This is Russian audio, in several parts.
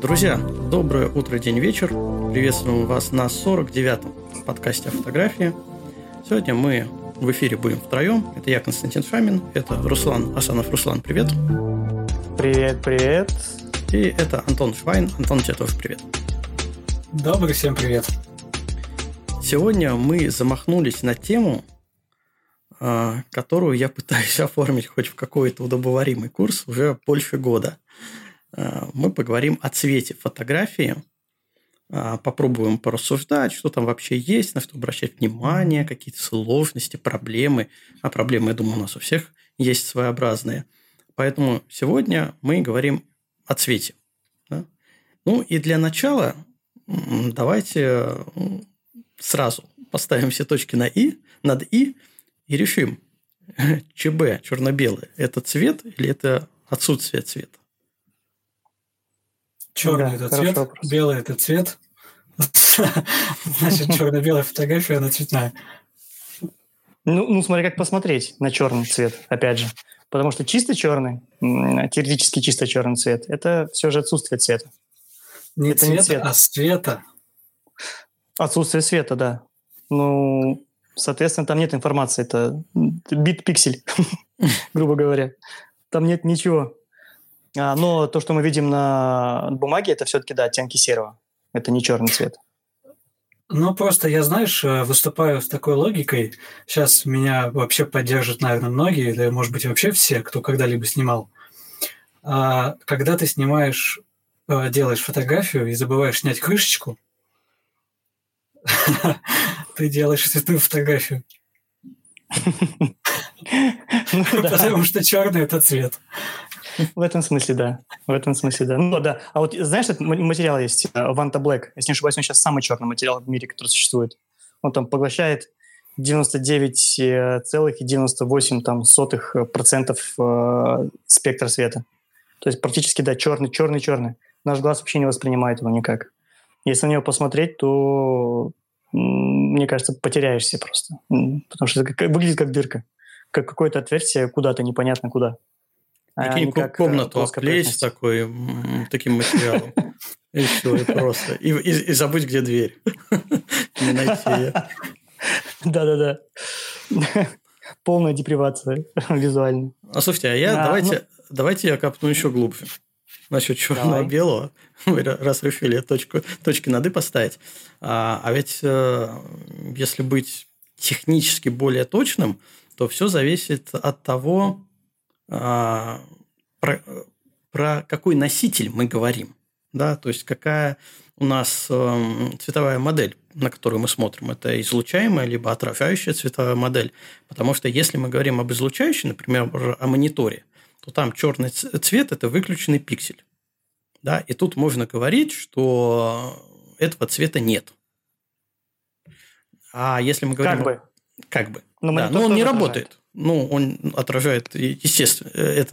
Друзья, доброе утро, день, вечер. Приветствуем вас на 49-м подкасте о фотографии. Сегодня мы в эфире будем втроем. Это я, Константин Шамин, это Руслан Асанов. Руслан, привет. Привет. И это Антон Швайн. Антон, тебе тоже привет. Добрый всем привет. Сегодня мы замахнулись на тему, которую я пытаюсь оформить хоть в какой-то удобоваримый курс уже больше года. Мы поговорим о цвете фотографии, попробуем порассуждать, что там вообще есть, на что обращать внимание, какие-то сложности, проблемы. А проблемы, я думаю, у нас у всех есть своеобразные. Поэтому сегодня мы говорим о цвете. Да? Ну и для начала давайте сразу поставим все точки над «и» и решим, ЧБ, черно-белый, это цвет или это отсутствие цвета? Черный это цвет, вопрос. Белый это цвет. Значит, черно-белая фотография, она цветная. Ну, смотри, как посмотреть на черный цвет, опять же. Потому что чисто черный, теоретически чисто черный цвет, это все же отсутствие цвета. Не цвета, а света. Отсутствие света, да. Ну, соответственно, там нет информации. Это бит-пиксель, грубо говоря. Там нет ничего. Но то, что мы видим на бумаге, это все-таки, да, оттенки серого. Это не черный цвет. Ну, просто я, знаешь, выступаю с такой логикой. Сейчас меня вообще поддержат, наверное, многие, или, может быть, вообще все, кто когда-либо снимал. Когда ты снимаешь, делаешь фотографию и забываешь снять крышечку, ты делаешь цветную фотографию. Потому что черный – это цвет. В этом смысле, да. Ну, да. А вот знаешь, этот материал есть, Vanta Black. Если не ошибаюсь, он сейчас самый черный материал в мире, который существует. Он там поглощает 99,98% спектра света. То есть практически, да, черный. Наш глаз вообще не воспринимает его никак. Если на него посмотреть, то, мне кажется, потеряешься просто. Потому что это выглядит как дырка. Как какое-то отверстие куда-то, непонятно куда. Прикинь, комнату обклеить таким материалом. И все, и просто. И забыть, где дверь. Не найти ее. Да. Полная депривация визуальная. Слушайте, давайте я копну еще глубже. Насчет черного-белого. Мы раз решили точки над «и» поставить. А ведь, если быть технически более точным, то все зависит от того, про какой носитель мы говорим. Да? То есть, какая у нас цветовая модель, на которую мы смотрим. Это излучаемая либо отражающая цветовая модель. Потому что если мы говорим об излучающей, например, о мониторе, то там черный цвет – это выключенный пиксель. Да? И тут можно говорить, что этого цвета нет. А если мы говорим… Как бы. Но он не работает. Ну, он отражает, естественно,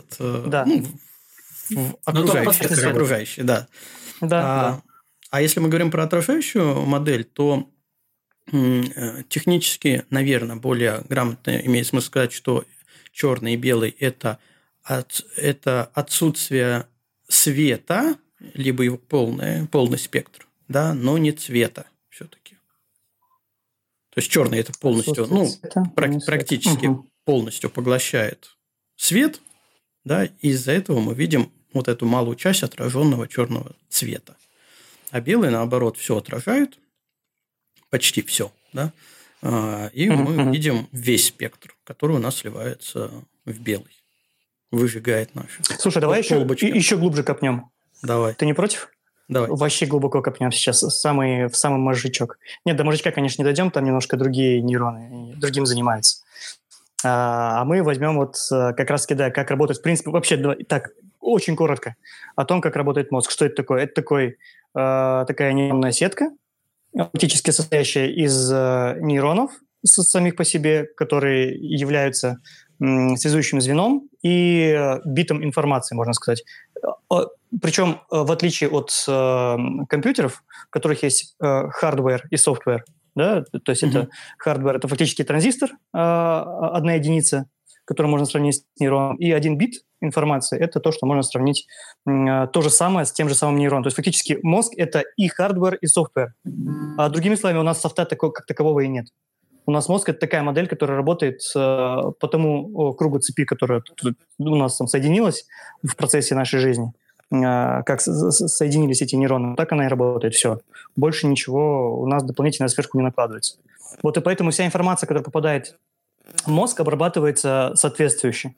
окружающий, да. Да. А если мы говорим про отражающую модель, то технически, наверное, более грамотно имеет смысл сказать, что черный и белый – это отсутствие света, либо его полный спектр, да, но не цвета все-таки. То есть черный это полностью, практически полностью поглощает свет, да, и из-за этого мы видим вот эту малую часть отраженного черного цвета. А белый, наоборот, все отражает, почти все, да, и мы видим весь спектр, который у нас сливается в белый, выжигает наши. Слушай, давай еще глубже копнем. Давай. Ты не против? Давай. Вообще глубоко копнем сейчас, в самый мозжечок. Нет, до мозжечка, конечно, не дойдем, там немножко другие нейроны, другим занимаются. А мы возьмем вот как раз-таки, да, как работает, в принципе, вообще, так, очень коротко, о том, как работает мозг. Что это такое? Это такая нейронная сетка, оптически состоящая из нейронов самих по себе, которые являются связующим звеном и битом информации, можно сказать. Причем, в отличие от компьютеров, в которых есть hardware и software, да, то есть это hardware, это фактически транзистор, одна единица, которую можно сравнить с нейроном, и один бит, информации, это то, что можно сравнить то же самое с тем же самым нейроном. То есть фактически мозг — это и хардвер, и софтвер. А другими словами, у нас софта как такового и нет. У нас мозг — это такая модель, которая работает по тому кругу цепи, которая у нас там соединилась в процессе нашей жизни. Как соединились эти нейроны, так она и работает, все. Больше ничего у нас дополнительно сверху не накладывается. Вот и поэтому вся информация, которая попадает в мозг, обрабатывается соответствующе.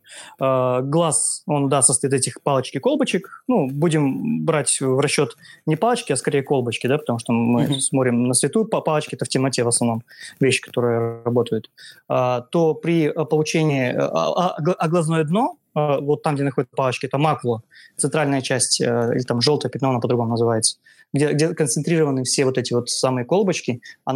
Глаз, он, да, состоит из этих палочек и колбочек. Ну, будем брать в расчет не палочки, а скорее колбочки, да, потому что мы смотрим на свету, палочки — это в темноте в основном вещи, которые работают. То при получении глазное дно, вот там, где находятся палочки, это макула, центральная часть, или там желтое пятно, оно по-другому называется, где концентрированы все вот эти вот самые колбочки,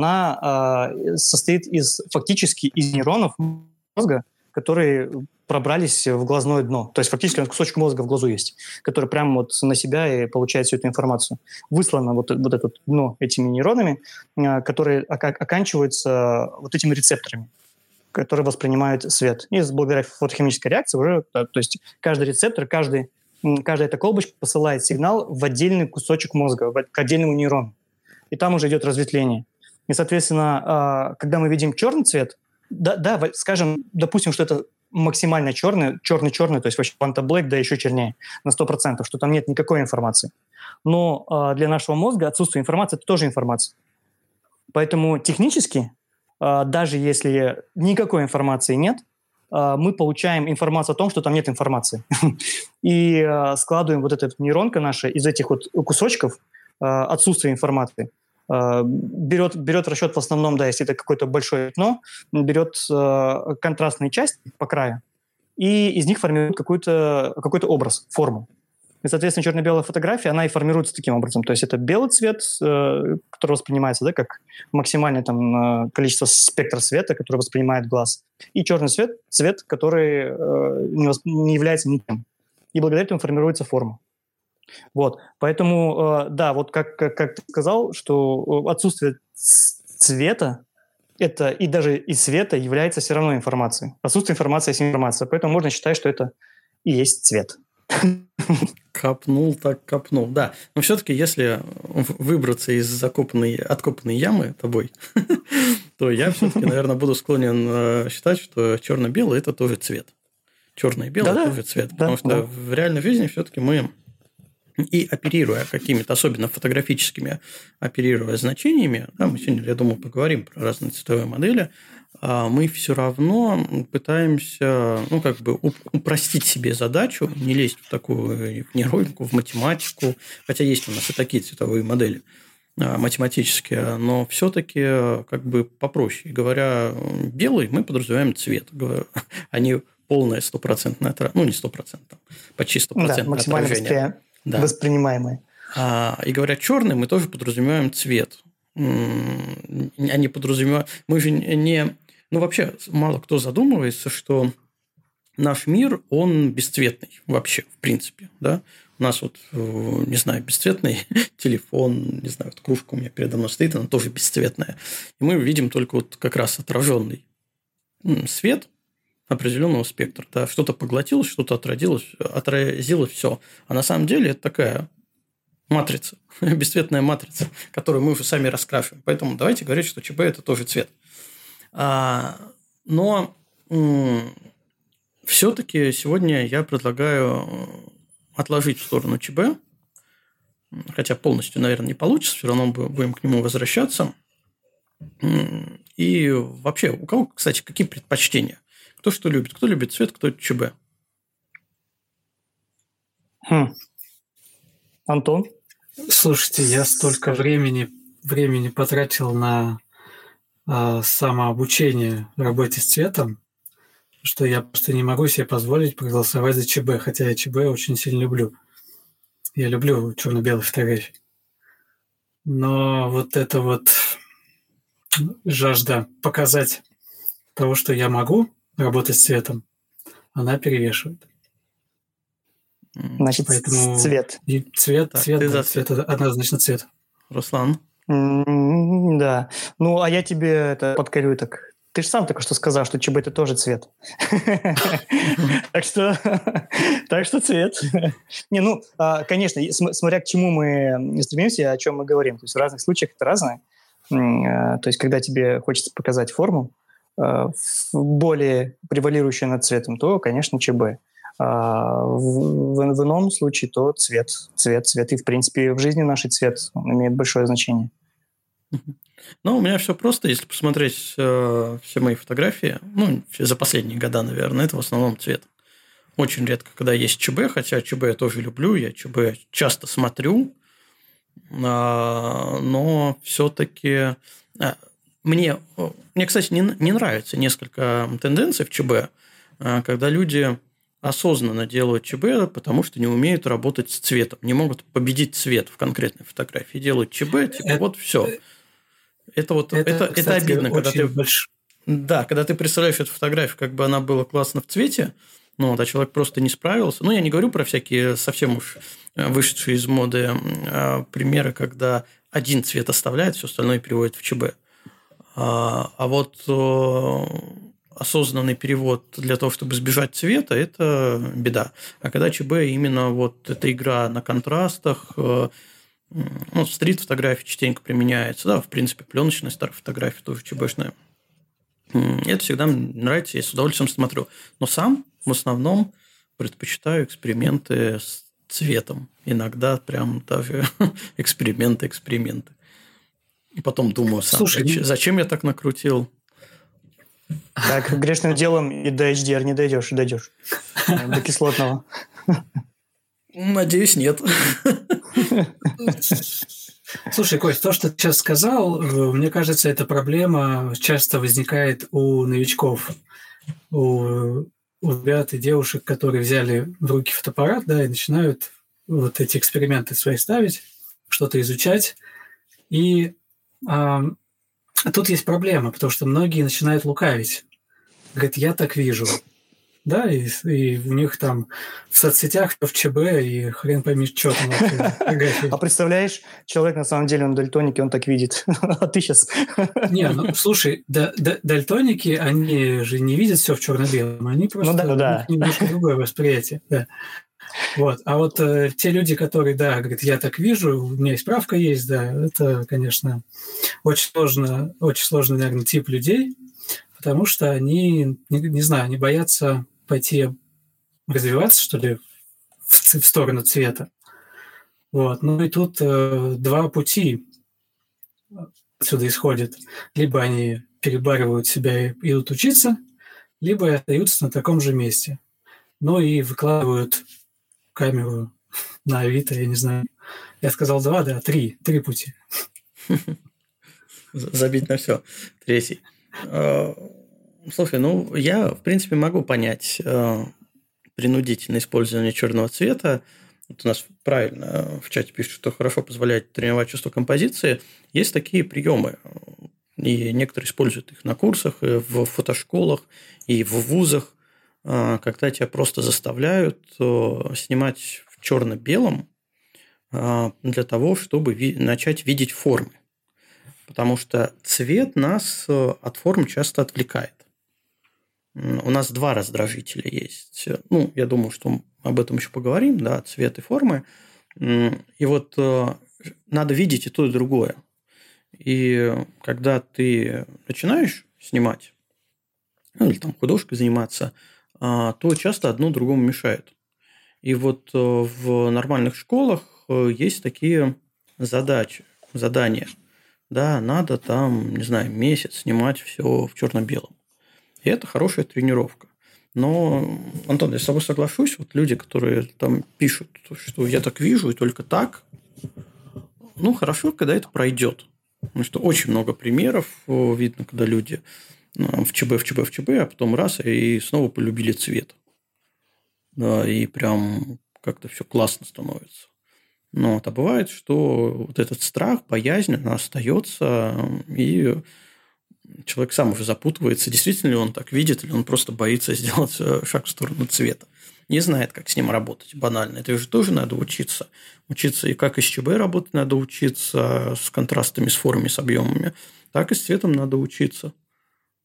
она состоит фактически из нейронов мозга, которые пробрались в глазное дно. То есть фактически кусочек мозга в глазу есть, который прямо вот на себя и получает всю эту информацию. Выслано вот это дно этими нейронами, которые оканчиваются вот этими рецепторами, которые воспринимают свет. И благодаря фотохимической реакции уже, то есть каждый рецептор, каждая эта колбочка посылает сигнал в отдельный кусочек мозга, к отдельному нейрону. И там уже идет разветвление. И, соответственно, когда мы видим черный цвет, да, скажем, допустим, что это максимально черный, то есть вообще Panta Black, да еще чернее, на 100%, что там нет никакой информации. Но для нашего мозга отсутствие информации – это тоже информация. Поэтому технически, даже если никакой информации нет, мы получаем информацию о том, что там нет информации. И складываем вот эта нейронка наша из этих вот кусочков отсутствия информации. Берет в расчет в основном, да, если это какое-то большое пятно, берет контрастные части по краю, и из них формирует какой-то образ, форму. И, соответственно, черно-белая фотография, она и формируется таким образом. То есть это белый цвет, который воспринимается, да, как максимальное там количество спектра света, который воспринимает глаз, и черный цвет, который не является никем. И благодаря этому формируется форма. Вот. Поэтому, да, вот как ты сказал, что отсутствие цвета это и даже и света является все равно информацией. Отсутствие информации есть информация. Поэтому можно считать, что это и есть цвет. Копнул так копнул, да. Но все-таки, если выбраться из откопанной ямы тобой, то я все-таки, наверное, буду склонен считать, что черно-белый – это тоже цвет. Черное и белое – это тоже цвет. Потому что в реальной жизни все-таки мы, и оперируя какими-то, особенно фотографическими, оперируя значениями, да, мы сегодня, я думаю, поговорим про разные цветовые модели, мы все равно пытаемся, упростить себе задачу, не лезть в такую нейролику, в математику, хотя есть у нас и такие цветовые модели математические, но все-таки попроще. Говоря белый, мы подразумеваем цвет, а не полное стопроцентное отражение, не 100%, почти 100% отражение. Да. Воспринимаемые. И говоря черный, мы тоже подразумеваем цвет. Они подразумевают... Мы же не... вообще, мало кто задумывается, что наш мир, он бесцветный вообще, в принципе. Да? У нас не знаю, бесцветный телефон, не знаю, кружка у меня передо мной стоит, она тоже бесцветная. И мы видим только как раз отраженный свет определенного спектра. Да? Что-то поглотилось, что-то отразилось, все. А на самом деле это такая матрица, бесцветная матрица, которую мы уже сами раскрашиваем. Поэтому давайте говорить, что ЧБ – это тоже цвет. Но все-таки сегодня я предлагаю отложить в сторону ЧБ, хотя полностью, наверное, не получится, все равно будем к нему возвращаться. И вообще, у кого, кстати, какие предпочтения? Кто что любит? Кто любит цвет, кто ЧБ? Антон? Слушайте, я столько времени потратил на самообучение в работе с цветом, что я просто не могу себе позволить проголосовать за ЧБ, хотя я ЧБ очень сильно люблю. Я люблю черно-белые фотографии. Но вот эта вот жажда показать того, что я могу работать с цветом, она перевешивает. Значит, поэтому цвет. Цвет однозначно цвет. Руслан? Да. А я тебе подкорю так Ты же сам только что сказал, что ЧБ – это тоже цвет. Так что цвет. Не, ну, конечно, смотря к чему мы стремимся, о чем мы говорим. То есть в разных случаях это разное. То есть когда тебе хочется показать форму, более превалирующую над цветом, то, конечно, ЧБ. В ином случае то цвет. И, в принципе, в жизни нашей цвет имеет большое значение. Ну, у меня все просто. Если посмотреть все мои фотографии, ну, за последние года, наверное, это в основном цвет. Очень редко, когда есть ЧБ, хотя ЧБ я тоже люблю, я ЧБ часто смотрю, но все-таки мне, кстати, не нравится несколько тенденций в ЧБ, когда люди осознанно делают ЧБ, потому что не умеют работать с цветом, не могут победить цвет в конкретной фотографии, делают ЧБ, типа вот все. Это кстати, обидно, когда ты... Да, когда ты представляешь эту фотографию, как бы она была классно в цвете, но а человек просто не справился. Ну, я не говорю про всякие совсем уж вышедшие из моды примеры, когда один цвет оставляет, все остальное переводит в ЧБ. А вот осознанный перевод для того, чтобы избежать цвета, это беда. А когда ЧБ именно вот эта игра на контрастах, ну, стрит-фотографии частенько применяется, да, в принципе, пленочная старая фотография тоже ЧБшная. Это всегда мне нравится, я с удовольствием смотрю. Но сам в основном предпочитаю эксперименты с цветом. Иногда прям даже эксперименты. И потом думаю сам, слушай, зачем я так накрутил? Так, грешным делом и до HDR не дойдешь, до кислотного. Надеюсь, нет. Слушай, Кость, то, что ты сейчас сказал, мне кажется, эта проблема часто возникает у новичков, у ребят и девушек, которые взяли в руки фотоаппарат, да, и начинают вот эти эксперименты свои ставить, что-то изучать. И тут есть проблема, потому что многие начинают лукавить. Говорят, я так вижу. Да, и у них там в соцсетях, в ЧБ, и хрен пойми, что там вообще. А представляешь, человек на самом деле, он дальтоник, и он так видит. А ты сейчас... Не, ну, слушай, дальтоники, они же не видят все в черно-белом, они просто... Ну да. У них немножко другое восприятие, да. Вот. А вот те люди, которые, да, говорят, я так вижу, у меня и справка есть, да, это, конечно, очень сложный, наверное, тип людей, потому что они, не знаю, они боятся пойти развиваться, что ли, в сторону цвета. Вот. Ну и тут два пути отсюда исходят. Либо они перебарывают себя и идут учиться, либо остаются на таком же месте. Ну и выкладывают камеру на Авито, я не знаю. Я сказал 2, да, 3 пути. Забить на все. Третий. Слушай, ну, я, в принципе, могу понять принудительное использование черного цвета. Вот у нас правильно в чате пишут, что хорошо позволяет тренировать чувство композиции. Есть такие приемы, и некоторые используют их на курсах, и в фотошколах, и в вузах, когда тебя просто заставляют снимать в черно-белом для того, чтобы начать видеть формы. Потому что цвет нас от форм часто отвлекает. У нас два раздражителя есть. Ну, я думаю, что об этом еще поговорим, да, цвет и формы. И вот надо видеть и то, и другое. И когда ты начинаешь снимать, ну, или там художкой заниматься, то часто одно другому мешает. И вот в нормальных школах есть такие задания. Да, надо там, не знаю, месяц снимать все в черно-белом. И это хорошая тренировка. Но, Антон, я с тобой соглашусь, вот люди, которые там пишут, что я так вижу и только так, ну, хорошо, когда это пройдет. Потому что очень много примеров видно, когда люди в ЧБ, а потом раз, и снова полюбили цвет. Да, и прям как-то все классно становится. Но вот, а бывает, что вот этот страх, боязнь, она остается, и человек сам уже запутывается, действительно ли он так видит, или он просто боится сделать шаг в сторону цвета. Не знает, как с ним работать, банально. Это же тоже надо учиться. Учиться и как и с ЧБ работать надо учиться, с контрастами, с формами, с объемами, так и с цветом надо учиться.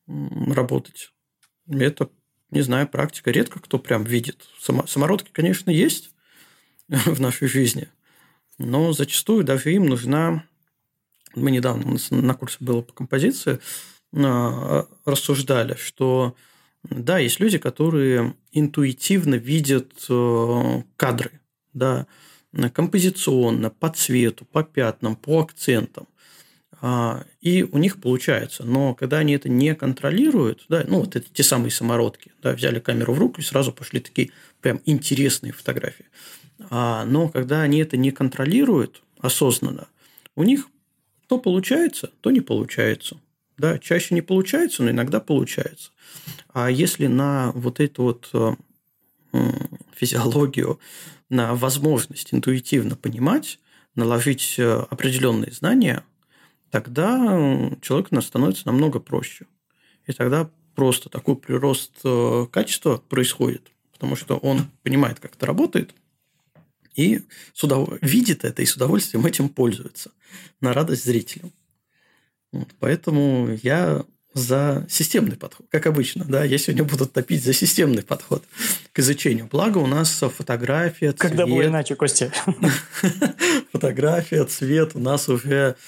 работать. Это, не знаю, практика. Редко кто прям видит. Самородки, конечно, есть в нашей жизни, но зачастую даже им нужна... Мы недавно, у нас на курсе было по композиции, рассуждали, что да, есть люди, которые интуитивно видят кадры, да, композиционно, по цвету, по пятнам, по акцентам. И у них получается. Но когда они это не контролируют, да, ну, вот это те самые самородки, да, взяли камеру в руку и сразу пошли такие прям интересные фотографии. Но когда они это не контролируют осознанно, у них то получается, то не получается. Да, чаще не получается, но иногда получается. А если на вот эту вот физиологию, на возможность интуитивно понимать, наложить определенные знания, тогда человеку становится намного проще. И тогда просто такой прирост качества происходит, потому что он понимает, как это работает, и видит это и с удовольствием этим пользуется на радость зрителям. Вот, поэтому я за системный подход, как обычно. Да, я сегодня буду топить за системный подход к изучению. Благо у нас фотография, цвет... Когда было иначе, Костя? Фотография, цвет у нас уже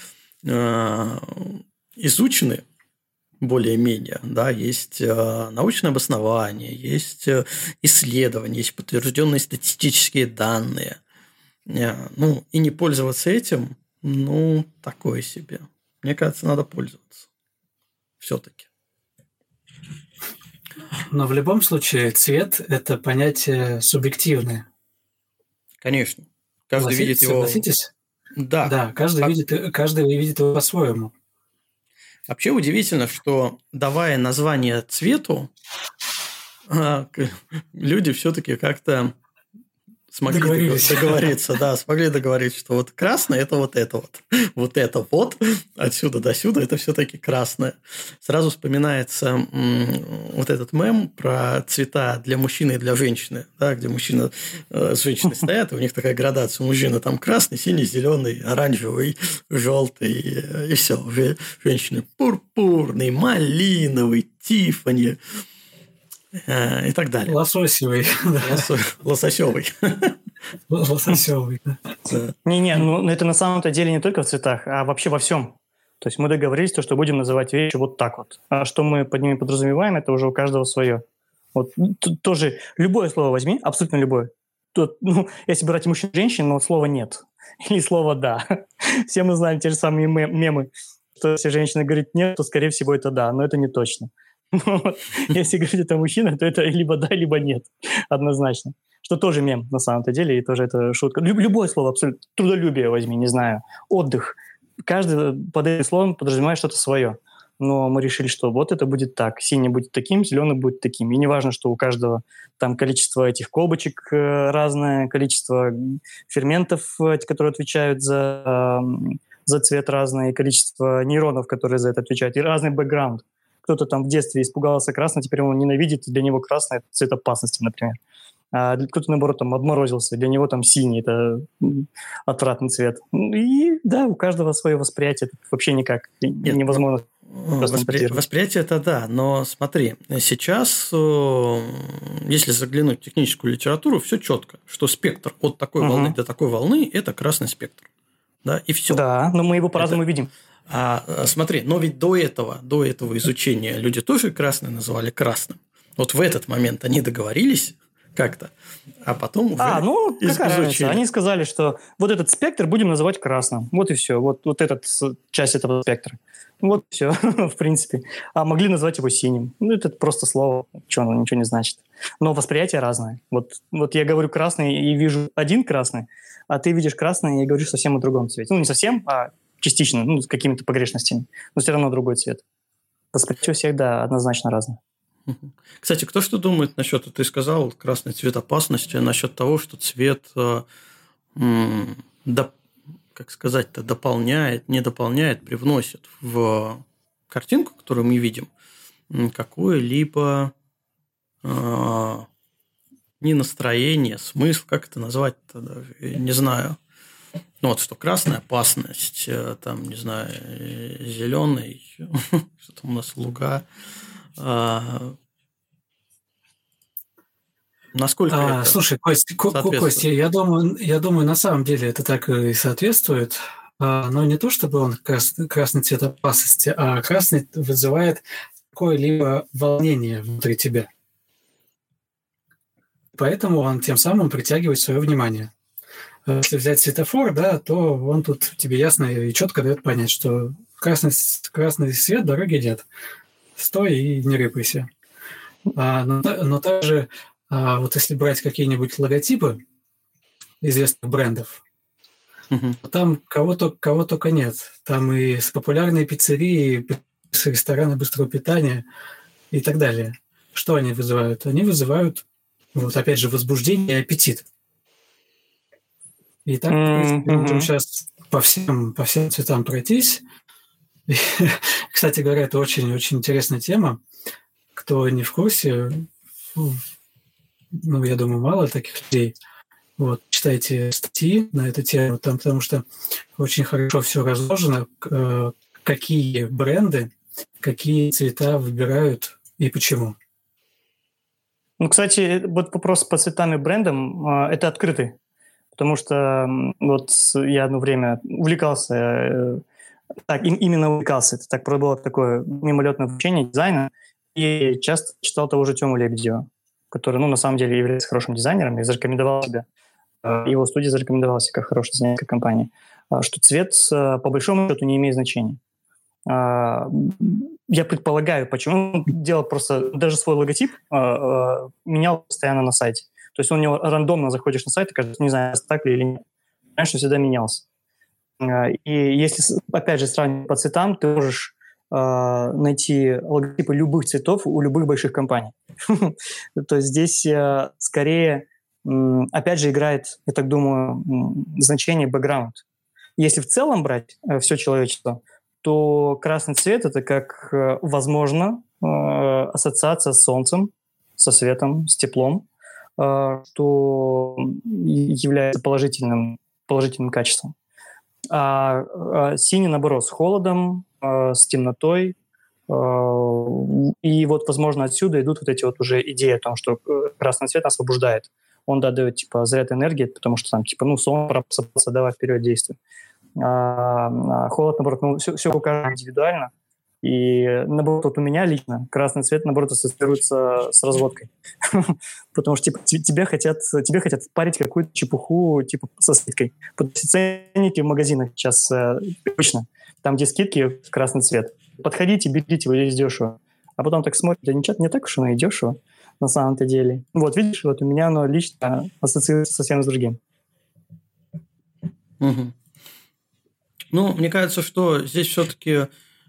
изучены более-менее. Да, есть научное обоснование, есть исследования, есть подтвержденные статистические данные. Ну, и не пользоваться этим, ну, такое себе. Мне кажется, надо пользоваться. Все-таки. Но в любом случае цвет – это понятие субъективное. Конечно. Каждый видит его... Согласитесь? Да. Да, каждый видит его по-своему. Вообще удивительно, что, давая название цвету, люди все-таки как-то смогли договориться, да, смогли договориться, что вот красное – это вот это вот. Вот это вот, отсюда до сюда – это все-таки красное. Сразу вспоминается вот этот мем про цвета для мужчины и для женщины, да, где мужчина с женщиной стоят, и у них такая градация. У мужчины там красный, синий, зеленый, оранжевый, желтый, и все. Уже женщины пурпурный, малиновый, тиффани. И так далее. Лососевый. Лососевый. Лососевый, да. Не-не, ну это на самом-то деле не только в цветах, а вообще во всем. То есть мы договорились, что будем называть вещи вот так вот. А что мы под ними подразумеваем, это уже у каждого свое. Вот тут тоже любое слово возьми, абсолютно любое. Тут, ну, если брать мужчин и женщин, но слова нет. Или слово «да». Все мы знаем те же самые мемы, что если женщина говорит «нет», то, скорее всего, это «да», но это не точно. Если говорить это мужчина, то это либо да, либо нет. Однозначно. Что тоже мем на самом-то деле, и тоже это шутка. Любое слово, абсолютно. Трудолюбие возьми, не знаю. Отдых. Каждый под этим словом подразумевает что-то свое. Но мы решили, что вот это будет так. Синий будет таким, зеленый будет таким. И не важно, что у каждого там количество этих колбочек разное, количество ферментов, которые отвечают за цвет разное, и количество нейронов, которые за это отвечают, и разный бэкграунд. Кто-то там в детстве испугался красного, теперь он ненавидит, и для него красный – это цвет опасности, например. А кто-то, наоборот, там обморозился, для него там синий – это отвратный цвет. И да, у каждого свое восприятие, это вообще никак невозможно. Восприятие – это да, но смотри, сейчас, если заглянуть в техническую литературу, все четко, что спектр от такой волны до такой волны – это красный спектр. Да, и все. Да, но мы его по-разному видим. Смотри, но ведь до этого изучения люди тоже красное называли красным. Вот в этот момент они договорились как-то, а потом уже какая разница? Они сказали, что вот этот спектр будем называть красным. Вот и все. Вот эта часть этого спектра. Вот все, в принципе. А могли назвать его синим. Ну, это просто слово, оно ничего не значит. Но восприятие разное. Вот я говорю красный и вижу один красный, а ты видишь красный и говоришь совсем о другом цвете. Ну, не совсем, а частично, с какими-то погрешностями, но все равно другой цвет. Восприятие всегда однозначно разное. Кстати, кто что думает насчет, ты сказал, красный цвет опасности, насчет того, что цвет, дополняет, не дополняет, привносит в картинку, которую мы видим, какое-либо не настроение, смысл, как это назвать-то даже, я не знаю. Ну, вот что красная опасность, там, не знаю, зеленый, что там у нас луга. Насколько это Слушай, Кость, Кость, соответствует? я думаю, на самом деле это так и соответствует. Но не то, чтобы он красный цвет опасности, а красный вызывает какое-либо волнение внутри тебя. Поэтому он тем самым притягивает свое внимание. Если взять светофор, да, то он тут тебе ясно и четко дает понять, что красный свет, дороги нет. Стой и не рыпайся. Но также, вот если брать какие-нибудь логотипы известных брендов, там кого только нет. Там и популярные пиццерии, и рестораны быстрого питания и так далее. Что они вызывают? Они вызывают, вот опять же, возбуждение и аппетит. И так, в принципе, можем сейчас по всем цветам пройтись. И, кстати говоря, это очень-очень интересная тема. Кто не в курсе, я думаю, мало таких людей. Вот, читайте статьи на эту тему, там, потому что очень хорошо все разложено, какие бренды, какие цвета выбирают и почему. Ну, кстати, вот вопрос по цветам и брендам – это открытый. Потому что вот я одно время увлекался, именно увлекался, это так было такое мимолетное обучение дизайна, и часто читал того же Тему Лебедева, который, на самом деле является хорошим дизайнером и зарекомендовал себя. Его студия зарекомендовалась как хорошая дизайнерская компания, что цвет, по большому счету, не имеет значения. Я предполагаю, почему. Он делал просто даже свой логотип, менял постоянно на сайте. То есть он у него рандомно заходишь на сайт и кажется, не знаю, так ли или нет. Раньше всегда менялся. И если, опять же, сравнивать по цветам, ты можешь найти логотипы любых цветов у любых больших компаний. То есть здесь скорее, опять же, играет, я так думаю, значение бэкграунд. Если в целом брать все человечество, то красный цвет – это как, возможно, ассоциация с солнцем, со светом, с теплом, что является положительным качеством. А синий, наоборот, с холодом, с темнотой. И вот, возможно, отсюда идут вот эти вот уже идеи о том, что красный цвет нас возбуждает. Он дает, заряд энергии, потому что там, сон просыпался, давай вперед действуй. Холод, наоборот, все у каждого индивидуально. И, наоборот, вот у меня лично красный цвет, наоборот, ассоциируется с разводкой. Потому что, тебе хотят впарить какую-то чепуху, со скидкой. Ценники в магазинах сейчас обычно. Там, где скидки, красный цвет. Подходите, берите, вот здесь дешево. А потом так смотрите, не так уж оно и дешево на самом-то деле. Вот, видишь, вот у меня оно лично ассоциируется совсем с другим. Угу. Мне кажется, что здесь все-таки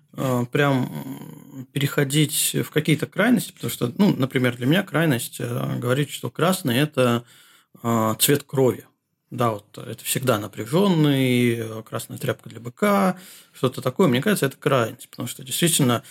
прям переходить в какие-то крайности, потому что, например, для меня крайность говорит, что красный – это цвет крови. Да, вот это всегда напряженный, красная тряпка для быка, что-то такое. Мне кажется, это крайность, потому что действительно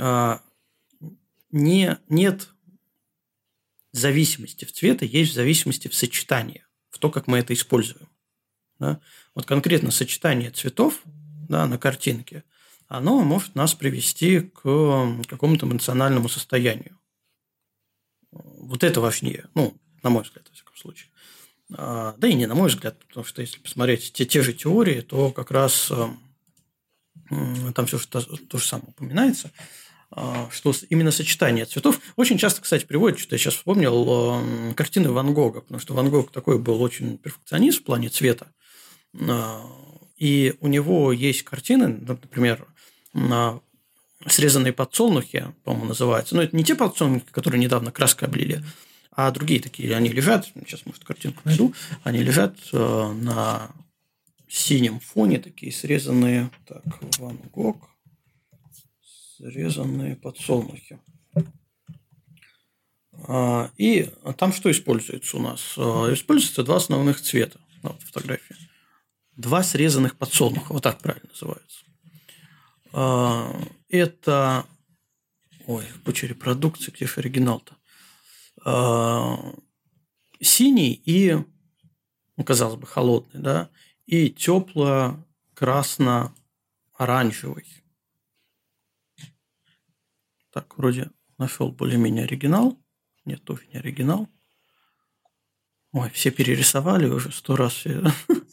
нет зависимости в цвете, есть зависимости в сочетании, в то, как мы это используем. Да? Вот конкретно сочетание цветов, да, на картинке, оно может нас привести к какому-то эмоциональному состоянию. Вот это важнее, на мой взгляд, во всяком случае. Да и не на мой взгляд, потому что если посмотреть те же теории, то как раз там все то же самое упоминается, что именно сочетание цветов очень часто, кстати, приводит, что я сейчас вспомнил, картины Ван Гога, потому что Ван Гог такой был очень перфекционист в плане цвета, и у него есть картины, например, срезанные подсолнухи, по-моему, называются. Но это не те подсолнухи, которые недавно краской облили, а другие такие. Они лежат, сейчас, может, картинку найду, они лежат на синем фоне, такие срезанные, так, Ван Гог, срезанные подсолнухи. И там что используется у нас? Используются два основных цвета на фотографии. Два срезанных подсолнуха, вот так правильно называются. Это... Ой, куча репродукций, где же оригинал-то? Синий и, казалось бы, холодный, да, и тепло-красно-оранжевый. Так, вроде нашел более-менее оригинал. Нет, тоже не оригинал. Ой, все перерисовали уже 100 раз. Все.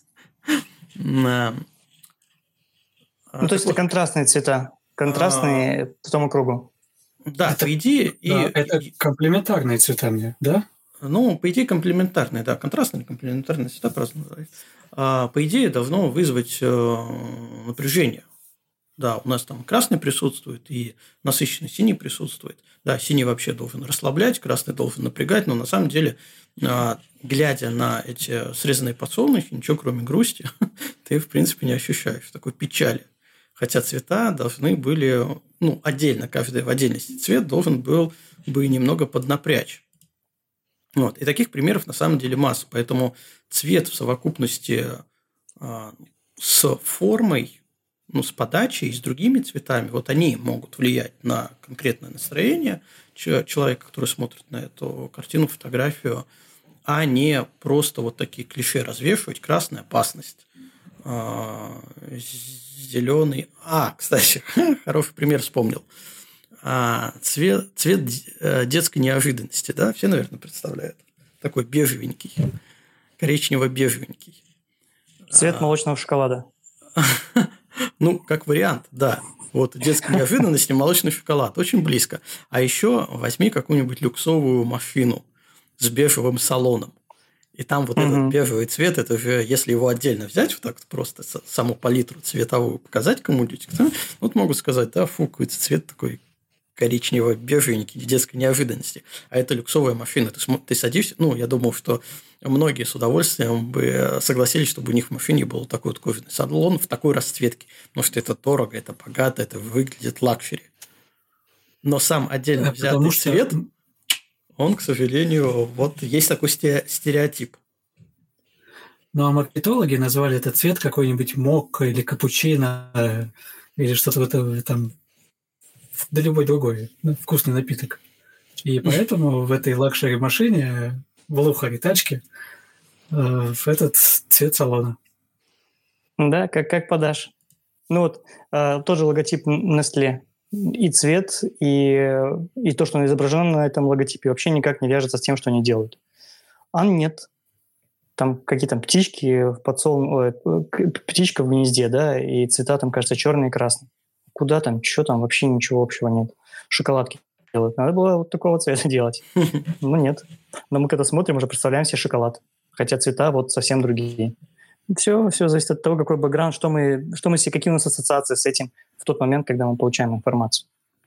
То есть это контрастные цвета. Контрастные по тому кругу. Да, по идее... Это комплементарные цвета мне, да? Ну, по идее, комплементарные, да. Контрастные, комплементарные цвета по-разному называют. По идее, должно вызвать напряжение. Да, у нас там красный присутствует, и насыщенный синий присутствует. Да, синий вообще должен расслаблять, красный должен напрягать, но на самом деле, глядя на эти срезанные подсолнухи, ничего кроме грусти ты, в принципе, не ощущаешь такой печали. Хотя цвета должны были, отдельно, каждый в отдельности цвет должен был бы немного поднапрячь. Вот. И таких примеров на самом деле масса. Поэтому цвет в совокупности с формой, с подачей и с другими цветами, вот они могут влиять на конкретное настроение человека, который смотрит на эту картину, фотографию, а не просто вот такие клише развешивать. Красная – опасность, зеленый. Кстати, хороший пример вспомнил. Цвет детской неожиданности, да, все, наверное, представляют. Такой бежевенький, коричнево-бежевенький. Цвет молочного шоколада. Как вариант, да. Вот детская неожиданность и молочный шоколад. Очень близко. А еще возьми какую-нибудь люксовую машину с бежевым салоном. И там вот этот бежевый цвет, это же, если его отдельно взять, вот так просто саму палитру цветовую показать кому-нибудь, вот могут сказать, да, фу, какой цвет такой коричнево-бежевенький, детской неожиданности. А это люксовая машина. Ты садишься, я думал, что многие с удовольствием бы согласились, чтобы у них в машине был такой вот кожаный салон в такой расцветке. Потому что это дорого, это богато, это выглядит лакшери. Но сам отдельно взятый цвет, он, к сожалению, вот есть такой стереотип. А маркетологи назвали этот цвет какой-нибудь мокко или капучино или что-то там, да любой другой вкусный напиток. И поэтому в этой лакшери-машине, в лухари-тачке, этот цвет салона. Да, как подашь. Тоже логотип Nestlé. И цвет, и то, что изображено на этом логотипе, вообще никак не вяжется с тем, что они делают. Нет. Там какие-то птички, птичка в гнезде, да, и цвета там, кажется, черный и красный. Куда там, что там, вообще ничего общего нет. Шоколадки делают. Надо было вот такого цвета делать. Нет. Но мы когда смотрим, уже представляем себе шоколад. Хотя цвета вот совсем другие. Все зависит от того, какой бэкграунд, какие у нас ассоциации с этим в тот момент, когда мы получаем информацию.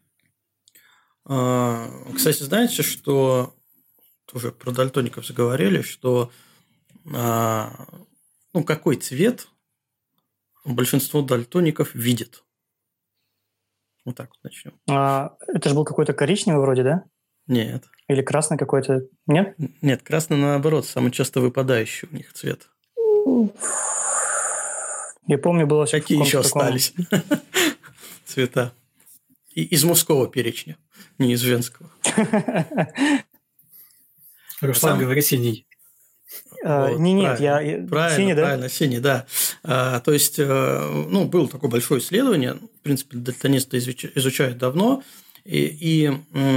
Кстати, знаете, что тоже про дальтоников заговорили, что какой цвет большинство дальтоников видит? Вот так вот начнем. Это же был какой-то коричневый вроде, да? Нет. Или красный какой-то? Нет? Нет, красный, наоборот, самый часто выпадающий у них цвет. Я помню, было... Какие еще остались цвета? Из мужского перечня, не из женского. Руслан, говори синий. Нет, синий, да? Правильно, синий, да. То есть, было такое большое исследование, в принципе, дальтонисты изучают давно, и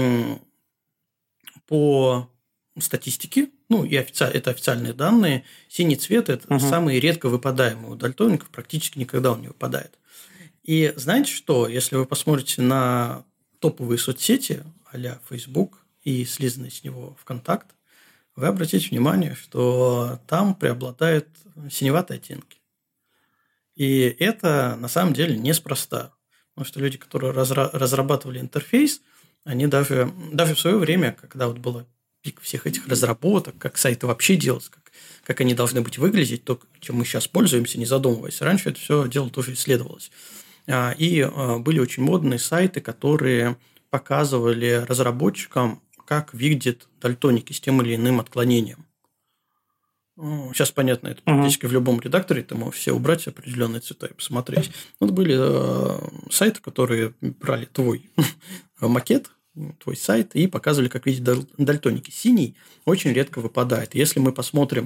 по статистике, это официальные данные, синий цвет – это самый редко выпадаемый у дальтоников, практически никогда он не выпадает. И знаете что, если вы посмотрите на топовые соцсети а-ля Facebook и слизанный с него ВКонтакт, вы обратите внимание, что там преобладают синеватые оттенки. И это на самом деле неспроста. Потому что люди, которые разрабатывали интерфейс, они даже в свое время, когда вот было пик всех этих разработок, как сайты вообще делать, как они должны быть выглядеть, то, чем мы сейчас пользуемся, не задумываясь. Раньше это все дело тоже исследовалось. И были очень модные сайты, которые показывали разработчикам, как видят дальтоники с тем или иным отклонением. Сейчас, понятно, это практически в любом редакторе, ты можешь все убрать определенные цвета и посмотреть. Вот были сайты, которые брали твой макет, твой сайт, и показывали, как видят дальтоники. Синий очень редко выпадает. Если мы посмотрим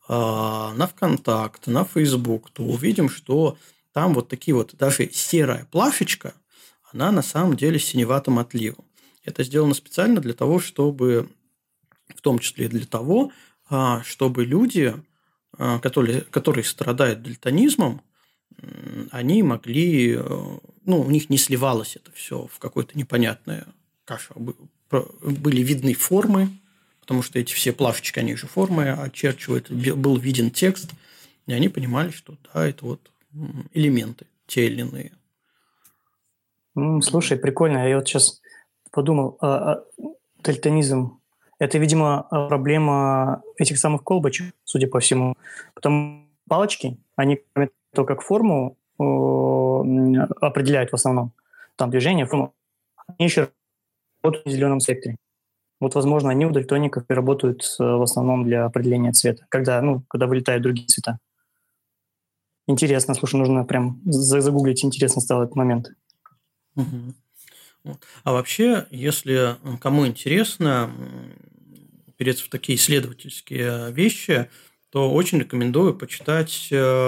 на ВКонтакт, на Facebook, то увидим, что там вот такие вот, даже серая плашечка, она на самом деле с синеватым отливом. Это сделано специально для того, чтобы, в том числе и для того, чтобы люди, которые страдают дальтонизмом, они могли, у них не сливалось это все в какое-то непонятное кашу. Были видны формы, потому что эти все плашечки, они же формы очерчивают, был виден текст, и они понимали, что да, это вот элементы те или иные. Слушай, прикольно. Я вот сейчас подумал, дальтонизм – это, видимо, проблема этих самых колбочек, судя по всему. Потому что палочки, они, кроме того, как форму определяют в основном, там движение, форму, они еще работают в зеленом спектре. Вот, возможно, они у дальтоников и работают в основном для определения цвета, когда вылетают другие цвета. Интересно, слушай, нужно прям загуглить, интересно стал этот момент. Угу. А вообще, если кому интересно переться в такие исследовательские вещи, то очень рекомендую почитать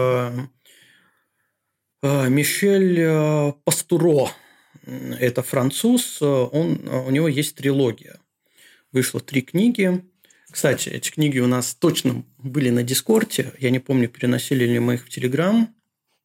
Мишель Пастуро. Это француз, у него есть трилогия. Вышло 3 книги. Кстати, эти книги у нас точно были на Дискорде. Я не помню, переносили ли мы их в Телеграм.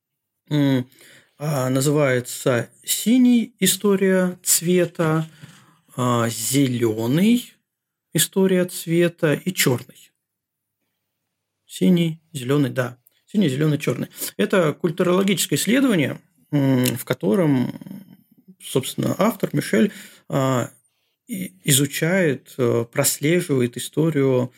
Называется «Синий. История цвета», «Зеленый. История цвета» и «Черный». Синий, зеленый, да. Синий, зеленый, черный. Это культурологическое исследование, в котором, собственно, автор Мишель изучает, прослеживает историю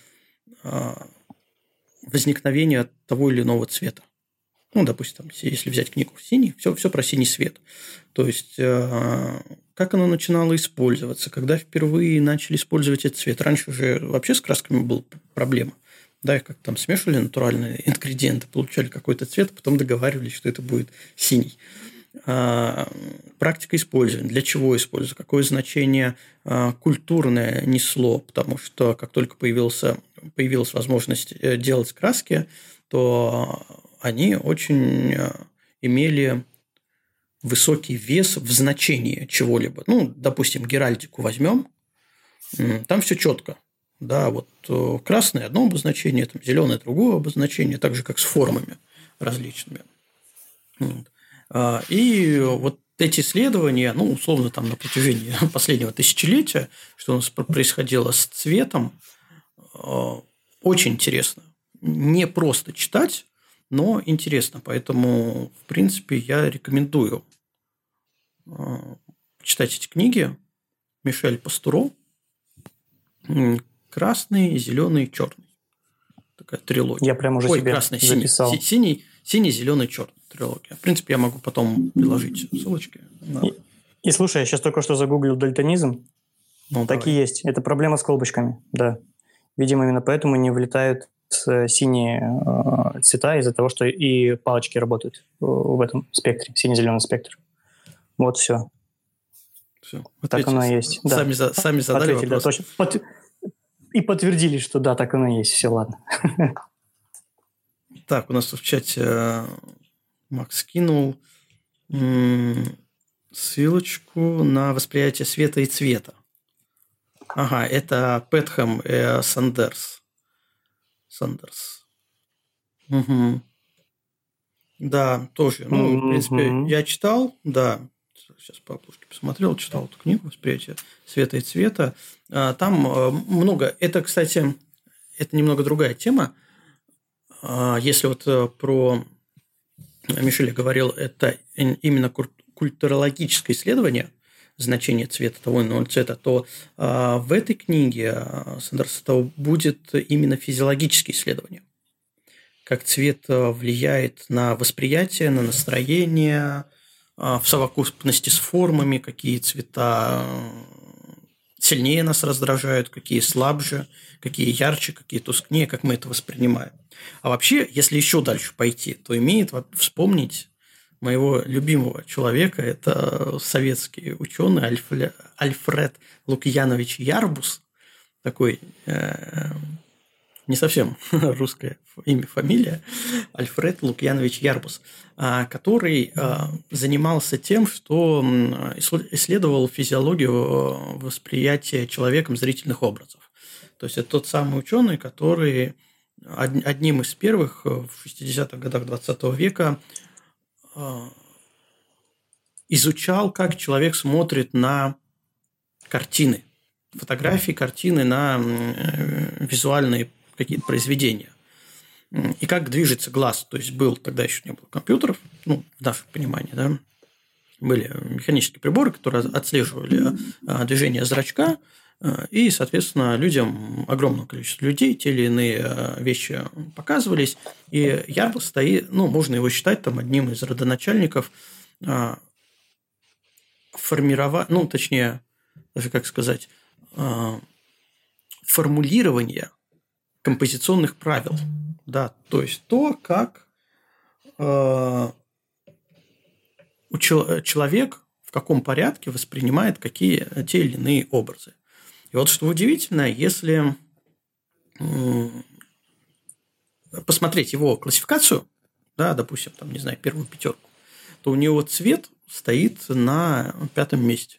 возникновения того или иного цвета. Допустим, если взять книгу «Синий», все про синий свет. То есть, как оно начинало использоваться, когда впервые начали использовать этот цвет. Раньше же вообще с красками была проблема. Да, их как-то там смешивали натуральные ингредиенты, получали какой-то цвет, а потом договаривались, что это будет синий. Практика использования. Для чего использовать? Какое значение культурное несло? Потому что как только появилась возможность делать краски, то они очень имели высокий вес в значении чего-либо. Допустим, геральдику возьмем, там все четко. Да, вот красное одно обозначение, там зеленое другое обозначение, так же, как с формами различными. И вот эти исследования, условно, там на протяжении последнего тысячелетия, что у нас происходило с цветом, очень интересно. Не просто читать, но интересно. Поэтому, в принципе, я рекомендую читать эти книги. Мишель Пастуро. Красный, зеленый, черный. Такая трилогия. Я прям уже себе красный, записал. Синий, зеленый, черный. Трилогия. В принципе, я могу потом приложить ссылочки. И слушай, я сейчас только что загуглил дальтонизм. Так давай. и есть. Это проблема с колбочками, да. Видимо, именно поэтому не вылетают синие цвета из-за того, что и палочки работают в этом спектре, сине-зеленый спектр. Вот все. Так оно и есть. Сами задали ответили, вопрос. Да, точно. И подтвердили, что да, так оно и есть. Все, ладно. Так, у нас в чате Макс скинул ссылочку на восприятие света и цвета. Ага, это Пэтхэм и Сандерс. Угу. Да, тоже. В принципе, я читал, да. Сейчас по обложке посмотрел, читал эту книгу «Восприятие света и цвета». Там много. Это, кстати, это немного другая тема. Если вот про Мишеля говорил, это именно культурологическое исследование значения цвета того или иного цвета, то в этой книге Сандерса будет именно физиологические исследования. Как цвет влияет на восприятие, на настроение, в совокупности с формами, какие цвета сильнее нас раздражают, какие слабже, какие ярче, какие тускнее, как мы это воспринимаем. А вообще, если еще дальше пойти, то имеет вспомнить моего любимого человека, это советский ученый Альфред Лукьянович Ярбус, такой не совсем русское имя, фамилия, Альфред Лукьянович Ярбус, который занимался тем, что исследовал физиологию восприятия человеком зрительных образов. То есть это тот самый ученый, который одним из первых в 60-х годах 20 века изучал, как человек смотрит на картины, фотографии, картины, на визуальные какие-то произведения. И как движется глаз. То есть, тогда еще не было компьютеров, в нашем понимании, да, были механические приборы, которые отслеживали движение зрачка, и, соответственно, людям, огромному количеству людей, те или иные вещи показывались. И Ярбус стоит, можно его считать одним из родоначальников формулирования композиционных правил. Да, то есть то, как человек в каком порядке воспринимает те или иные образы. И вот что удивительно, если посмотреть его классификацию, да, допустим, первую пятерку, то у него цвет стоит на 5-м месте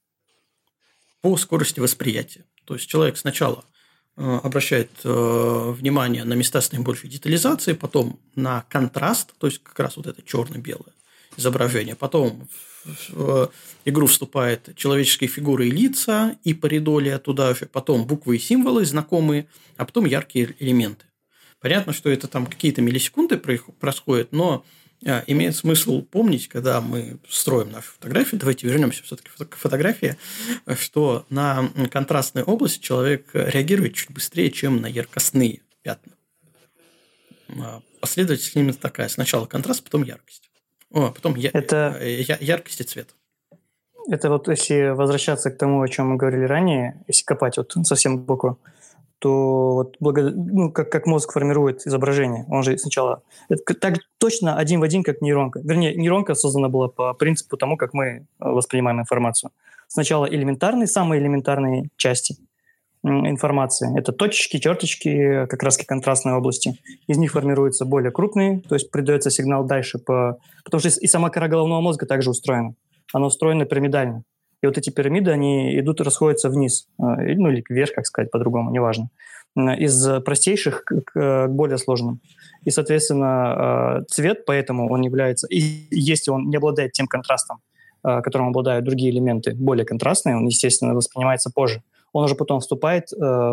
по скорости восприятия. То есть человек сначала обращает внимание на места с наибольшей детализацией, потом на контраст, то есть как раз вот это черно-белое изображение, потом в игру вступают человеческие фигуры и лица, и паридолия туда же, потом буквы и символы знакомые, а потом яркие элементы. Понятно, что это какие-то миллисекунды происходят, но имеет смысл помнить, когда мы строим нашу фотографию, давайте вернемся все-таки к фотографии, что на контрастной области человек реагирует чуть быстрее, чем на яркостные пятна. Последовательность именно такая. Сначала контраст, потом яркость. Потом яркость и цвет. Это если возвращаться к тому, о чем мы говорили ранее, если копать совсем глубоко, то как мозг формирует изображение. Он же сначала... Это так точно один в один, как нейронка. Вернее, нейронка создана была по принципу тому, как мы воспринимаем информацию. Сначала самые элементарные части информации. Это точечки, черточки, как раз контрастной области. Из них формируются более крупные, то есть передается сигнал дальше потому что и сама кора головного мозга также устроена. Она устроена пирамидально. И вот эти пирамиды, они расходятся вниз, или вверх, как сказать по-другому, неважно. Из простейших к более сложным. И, соответственно, цвет поэтому он является... И если он не обладает тем контрастом, которым обладают другие элементы, более контрастные, он, естественно, воспринимается позже. Он уже потом вступает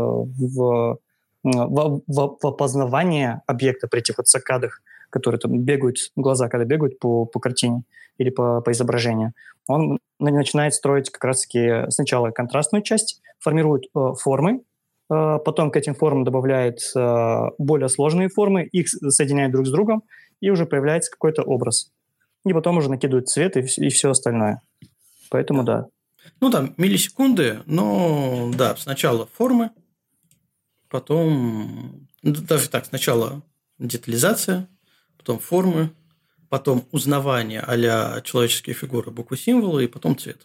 в опознавание объекта при этих цикадах, которые бегают, глаза когда бегают по картине или по изображению. Он начинает строить как раз-таки сначала контрастную часть, формирует формы, потом к этим формам добавляет более сложные формы, их соединяет друг с другом, и уже появляется какой-то образ. И потом уже накидывает цвет и все остальное. Поэтому да. Миллисекунды, но да, сначала формы, потом даже так, сначала детализация, потом формы, потом узнавание а-ля человеческие фигуры, буквы, символы, и потом цвет.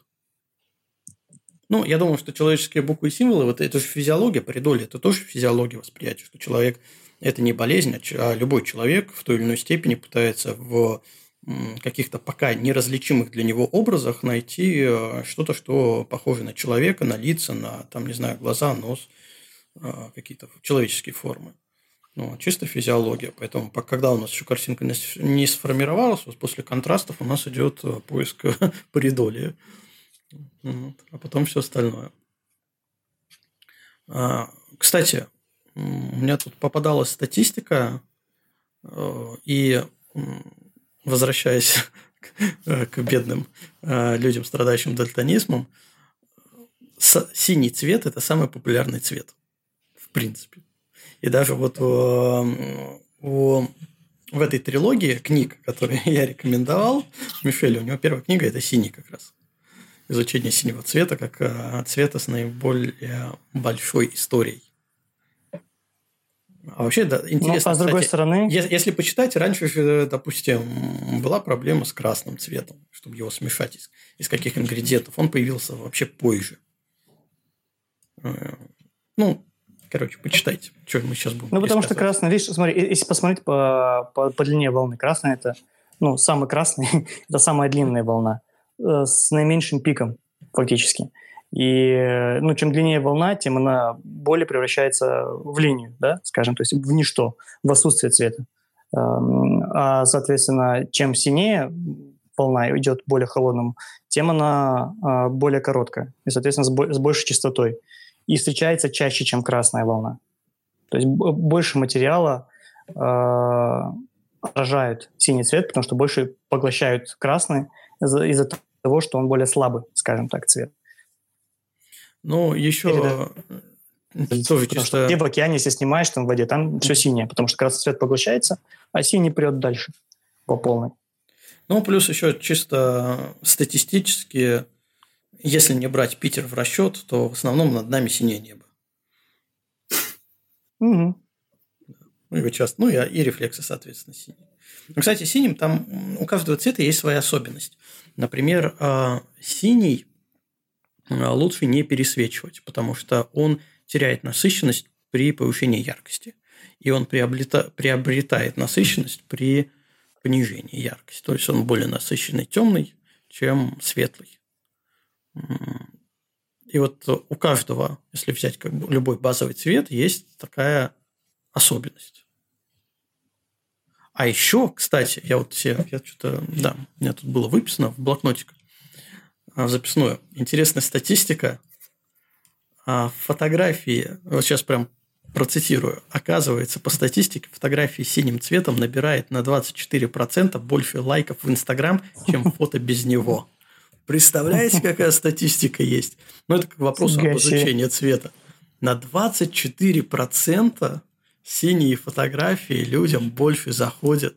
Я думаю, что человеческие буквы и символы, это же физиология, паридолия, это тоже физиология восприятия, что человек – это не болезнь, а любой человек в той или иной степени пытается в каких-то пока неразличимых для него образах найти что-то, что похоже на человека, на лица, на, глаза, нос, какие-то человеческие формы. Чисто физиология. Поэтому, когда у нас еще картинка не сформировалась, после контрастов у нас идет поиск паридолии. А потом все остальное. Кстати, у меня тут попадалась статистика, и возвращаясь к бедным людям, страдающим дальтонизмом, синий цвет – это самый популярный цвет, в принципе. И даже в этой трилогии книг, которые я рекомендовал Мишелю, у него первая книга – это «Синий» как раз. Изучение синего цвета как цвета с наиболее большой историей. А вообще, да, интересно, а с другой стороны... Если почитать, раньше же, допустим, была проблема с красным цветом, чтобы его смешать из каких ингредиентов. Он появился вообще позже. Короче, почитайте, что мы сейчас будем потому что пересказывать. красный, видишь, смотри, если посмотреть по длине волны, красный это, самый красный, это самая длинная волна с наименьшим пиком фактически. И, чем длиннее волна, тем она более превращается в линию, да, скажем, то есть в ничто, в отсутствие цвета. Соответственно, чем синее волна идет более холодным, тем она более короткая и, соответственно, с большей частотой. И встречается чаще, чем красная волна. То есть больше материала отражают синий цвет, потому что больше поглощают красный из-за того, что он более слабый, скажем так, цвет. Еще тоже потому что где в океане, если снимаешь там в воде, там все синее, потому что красный цвет поглощается, а синий прет дальше по полной. Плюс еще чисто статистически, если не брать Питер в расчет, то в основном над нами синее небо. Угу. Его часто, и рефлексы, соответственно, синие. Кстати, синим там у каждого цвета есть своя особенность. Например, синий лучше не пересвечивать, потому что он теряет насыщенность при повышении яркости. И он приобретает насыщенность при понижении яркости. То есть он более насыщенный темный, чем светлый. И вот у каждого, если взять любой базовый цвет, есть такая особенность. А еще, кстати, у меня тут было выписано в блокнотик, в записную. Интересная статистика. Фотографии, вот сейчас прям процитирую. Оказывается, по статистике, фотографии синим цветом набирает на 24% больше лайков в Инстаграм, чем фото без него. Представляете, какая статистика есть? Это к вопросу об изучении цвета. На 24% синие фотографии людям больше заходят.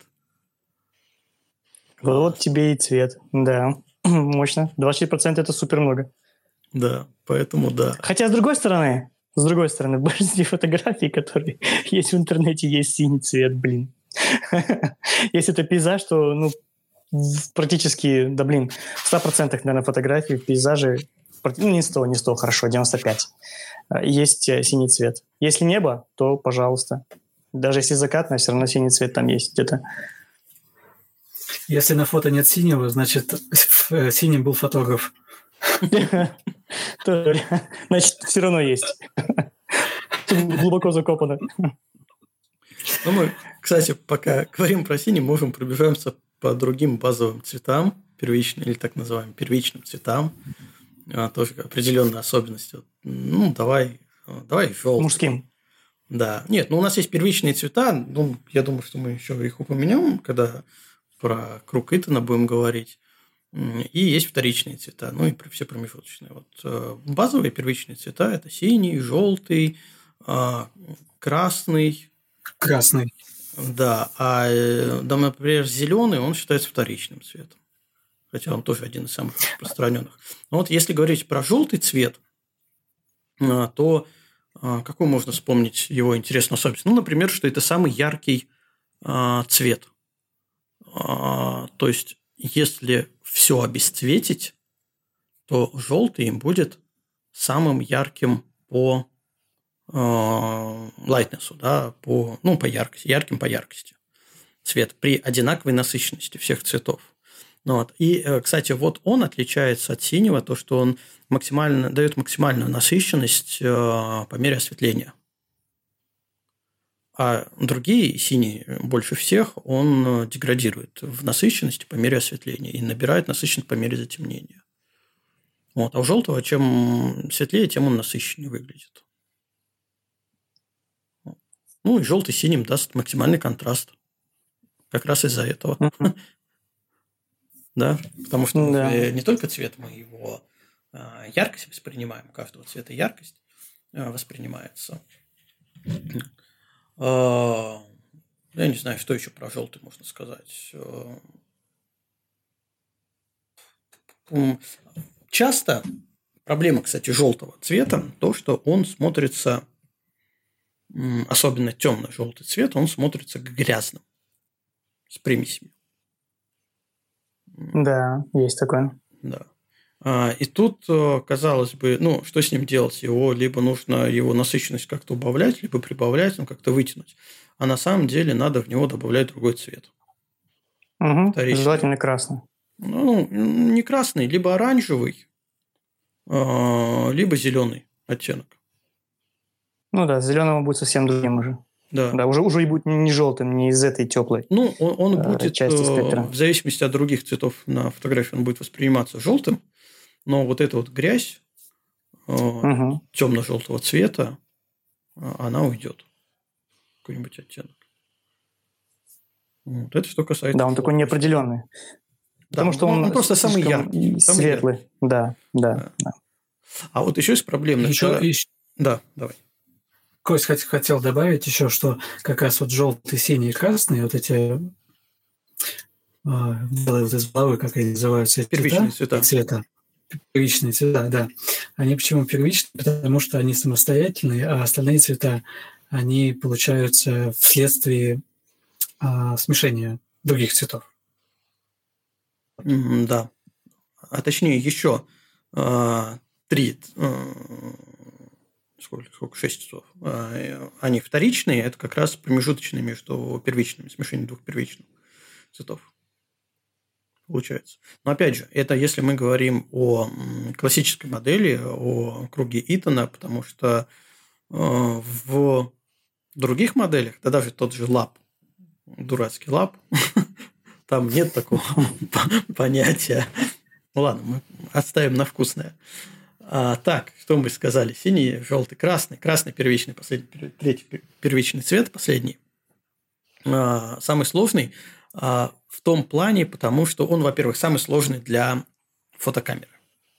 Вот тебе и цвет. Да, мощно. 24% это супер много. Да, поэтому да. Хотя, с другой стороны, в большинстве фотографий, которые есть в интернете, есть синий цвет, блин. Если это пейзаж, то, практически, в 100%, наверное, фотографий, пейзажи, не 100, хорошо, 95. Есть синий цвет. Если небо, то, пожалуйста. Даже если закатное, все равно синий цвет там есть где-то. Если на фото нет синего, значит, синим был фотограф. Значит, все равно есть. Глубоко закопано. Мы, кстати, пока говорим про синий, можем пробежаться по другим базовым цветам, первичным или так называемым первичным цветам. Тоже определенные особенности. Давай желтый. Мужским. Да. Нет, у нас есть первичные цвета. Я думаю, что мы еще их упомянем, когда про круг Итона будем говорить. И есть вторичные цвета, и все промежуточные. Базовые первичные цвета – это синий, желтый, красный. Красный. Да, например, зеленый, он считается вторичным цветом. Хотя он тоже один из самых распространенных. Но если говорить про желтый цвет, то какой можно вспомнить его интересную особенность? Например, что это самый яркий цвет. То есть, если все обесцветить, то желтый будет самым ярким по лайтнесу, да, по яркости, ярким по яркости цвет при одинаковой насыщенности всех цветов. И, кстати, он отличается от синего, то, что он дает максимальную насыщенность по мере осветления. А другие, синие больше всех, он деградирует в насыщенности по мере осветления и набирает насыщенность по мере затемнения. А у желтого, чем светлее, тем он насыщеннее выглядит. И желтый синим даст максимальный контраст. Как раз из-за этого. Да, потому что не только цвет, мы его яркость воспринимаем, у каждого цвета яркость воспринимается. Я не знаю, что еще про желтый можно сказать. Часто проблема, кстати, желтого цвета, то, что он смотрится, особенно темно-желтый цвет, он смотрится грязным, с примесями. Да, есть такое. Да. И тут, казалось бы, ну, что с ним делать? Его либо нужно его насыщенность как-то убавлять, либо прибавлять, ну, как-то вытянуть. А на самом деле надо в него добавлять другой цвет. Вторичный. Желательно красный. Ну, не красный, либо оранжевый, либо зеленый оттенок. Ну да, зеленого будет совсем другим уже. Да, уже и будет не желтым, не из этой теплой. Ну, он будет, части спектра. в зависимости от других цветов на фотографии, он будет восприниматься желтым, но вот эта вот грязь темно-желтого цвета, она уйдет. Какой-нибудь оттенок. Вот это что касается... Да, он такой неопределенный. Да, потому что он просто самый яркий. Светлый. Да. А вот еще есть проблема. Да, давай. Кость хотел добавить еще, что как раз вот желтый, синий и красный, вот эти белые вот из головы, как они называются, первичные цвета. Первичные цвета, да. Они почему первичные? Потому что они самостоятельные, а остальные цвета, они получаются вследствие смешения других цветов. Да. А точнее еще 3... Сколько? 6 цветов. Они вторичные, это как раз промежуточные между первичными, смешение двух первичных цветов. Получается. Но опять же, это если мы говорим о классической модели, о круге Итона, потому что в других моделях, да даже тот же лаб, дурацкий лаб, там нет такого понятия. Ну ладно, мы оставим на вкусное. Так, что мы сказали? Синий, желтый, красный. Красный первичный, последний, третий первичный цвет, последний. Самый сложный в том плане, потому что он, во-первых, самый сложный для фотокамеры.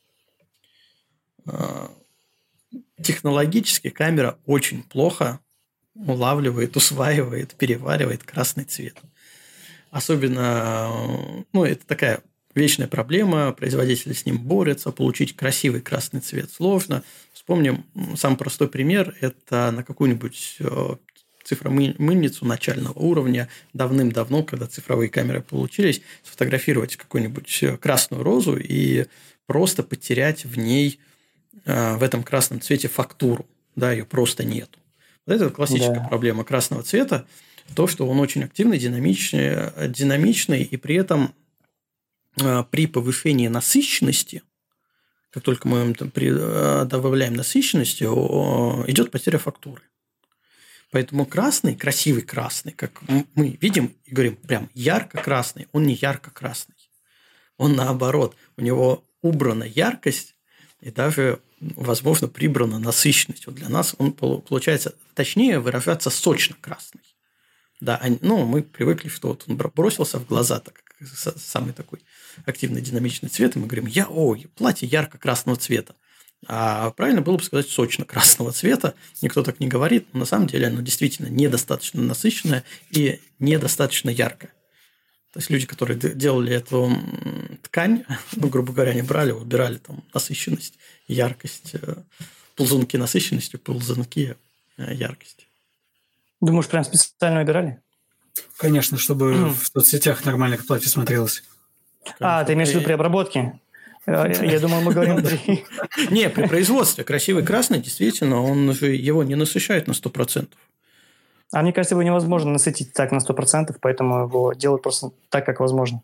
Технологически камера очень плохо улавливает, усваивает, переваривает красный цвет. Особенно, это такая вечная проблема, производители с ним борются, получить красивый красный цвет сложно. Вспомним самый простой пример, это на какую-нибудь цифромыльницу начального уровня давным-давно, когда цифровые камеры получились, сфотографировать какую-нибудь красную розу и просто потерять в ней, в этом красном цвете фактуру, да, ее просто нету. Вот это классическая проблема красного цвета, то, что он очень активный, динамичный и при этом при повышении насыщенности, как только мы добавляем насыщенности, идет потеря фактуры. Поэтому красный, красивый красный, как мы видим и говорим, прям ярко-красный, он не ярко-красный. Он наоборот, у него убрана яркость и даже, возможно, прибрана насыщенность. Вот для нас он получается, точнее выражаться сочно-красный. Да, мы привыкли, что вот он бросился в глаза, так как самый такой активный динамичный цвет, и мы говорим, платье ярко-красного цвета. А правильно было бы сказать сочно-красного цвета. Никто так не говорит, но на самом деле оно действительно недостаточно насыщенное и недостаточно яркое. То есть люди, которые делали эту ткань, грубо говоря, они брали, убирали там насыщенность, яркость, ползунки насыщенности, ползунки яркости. Думаешь, прям специально выбирали? Конечно, чтобы в соцсетях нормально как платье смотрелось. Ты имеешь в виду при обработке? Я думал, мы говорим при... Не, при производстве. Красивый красный, действительно, он же его не насыщает на 100%. А мне кажется, его невозможно насытить так на 100%, поэтому его делают просто так, как возможно.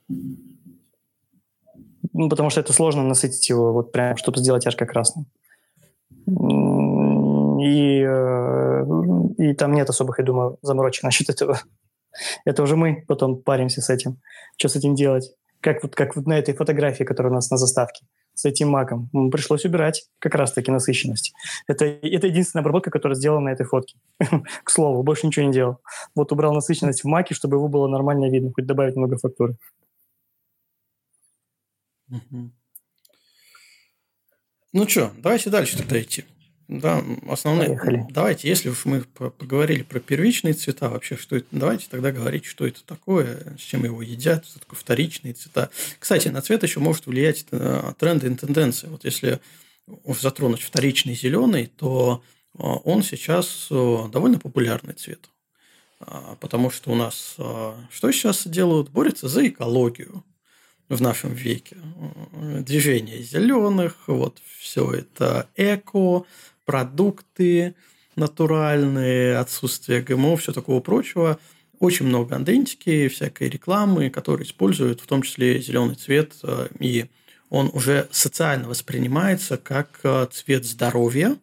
Потому что это сложно насытить его, вот прям, чтобы сделать ярко-красным. И там нет особых, я думаю, заморочек насчет этого. Это уже мы потом паримся с этим. Что с этим делать? Как вот на этой фотографии, которая у нас на заставке, с этим маком. Пришлось убирать как раз-таки насыщенность. Это единственная обработка, которая сделана на этой фотке. К слову, больше ничего не делал. Вот убрал насыщенность в маке, чтобы его было нормально видно, хоть добавить много фактуры. Ну что, давайте дальше тогда идти. Да, основные. Поехали. Давайте, если уж мы поговорили про первичные цвета, вообще, что это, давайте тогда говорить, что это такое, с чем его едят, что такое вторичные цвета. Кстати, на цвет еще может влиять тренды и тенденции. Вот если уж затронуть вторичный зеленый, то он сейчас довольно популярный цвет. Потому что у нас что сейчас делают? Борются за экологию. в нашем веке. Движение зеленых, вот все это эко, продукты натуральные, отсутствие ГМО, все такого прочего. Очень много идентики, всякой рекламы, которые используют в том числе зеленый цвет, и он уже социально воспринимается как цвет здоровья.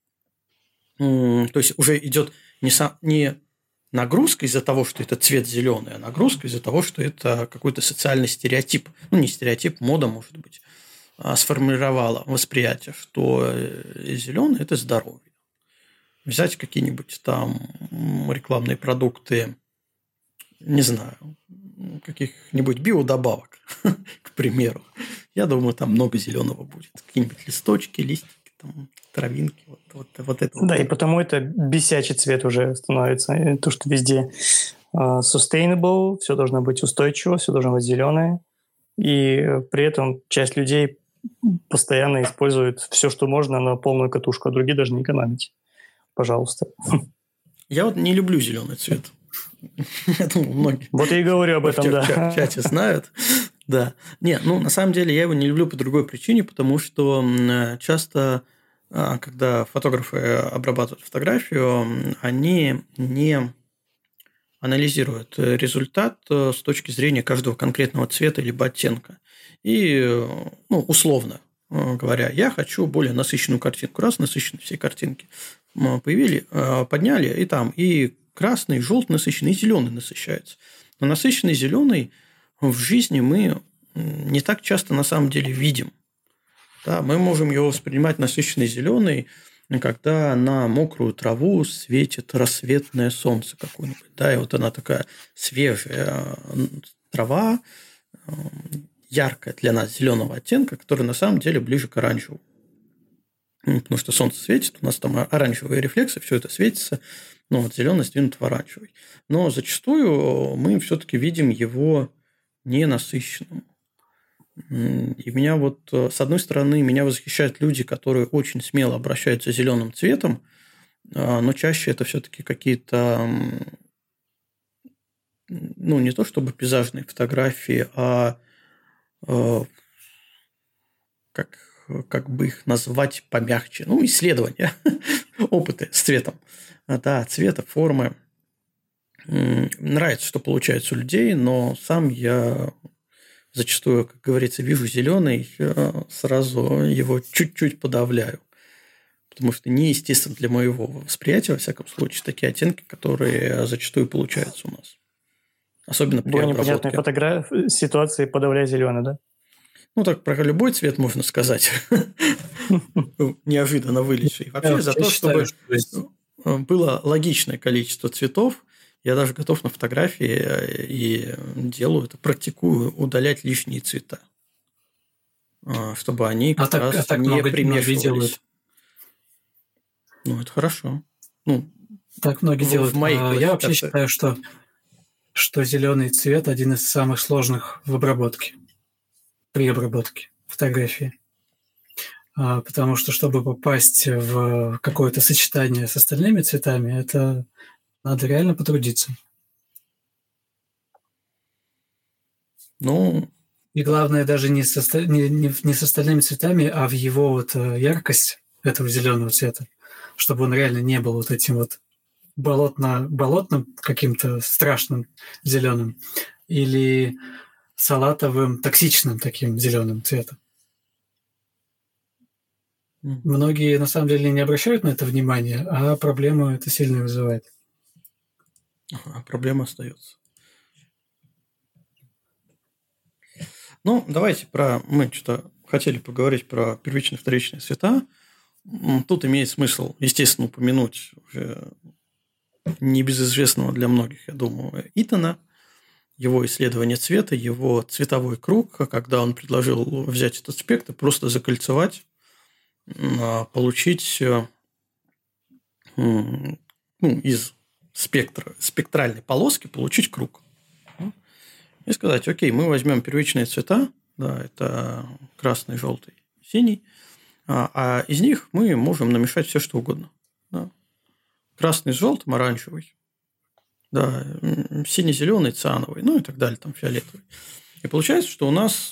То есть уже идет не нагрузка из-за того, что это цвет зеленый, а нагрузка из-за того, что это какой-то социальный стереотип. Не стереотип, мода, может быть, сформировала восприятие, что зеленый – это здоровье. Взять какие-нибудь там рекламные продукты, не знаю, каких-нибудь биодобавок, к примеру. Я думаю, там много зеленого будет. Какие-нибудь листочки, листики, там, травинки. Вот это. Да, и потому это бесячий цвет уже становится. То, что везде sustainable, все должно быть устойчиво, все должно быть зеленое. И при этом часть людей постоянно использует все, что можно, на полную катушку, а другие даже не экономить. Пожалуйста. Я вот не люблю зеленый цвет. Я думаю, многие. Вот я и говорю об этом, да. В чате знают. Да. Не, на самом деле я его не люблю по другой причине, потому что часто, когда фотографы обрабатывают фотографию, они не анализируют результат с точки зрения каждого конкретного цвета либо оттенка. И, условно говоря, я хочу более насыщенную картинку. Раз насыщенные все картинки подняли, и там и красный, и желтый насыщенный, и зеленый насыщается. Но насыщенный зеленый в жизни мы не так часто на самом деле видим. Да, мы можем его воспринимать насыщенный зеленый, когда на мокрую траву светит рассветное солнце какое-нибудь. Да, и вот она такая свежая трава, яркая для нас зеленого оттенка, которая на самом деле ближе к оранжевому. Потому что солнце светит, у нас там оранжевые рефлексы, все это светится, зеленый сдвинут в оранжевый. Но зачастую мы все-таки видим его ненасыщенным. И меня с одной стороны, меня восхищают люди, которые очень смело обращаются с зеленым цветом, но чаще это все-таки какие-то, не то чтобы пейзажные фотографии, а как бы их назвать помягче, исследования, опыты с цветом. Да, цвета, формы. Нравится, что получается у людей, но сам я зачастую, как говорится, вижу зеленый, сразу его чуть-чуть подавляю. Потому что неестественно для моего восприятия, во всяком случае, такие оттенки, которые зачастую получаются у нас. Особенно при обработке. Непонятные фотографии, ситуации подавляя зеленый, да? Так про любой цвет можно сказать. Неожиданно вылезший. Вообще за то, чтобы было логичное количество цветов, я даже готов на фотографии и делаю это, практикую удалять лишние цвета, чтобы они как раз не примешивались. Это хорошо. Так многие делают. Я вообще считаю, что зеленый цвет один из самых сложных в обработке. При обработке фотографии. Потому что, чтобы попасть в какое-то сочетание с остальными цветами, это надо реально потрудиться. И главное даже не с остальными цветами, а в его яркость этого зеленого цвета, чтобы он реально не был этим болотным каким-то страшным зеленым или салатовым, токсичным таким зеленым цветом. Многие на самом деле не обращают на это внимания, а проблему это сильно вызывает. Проблема остается. Давайте мы что-то хотели поговорить про первичные и вторичные цвета. Тут имеет смысл, естественно, упомянуть уже небезызвестного для многих, я думаю, Итона, его исследование цвета, его цветовой круг, когда он предложил взять этот спектр, просто закольцевать, получить из спектральной полоски получить круг. И сказать, окей, мы возьмем первичные цвета, да, это красный, желтый, синий, а из них мы можем намешать все, что угодно. Да. Красный с желтым, оранжевый, да, синий-зеленый, циановый, и так далее, там фиолетовый. И получается, что у нас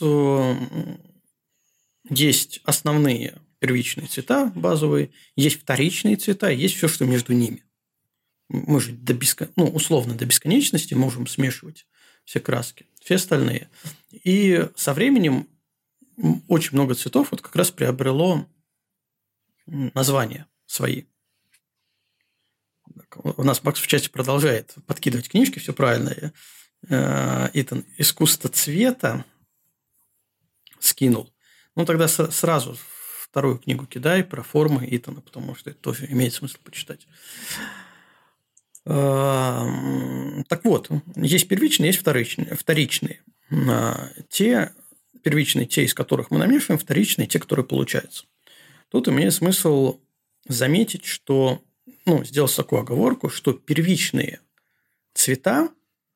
есть основные первичные цвета базовые, есть вторичные цвета, есть все, что между ними. Мы же условно до бесконечности можем смешивать все краски, все остальные. И со временем очень много цветов вот как раз приобрело названия свои. У нас Макс в чате продолжает подкидывать книжки, все правильно. Итан, «Искусство цвета» скинул. Ну, тогда сразу вторую книгу кидай про формы Итана, потому что это тоже имеет смысл почитать. Так вот, есть первичные, есть вторичные. Те первичные, те, из которых мы намешиваем, вторичные, те, которые получаются. Тут имеет смысл заметить, что, сделать такую оговорку, что первичные цвета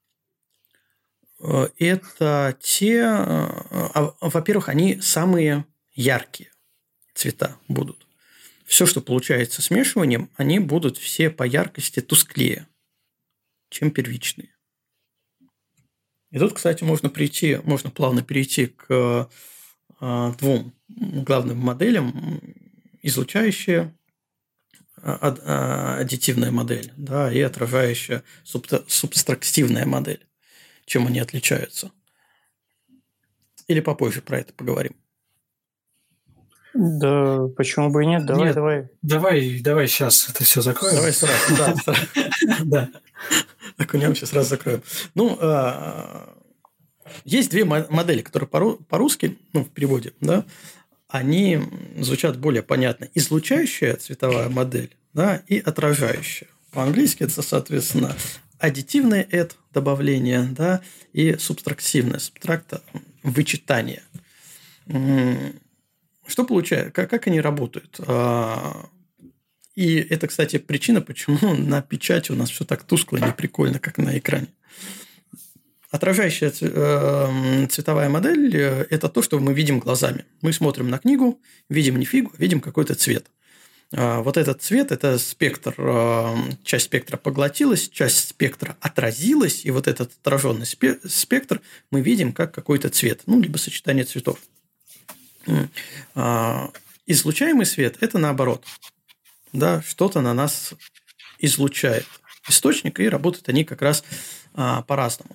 – это те, во-первых, они самые яркие цвета будут. Все, что получается смешиванием, они будут все по яркости тусклее, чем первичные. И тут, кстати, можно плавно перейти к двум главным моделям: излучающая аддитивная модель, да, и отражающая субтрактивная модель. Чем они отличаются? Или попозже про это поговорим? Да, почему бы и нет? Давай. Давай сейчас это все закроем. Давай сразу, да. Окунемся, сразу закроем. Есть две модели, которые по-русски, в переводе, да, они звучат более понятно. Излучающая цветовая модель, да, и отражающая. По-английски это, соответственно, аддитивное add – добавление, да, и субтрактивное субтракта – вычитание. Что получается? Как они работают? И это, кстати, причина, почему на печати у нас все так тускло и неприкольно, как на экране. Отражающая цветовая модель – это то, что мы видим глазами. Мы смотрим на книгу, видим не фигу, видим какой-то цвет. Вот этот цвет – это спектр, часть спектра поглотилась, часть спектра отразилась, и вот этот отраженный спектр мы видим как какой-то цвет, либо сочетание цветов. Излучаемый свет – это наоборот. Да, что-то на нас излучает источник, и работают они как раз по-разному.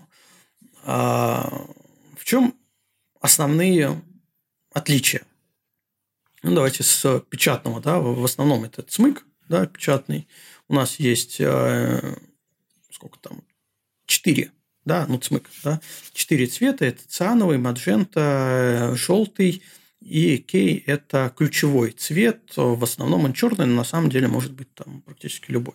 В чем основные отличия? Давайте с печатного. Да, в основном это цмык, да, печатный. У нас есть 4, да, цмык, да, 4 цвета. Это циановый, маджента, желтый. И кей – это ключевой цвет. В основном он черный, но на самом деле может быть там практически любой.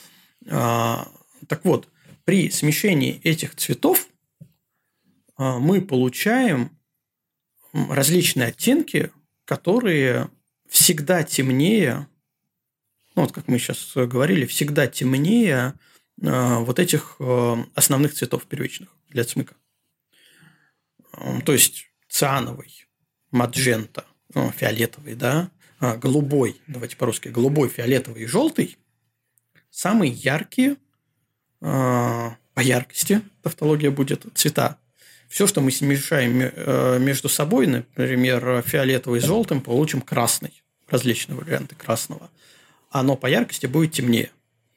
Так вот, при смешении этих цветов мы получаем различные оттенки, которые всегда темнее, как мы сейчас говорили, всегда темнее вот этих основных цветов первичных для цмыка. То есть циановый, маджента, фиолетовый, да, голубой, давайте по-русски, голубой, фиолетовый и желтый – самые яркие по яркости, тавтология будет, цвета. Все, что мы смешаем между собой, например, фиолетовый с желтым, получим красный, различные варианты красного. Оно по яркости будет темнее.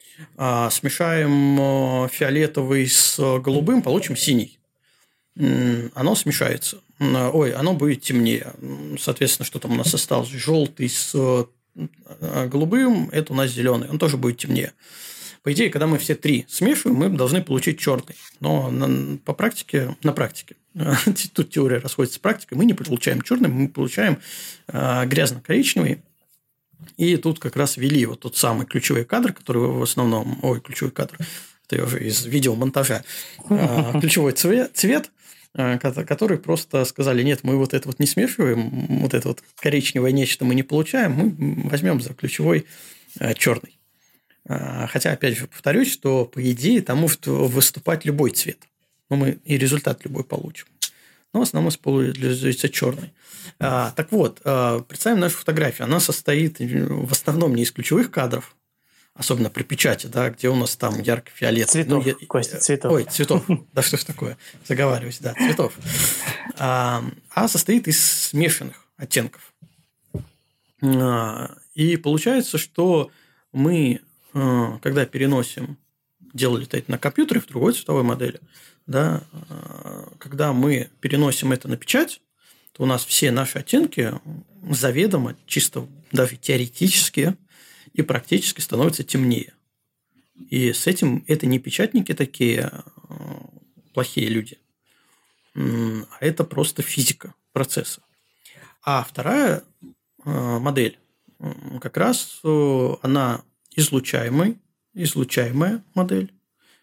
Смешаем фиолетовый с голубым, получим синий. Оно смешается. Оно будет темнее. Соответственно, что там у нас осталось? Желтый с голубым – это у нас зеленый. Он тоже будет темнее. По идее, когда мы все три смешиваем, мы должны получить черный. Но на практике, тут теория расходится с практикой, мы не получаем черный, мы получаем грязно-коричневый. И тут как раз ввели вот тот самый ключевой кадр, который в основном... ключевой кадр. Это я уже из видеомонтажа. Ключевой цвет, который просто сказали, нет, мы вот это вот не смешиваем, вот это вот коричневое нечто мы не получаем, мы возьмем за ключевой черный. Хотя, опять же, повторюсь, что, по идее, там может выступать любой цвет. Но мы и результат любой получим. Но в основном используется черный. Так вот, представим нашу фотографию. Она состоит в основном не из ключевых кадров, особенно при печати, да, где у нас там ярко-фиолетовый. Цветов, Костя, цветов. Ой, цветов. Да что ж такое? Заговариваюсь, да, цветов. А состоит из смешанных оттенков. И получается, что мы, когда делали это на компьютере в другой цветовой модели, да, когда мы переносим это на печать, то у нас все наши оттенки заведомо, чисто даже теоретически и практически становятся темнее. И с этим это не печатники такие плохие люди, а это просто физика процесса. А вторая модель как раз она излучаемая модель,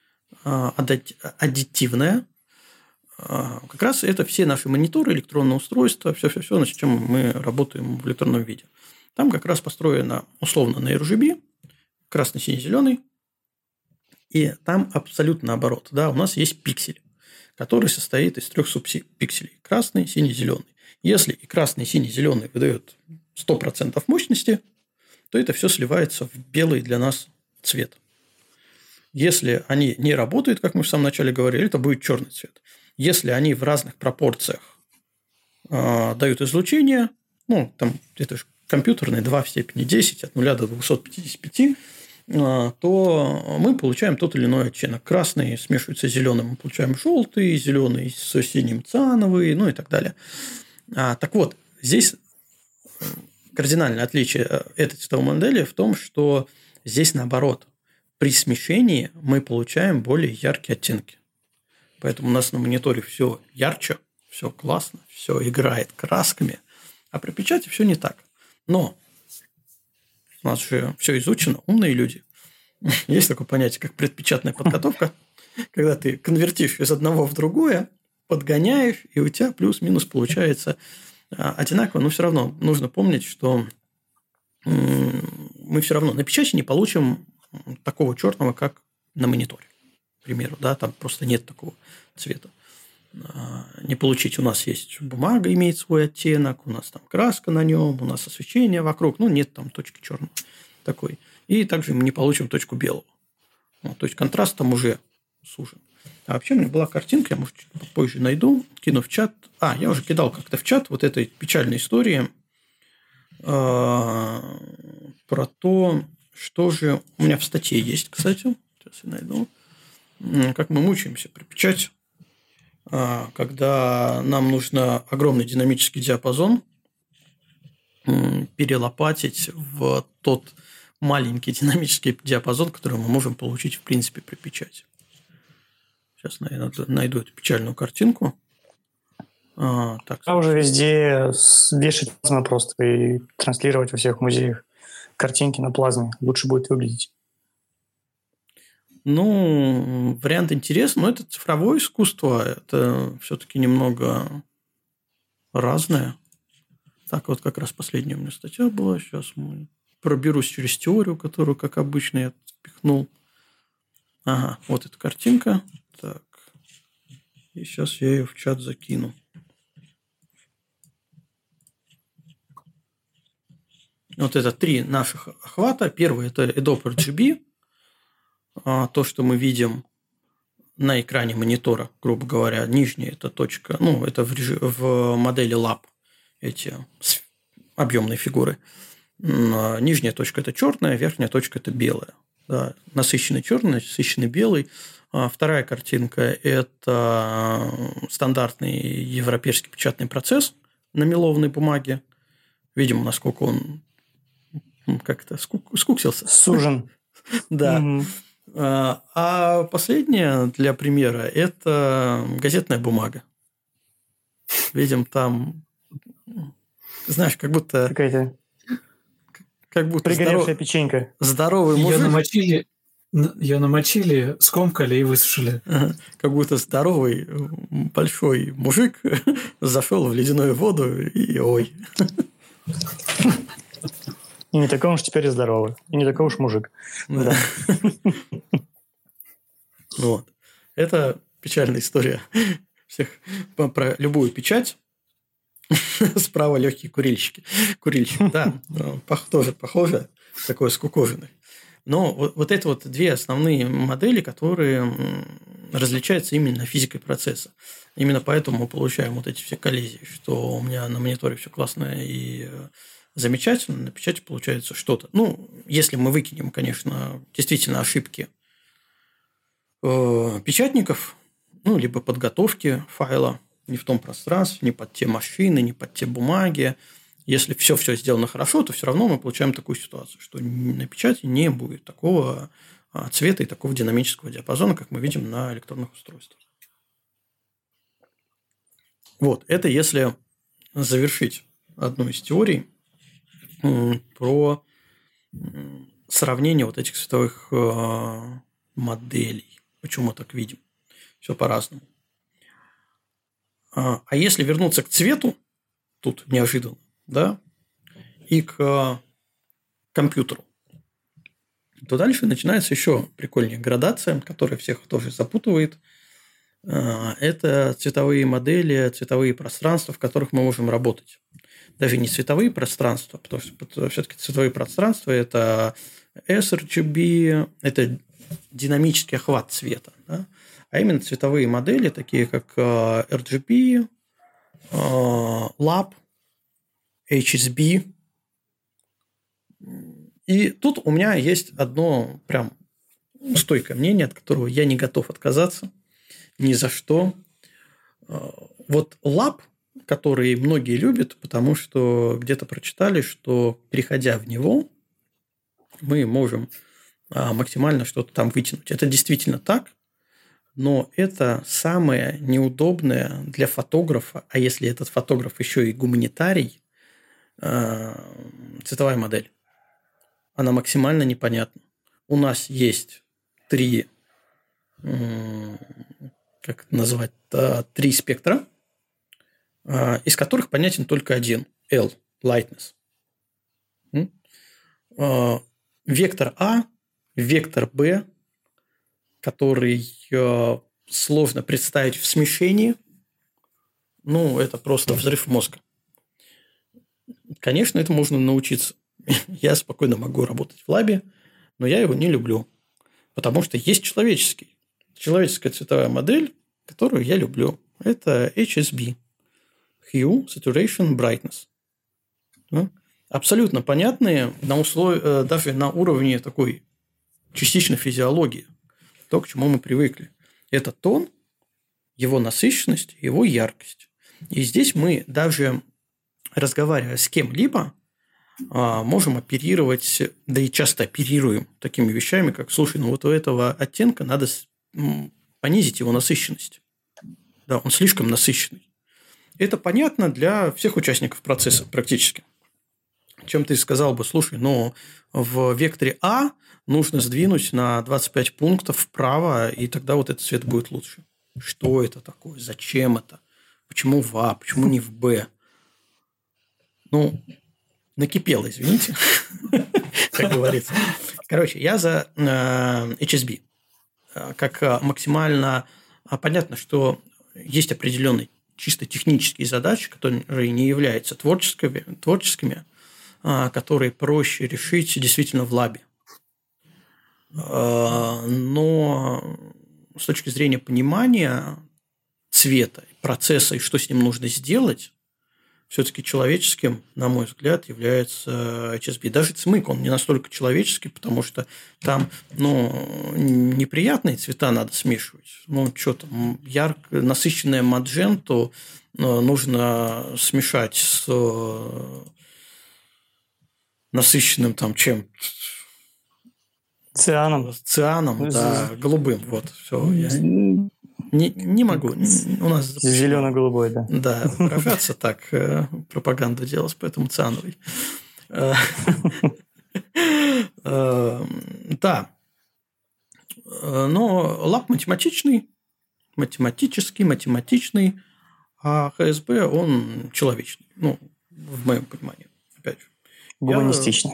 аддитивная. Как раз это все наши мониторы, электронные устройства, все, с чем мы работаем в электронном виде. Там как раз построено условно на RGB, красный, синий, зеленый. И там абсолютно наоборот. Да, у нас есть пиксель, который состоит из 3 субпикселей. Красный, синий, зеленый. Если и красный, и синий, зеленый выдают 100% мощности, то это все сливается в белый для нас цвет. Если они не работают, как мы в самом начале говорили, это будет черный цвет. Если они в разных пропорциях дают излучение, там это же компьютерные 2 в степени 10 от 0 до 255, то мы получаем тот или иной оттенок. Красный смешивается с зеленым, мы получаем желтый, зеленый с синим циановый, и так далее. Так вот, здесь кардинальное отличие этой цветовой модели в том, что здесь наоборот. При смешении мы получаем более яркие оттенки. Поэтому у нас на мониторе все ярче, все классно, все играет красками, а при печати все не так. Но у нас же все изучено, умные люди. Есть такое понятие, как предпечатная подготовка, когда ты конвертишь из одного в другое, подгоняешь, и у тебя плюс-минус получается одинаково, но все равно нужно помнить, что мы все равно на печати не получим такого черного, как на мониторе, к примеру, да, там просто нет такого цвета. Не получить. У нас есть бумага, имеет свой оттенок, у нас там краска на нем, у нас освещение вокруг, нет там точки черной такой. И также мы не получим точку белого. То есть контраст там уже сужен. А вообще у меня была картинка, я, может, чуть попозже найду, кину в чат. Я уже кидал как-то в чат вот этой печальной истории про то, что же у меня в статье есть, кстати. Сейчас я найду. Как мы мучаемся при печати, когда нам нужно огромный динамический диапазон перелопатить в тот маленький динамический диапазон, который мы можем получить, в принципе, при печати. Сейчас я найду эту печальную картинку. Уже везде вешать плазму просто и транслировать во всех музеях картинки на плазме. Лучше будет выглядеть. Вариант интересный, но это цифровое искусство, это все-таки немного разное. Так, вот как раз последняя у меня статья была. Сейчас проберусь через теорию, которую, как обычно, я впихнул. Вот эта картинка. Так, и сейчас я ее в чат закину. Вот это 3 наших охвата. Первый – это EDOP RGB. То, что мы видим на экране монитора, грубо говоря. Нижняя – это точка, это в модели Lab эти объемные фигуры. Нижняя точка – это черная, верхняя точка – это белая. Да, насыщенный черный, насыщенный белый. Вторая картинка – это стандартный европейский печатный процесс на мелованной бумаге. Видим, насколько он как-то скуксился. Сужен. Да. А последняя для примера – это газетная бумага. Видим там, знаешь, как будто пригоревшая печенька. Здоровый мужик. Ее намочили, скомкали и высушили. Как будто здоровый большой мужик зашел в ледяную воду и ой. И не такой уж теперь и здоровый. И не такой уж мужик. Да. Вот. Это печальная история всех про любую печать. Справа легкие курильщики. Курильщик, да. Тоже похоже. Такой скукоженный. Но вот это вот две основные модели, которые различаются именно физикой процесса. Именно поэтому мы получаем вот эти все коллизии, что у меня на мониторе все классно и замечательно, на печати получается что-то. Ну, если мы выкинем, конечно, действительно ошибки печатников, ну, либо подготовки файла не в том пространстве, не под те машины, не под те бумаги. Если все сделано хорошо, то все равно мы получаем такую ситуацию, что на печати не будет такого цвета и такого динамического диапазона, как мы видим на электронных устройствах. Вот, это если завершить одну из теорий про сравнение вот этих цветовых моделей. Почему мы так видим? Все по-разному. А если вернуться к цвету, тут неожиданно, да, и к компьютеру, то дальше начинается еще прикольнее градация, которая всех тоже запутывает. Это цветовые модели, цветовые пространства, в которых мы можем работать. Даже не цветовые пространства, потому что все-таки цветовые пространства – это sRGB, это динамический охват цвета, да? А именно цветовые модели, такие как RGB, LAP, HSB. И тут у меня есть одно прям стойкое мнение, от которого я не готов отказаться ни за что. Вот LAP, который многие любят, потому что где-то прочитали, что, переходя в него, мы можем максимально что-то там вытянуть. Это действительно так, но это самое неудобное для фотографа, а если этот фотограф еще и гуманитарий, цветовая модель. Она максимально непонятна. У нас есть три спектра, из которых понятен только один – L – lightness. Вектор А, вектор Б, который сложно представить в смешении, ну, это просто взрыв мозга. Конечно, это можно научиться. Я спокойно могу работать в лабе, но я его не люблю, потому что есть человеческая цветовая модель, которую я люблю. Это HSB – Hue, Saturation, Brightness. Абсолютно понятные даже на уровне такой частичной физиологии, то, к чему мы привыкли. Это тон, его насыщенность, его яркость. И здесь мы даже, разговаривая с кем-либо, можем оперировать, да и часто оперируем такими вещами, как, слушай, ну вот у этого оттенка надо понизить его насыщенность. Да, он слишком насыщенный. Это понятно для всех участников процесса практически. Чем ты сказал бы, слушай, ну в векторе А нужно сдвинуть на 25 пунктов вправо, и тогда вот этот цвет будет лучше. Что это такое? Зачем это? Почему в А? Почему не в Б? Ну, накипело, извините, как говорится. Короче, я за HSB. Как максимально понятно, что есть определенные чисто технические задачи, которые не являются творческими, которые проще решить действительно в лабе. Но с точки зрения понимания цвета, процесса и что с ним нужно сделать, все-таки человеческим, на мой взгляд, является HSB. Даже цмык, он не настолько человеческий, потому что там неприятные цвета надо смешивать. Ну, что там, ярко насыщенное мадженту нужно смешать с насыщенным там чем? Цианом, да, голубым. Вот, все. Я не могу. У нас зелено-голубой, да. Да, выражаться так, пропаганду делать, поэтому циановый. Да. Но лаб математичный, а ХСБ, он человечный. Ну, в моем понимании, опять же. Гуманистичный.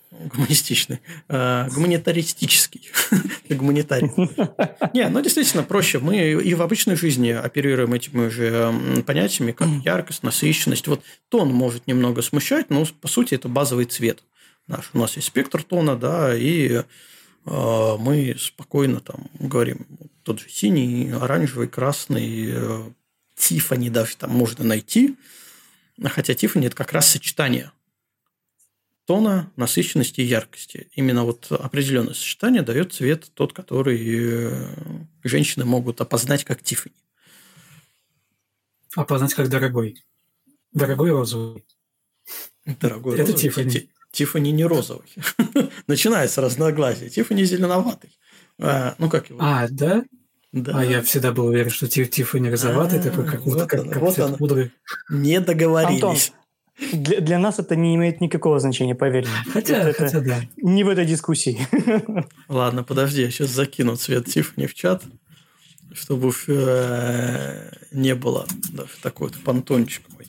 Гуманитаристический. Гуманитарий. Не, ну действительно проще. Мы и в обычной жизни оперируем этими же понятиями, как яркость, насыщенность. Вот тон может немного смущать, но по сути это базовый цвет наш. У нас есть спектр тона, да, и мы спокойно там говорим, тот же синий, оранжевый, красный, Тиффани даже там можно найти, хотя Тиффани – это как раз сочетание тона, насыщенности и яркости. Именно вот определенное сочетание дает цвет тот, который женщины могут опознать как Тиффани. Опознать как дорогой. Дорогой розовый. Дорогой это розовый. Тиффани. Тиффани не розовый. Начинается разногласие. Тиффани зеленоватый. Ну, как его? Да? Да. А я всегда был уверен, что Тиффани розоватый, такой, как цвет пудры. Не договорились. Антон, для нас это не имеет никакого значения, поверь мне. Хотя да. Не в этой дискуссии. Ладно, подожди, я сейчас закину цвет Тиффани в чат, чтобы уж не было даже такой вот пантончик мой.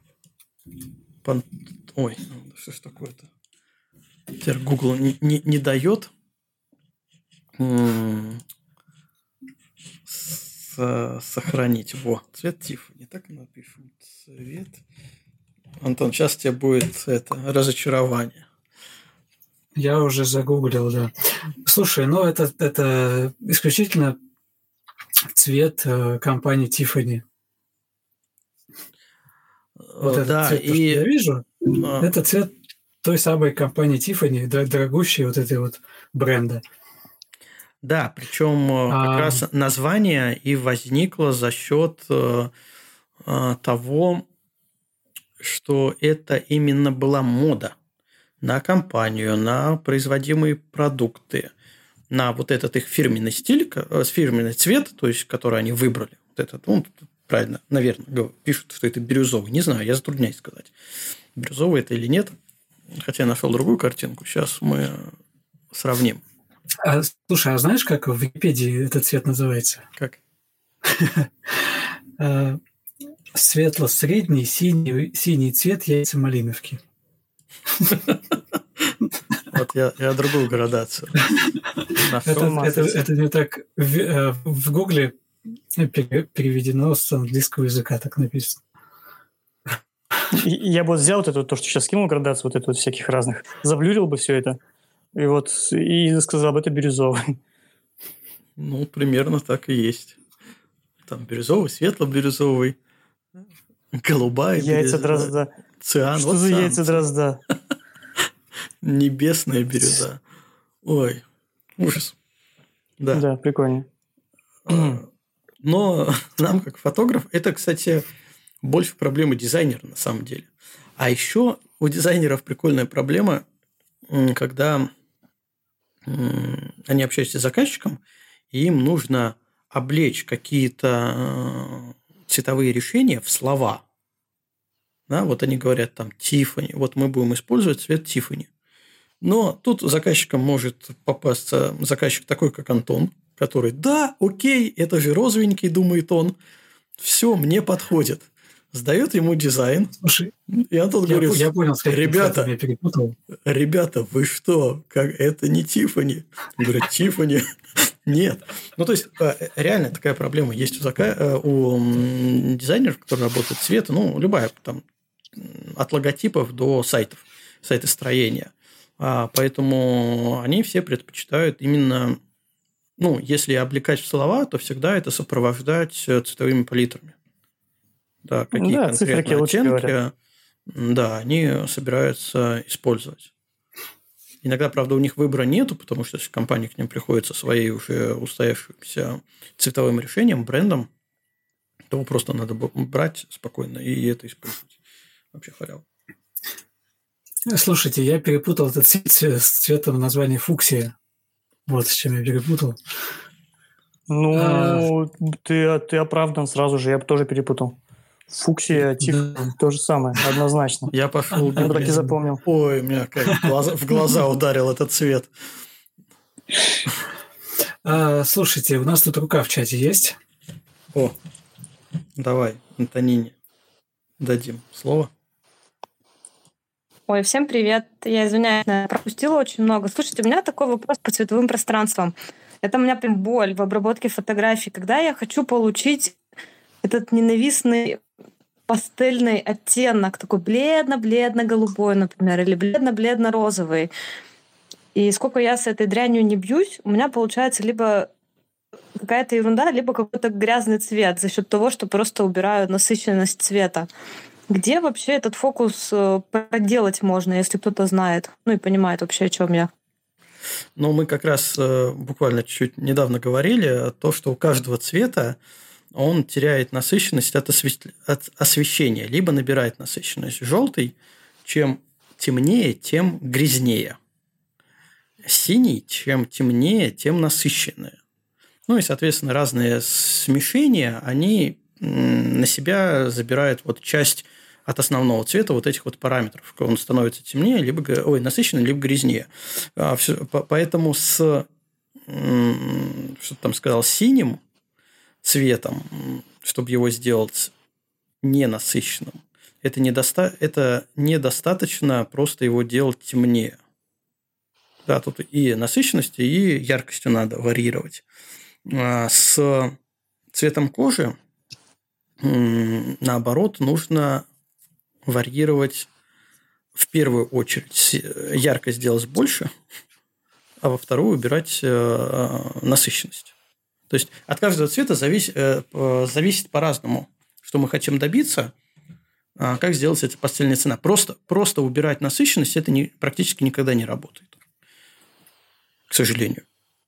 Ой, что ж такое-то? Теперь Google не дает сохранить. Во, цвет Тиффани. Так и напишем. Цвет. Антон, сейчас тебе будет разочарование. Я уже загуглил, да. Слушай, ну это исключительно цвет компании Tiffany. Вот этот цвет, то, что я вижу, это цвет той самой компании Tiffany, дорогущей вот этой вот бренда. Да, причем как раз название и возникло за счет того, что это именно была мода на компанию, на производимые продукты, на вот этот их фирменный стиль, фирменный цвет, то есть который они выбрали. Вот этот, правильно, наверное, пишут, что это бирюзовый. Не знаю, я затрудняюсь сказать, бирюзовый это или нет. Хотя я нашел другую картинку. Сейчас мы сравним. Слушай, а знаешь, как в Википедии этот цвет называется? Как? Светло-средний синий цвет яйца малиновки. Вот я другую градацию. Это не так в Гугле переведено с английского языка, так написано. Я бы взял то, что сейчас скинул градацию, вот это вот всяких разных, заблюрил бы все это, и сказал бы, это бирюзовый. Ну, примерно так и есть. Там бирюзовый, светло-бирюзовый, голубая яйца бирюза, дрозда. циан. Что за яйца дрозда? Небесная бирюза. Ой, ужас. Да, прикольно. Но нам, как фотограф, это, кстати, больше проблема дизайнера на самом деле. А еще у дизайнеров прикольная проблема, когда они общаются с заказчиком, и им нужно облечь какие-то цветовые решения в слова. Да, вот они говорят там Tiffany, вот мы будем использовать цвет Tiffany. Но тут заказчиком может попасться заказчик такой, как Антон, который, да, окей, это же розовенький, думает он, все, мне подходит. Сдает ему дизайн. Слушай, и Антон говорит, я понял, ребята, я перепутал. Ребята, вы что? Это не Tiffany. Говорят, Tiffany. Нет. Ну, то есть, реально такая проблема есть у дизайнеров, которые работают цвета, ну, любая, там, от логотипов до сайтов, сайтостроения. Поэтому они все предпочитают именно, ну, если облекать в слова, то всегда это сопровождать цветовыми палитрами. Да, какие конкретные оттенки, да, они собираются использовать. Иногда, правда, у них выбора нету, потому что если компания к ним приходит со своей уже устоявшимся цветовым решением, брендом, то просто надо брать спокойно и это использовать. Вообще халява. Слушайте, я перепутал этот цвет с цветом названия фуксия. Вот с чем я перепутал. Ну, ты оправдан сразу же, я бы тоже перепутал. Фуксия, то же самое, однозначно. Я пошел. Я так и запомнил. Ой, у меня как в глаза ударил этот цвет. Слушайте, у нас тут рука в чате есть. О, давай, Антонине дадим слово. Ой, всем привет. Я извиняюсь, пропустила очень много. Слушайте, у меня такой вопрос по цветовым пространствам. Это у меня прям боль в обработке фотографий. Когда я хочу получить этот ненавистный пастельный оттенок, такой бледно-бледно-голубой, например, или бледно-бледно-розовый, И сколько я с этой дрянью не бьюсь, у меня получается либо какая-то ерунда, либо какой-то грязный цвет за счет того, что просто убираю насыщенность цвета. Где вообще этот фокус проделать можно, если кто-то знает, и понимает вообще, о чем я? Ну, мы как раз буквально чуть недавно говорили, то, что у каждого цвета он теряет насыщенность от освещения, либо набирает насыщенность. Желтый, чем темнее, тем грязнее. Синий, чем темнее, тем насыщеннее. Ну и, соответственно, разные смешения, они на себя забирают часть от основного цвета этих параметров. Он становится темнее, насыщеннее, либо грязнее. Поэтому с синим цветом, чтобы его сделать ненасыщенным, это недостаточно просто его делать темнее. Да, тут и насыщенностью, и яркостью надо варьировать. С цветом кожи, наоборот, нужно варьировать в первую очередь. Яркость делать больше, а во вторую убирать насыщенность. То есть от каждого цвета зависит по-разному, что мы хотим добиться, как сделать это постельная цена. Просто убирать насыщенность – это практически никогда не работает, к сожалению.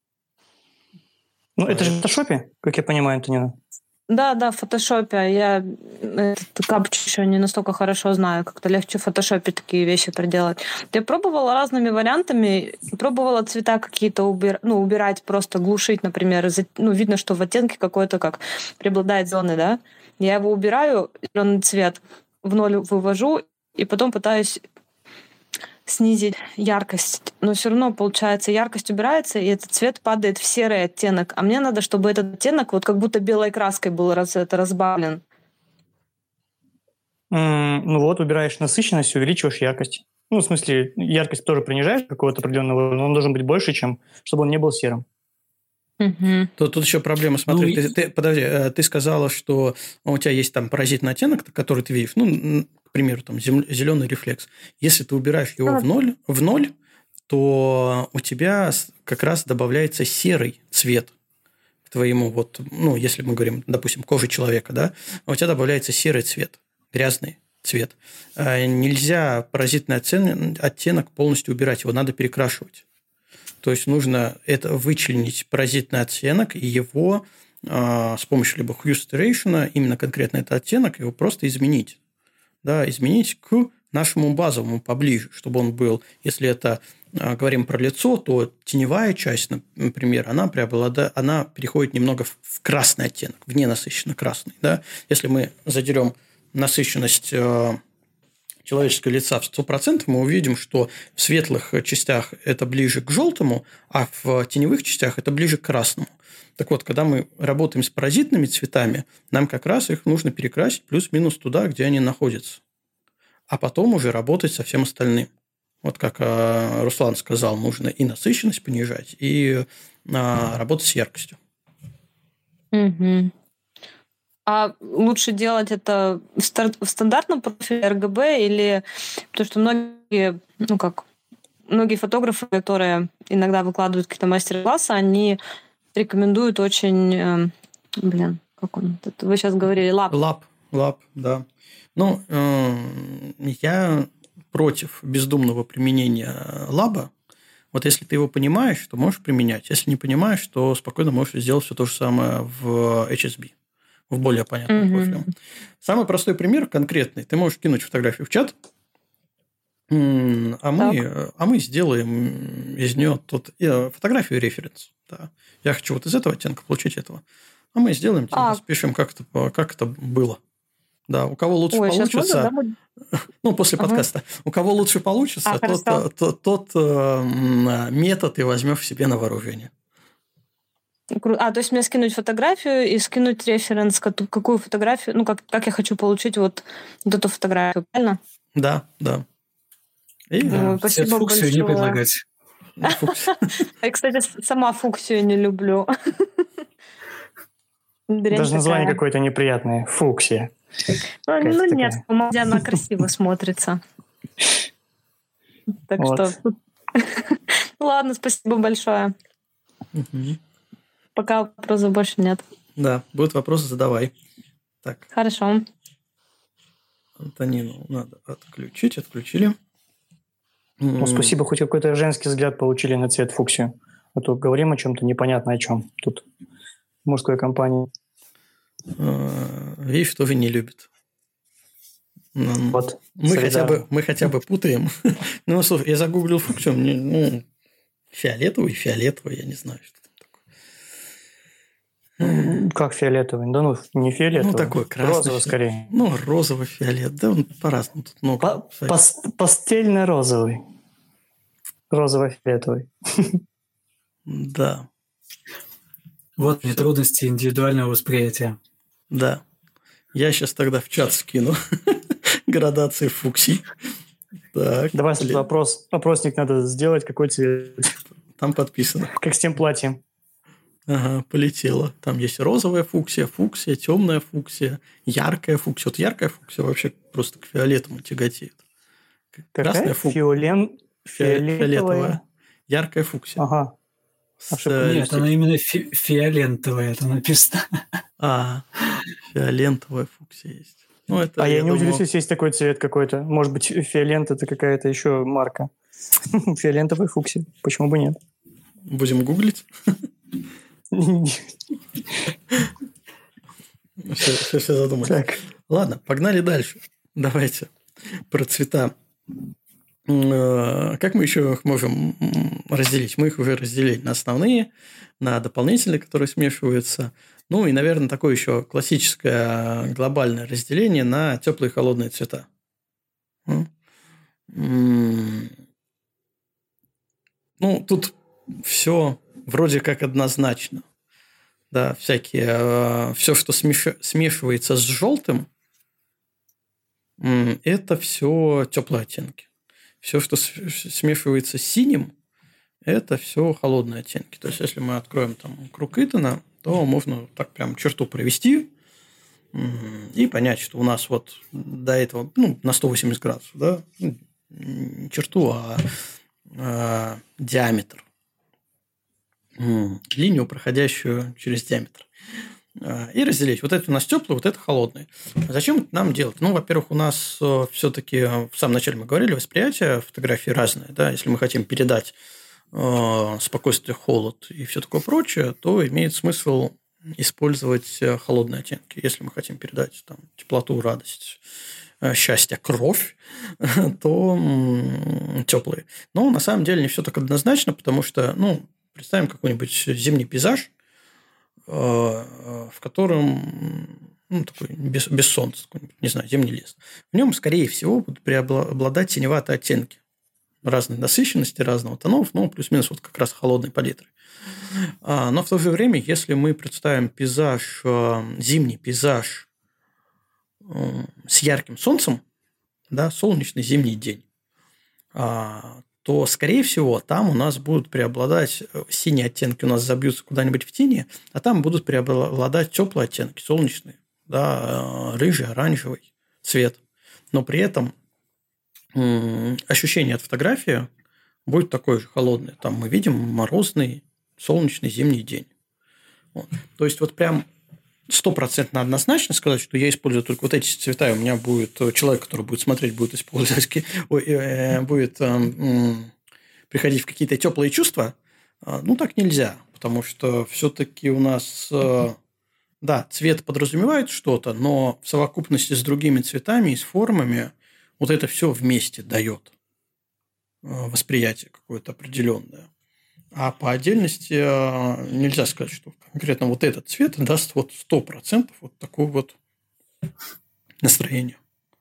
Это же в фотошопе, как я понимаю, Антонина. Да, в фотошопе. Я этот капч еще не настолько хорошо знаю. Как-то легче в фотошопе такие вещи проделать. Я пробовала разными вариантами. Пробовала цвета какие-то убирать, просто глушить, например. Видно, что в оттенке какой-то как преобладает зеленый, да? Я его убираю, зеленый цвет, в ноль вывожу, и потом пытаюсь снизить яркость. Но все равно, получается, яркость убирается, и этот цвет падает в серый оттенок. А мне надо, чтобы этот оттенок как будто белой краской был разбавлен. Убираешь насыщенность, увеличиваешь яркость. В смысле, яркость тоже принижаешь какого-то определенного, но он должен быть больше, чтобы он не был серым. Угу. Тут еще проблема. Смотри, подожди, ты сказала, что у тебя есть там паразитный оттенок, который ты видишь, к примеру, там зеленый рефлекс. Если ты убираешь его в ноль, то у тебя как раз добавляется серый цвет к твоему если мы говорим, допустим, кожи человека, да, у тебя добавляется серый цвет, грязный цвет. Нельзя паразитный оттенок полностью убирать, его надо перекрашивать. То есть нужно вычленить паразитный оттенок и его с помощью либо hue saturation, именно конкретно этот оттенок, его просто изменить. Да, изменить к нашему базовому поближе, чтобы он был, если это говорим про лицо, то теневая часть, например, она переходит немного в красный оттенок, в ненасыщенно красный. Да? Если мы задерем насыщенность человеческого лица в 100%, мы увидим, что в светлых частях это ближе к желтому, а в теневых частях это ближе к красному. Так вот, когда мы работаем с паразитными цветами, нам как раз их нужно перекрасить плюс-минус туда, где они находятся. А потом уже работать со всем остальным. Вот как Руслан сказал, нужно и насыщенность понижать, и работать с яркостью. Угу. А лучше делать это в стандартном профиле RGB или... Потому что многие фотографы, которые иногда выкладывают какие-то мастер-классы, они рекомендуют очень... как он? Вы сейчас говорили, лаб. Лаб, да. Я против бездумного применения лаба. Вот если ты его понимаешь, то можешь применять. Если не понимаешь, то спокойно можешь сделать все то же самое в HSB. В более понятном профиле. Самый простой пример, конкретный. Ты можешь кинуть фотографию в чат, а мы сделаем из нее фотографию референс. Да. Я хочу из этого оттенка получить этого. А мы сделаем, спишем, как это было. Да, у кого лучше получится... после подкаста. У кого лучше получится, тот метод и возьмешь себе на вооружение. То есть мне скинуть фотографию и скинуть референс, какую фотографию, как я хочу получить эту фотографию, правильно? Да. Спасибо фуксию большое. Не предлагать. Я, кстати, сама фуксию не люблю. Даже название какое-то неприятное. Фуксия. Нет, она красиво смотрится. Так что Ладно, спасибо большое. Мгм. Пока вопросов больше нет. Да, будут вопросы, задавай. Так, Хорошо. Антонину надо отключить. Отключили. Ну, спасибо, хоть какой-то женский взгляд получили на цвет фуксию. А то говорим о чем-то непонятно о чем. Тут в мужской компании. Видишь, тоже не любит. Вот. Мы солидарно. хотя бы путаем. Ну, слушай, я загуглил фуксию, мне, фиолетовый, я не знаю, что там такое. Как фиолетовый? Да ну, не фиолетовый. Ну, такой красный. Розовый скорее. Ну, розовый фиолет. Да, он по-разному. Тут много. Пастельно-розовый. Розово-фиолетовый. Да, Вот мне трудности индивидуального восприятия. да. Я сейчас тогда в чат скину градации фуксий. Так, Давай блин, опросник надо сделать, какой цвет. там подписано. Как с тем платьем. Ага, полетело. Там есть розовая фуксия, темная фуксия, яркая фуксия. Вот яркая фуксия вообще просто к фиолетовому тяготеет. Красная Какая? фиолетовая. Фиолетовая. Яркая фуксия. Ага. Нет, она именно фиолентовая, это написано. Фиолетовая фуксия есть. Ну, это, А я не думаю, удивлюсь, если есть такой цвет какой-то. Может быть, фиолент – это какая-то еще марка. Фиолентовая фуксия. Почему бы нет? Будем гуглить. Все задумались. Так. Ладно, погнали дальше. Давайте про цвета. Как мы еще их можем разделить? Мы их уже разделили на основные, на дополнительные, которые смешиваются. Ну и, наверное, такое еще классическое глобальное разделение на теплые и холодные цвета. Ну, тут все вроде как однозначно. Да, все, что смешивается с желтым, это все теплые оттенки. Все, что смешивается с синим, это все холодные оттенки. То есть, если мы откроем там круг Итона, то можно так прям черту провести и понять, что у нас вот до этого на 180 градусов, да, не черту, а диаметр. Линию, проходящую через диаметр. И разделить. Вот это у нас теплый, вот это холодный. Зачем это нам делать? Ну, во-первых, у нас все-таки в самом начале мы говорили, восприятие фотографии разное. Да? Если мы хотим передать спокойствие, холод и все такое прочее, то имеет смысл использовать холодные оттенки. Если мы хотим передать там, теплоту, радость, счастье, кровь, то теплые. Но на самом деле не все так однозначно, потому что, представим какой-нибудь зимний пейзаж, в котором такой без солнца, не знаю, зимний лес. В нем, скорее всего, будут преобладать синеватые оттенки разной насыщенности, разного тонов, плюс-минус вот как раз холодной палитры. Но в то же время, если мы представим пейзаж, зимний пейзаж с ярким солнцем, да, солнечный зимний день, то, скорее всего, там у нас будут преобладать синие оттенки, у нас забьются куда-нибудь в тени, а там будут преобладать теплые оттенки, солнечные, да, рыжий, оранжевый цвет. Но при этом ощущение от фотографии будет такое же холодное. Там мы видим морозный, солнечный зимний день. Вот. То есть, вот прям 100% однозначно сказать, что я использую только вот эти цвета, и у меня будет человек, который будет смотреть, будет использовать, будет приходить в какие-то теплые чувства, так нельзя, потому что все-таки у нас, да, цвет подразумевает что-то, но в совокупности с другими цветами и с формами вот это все вместе дает восприятие какое-то определенное. А по отдельности нельзя сказать, что конкретно вот этот цвет даст вот 100% вот такое вот настроение.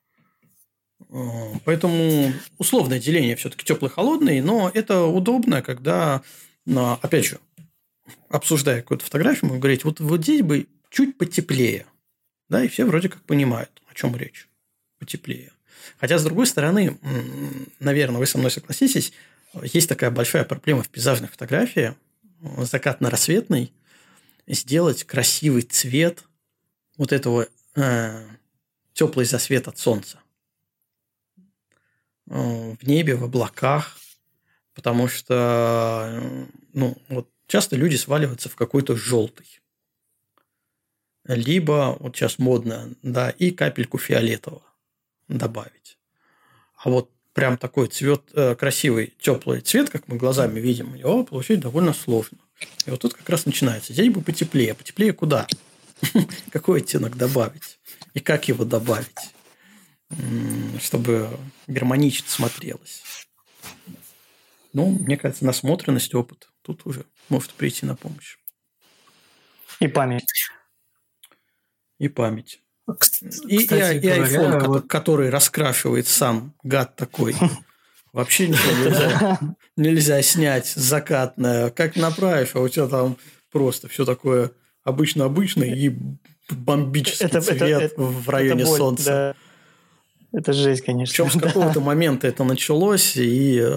Поэтому условное деление все-таки теплый-холодный, но это удобно, когда, опять же, обсуждая какую-то фотографию, мы говорим, вот здесь бы чуть потеплее. Да, и все вроде как понимают, о чем речь. Потеплее. Хотя, с другой стороны, наверное, вы со мной согласитесь, есть такая большая проблема в пейзажной фотографии, закатно-рассветной, сделать красивый цвет вот этого теплый засвет от солнца в небе, в облаках, Потому что вот часто люди сваливаются в какой-то желтый. Либо, вот сейчас модно, да, и капельку фиолетового добавить. А вот прям такой цвет, красивый, теплый цвет, как мы глазами видим, его получить довольно сложно. И вот тут как раз начинается. Здесь бы потеплее. Потеплее куда? Какой оттенок добавить? И как его добавить? Чтобы гармонично смотрелось. Мне кажется, насмотренность, опыт тут уже может прийти на помощь. И память. И память. Кстати, и iPhone, который раскрашивает сам, гад такой. Вообще ничего нельзя снять закатное. Как направишь, а у тебя там просто все такое обычно-обычное и бомбический цвет в районе солнца. Да. Это жесть, конечно. Причем с какого-то момента это началось и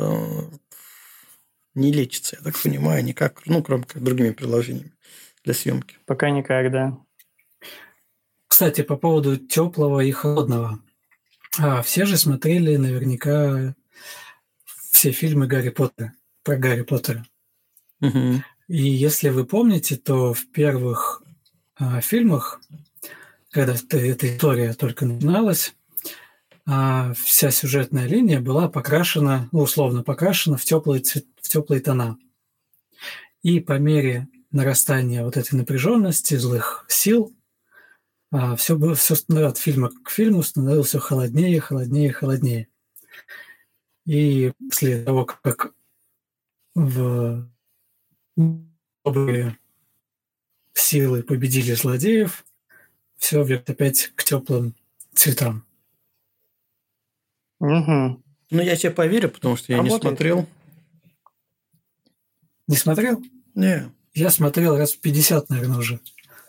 не лечится, я так понимаю, никак, кроме как другими приложениями для съемки. Пока никак, да. Кстати, по поводу теплого и холодного. Все же смотрели наверняка все фильмы Гарри Поттера, про Гарри Поттера. Угу. И если вы помните, то в первых фильмах, когда эта история только начиналась, вся сюжетная линия была покрашена, условно покрашена в теплые тона. И по мере нарастания вот этой напряженности, злых сил, все от фильма к фильму становилось все холоднее, холоднее, холоднее. И после того, как добрые силы победили злодеев, все ведет опять к теплым цветам. Угу. Я тебе поверю, потому что я не смотрел. Не смотрел? Не. Я смотрел раз 50, наверное, уже.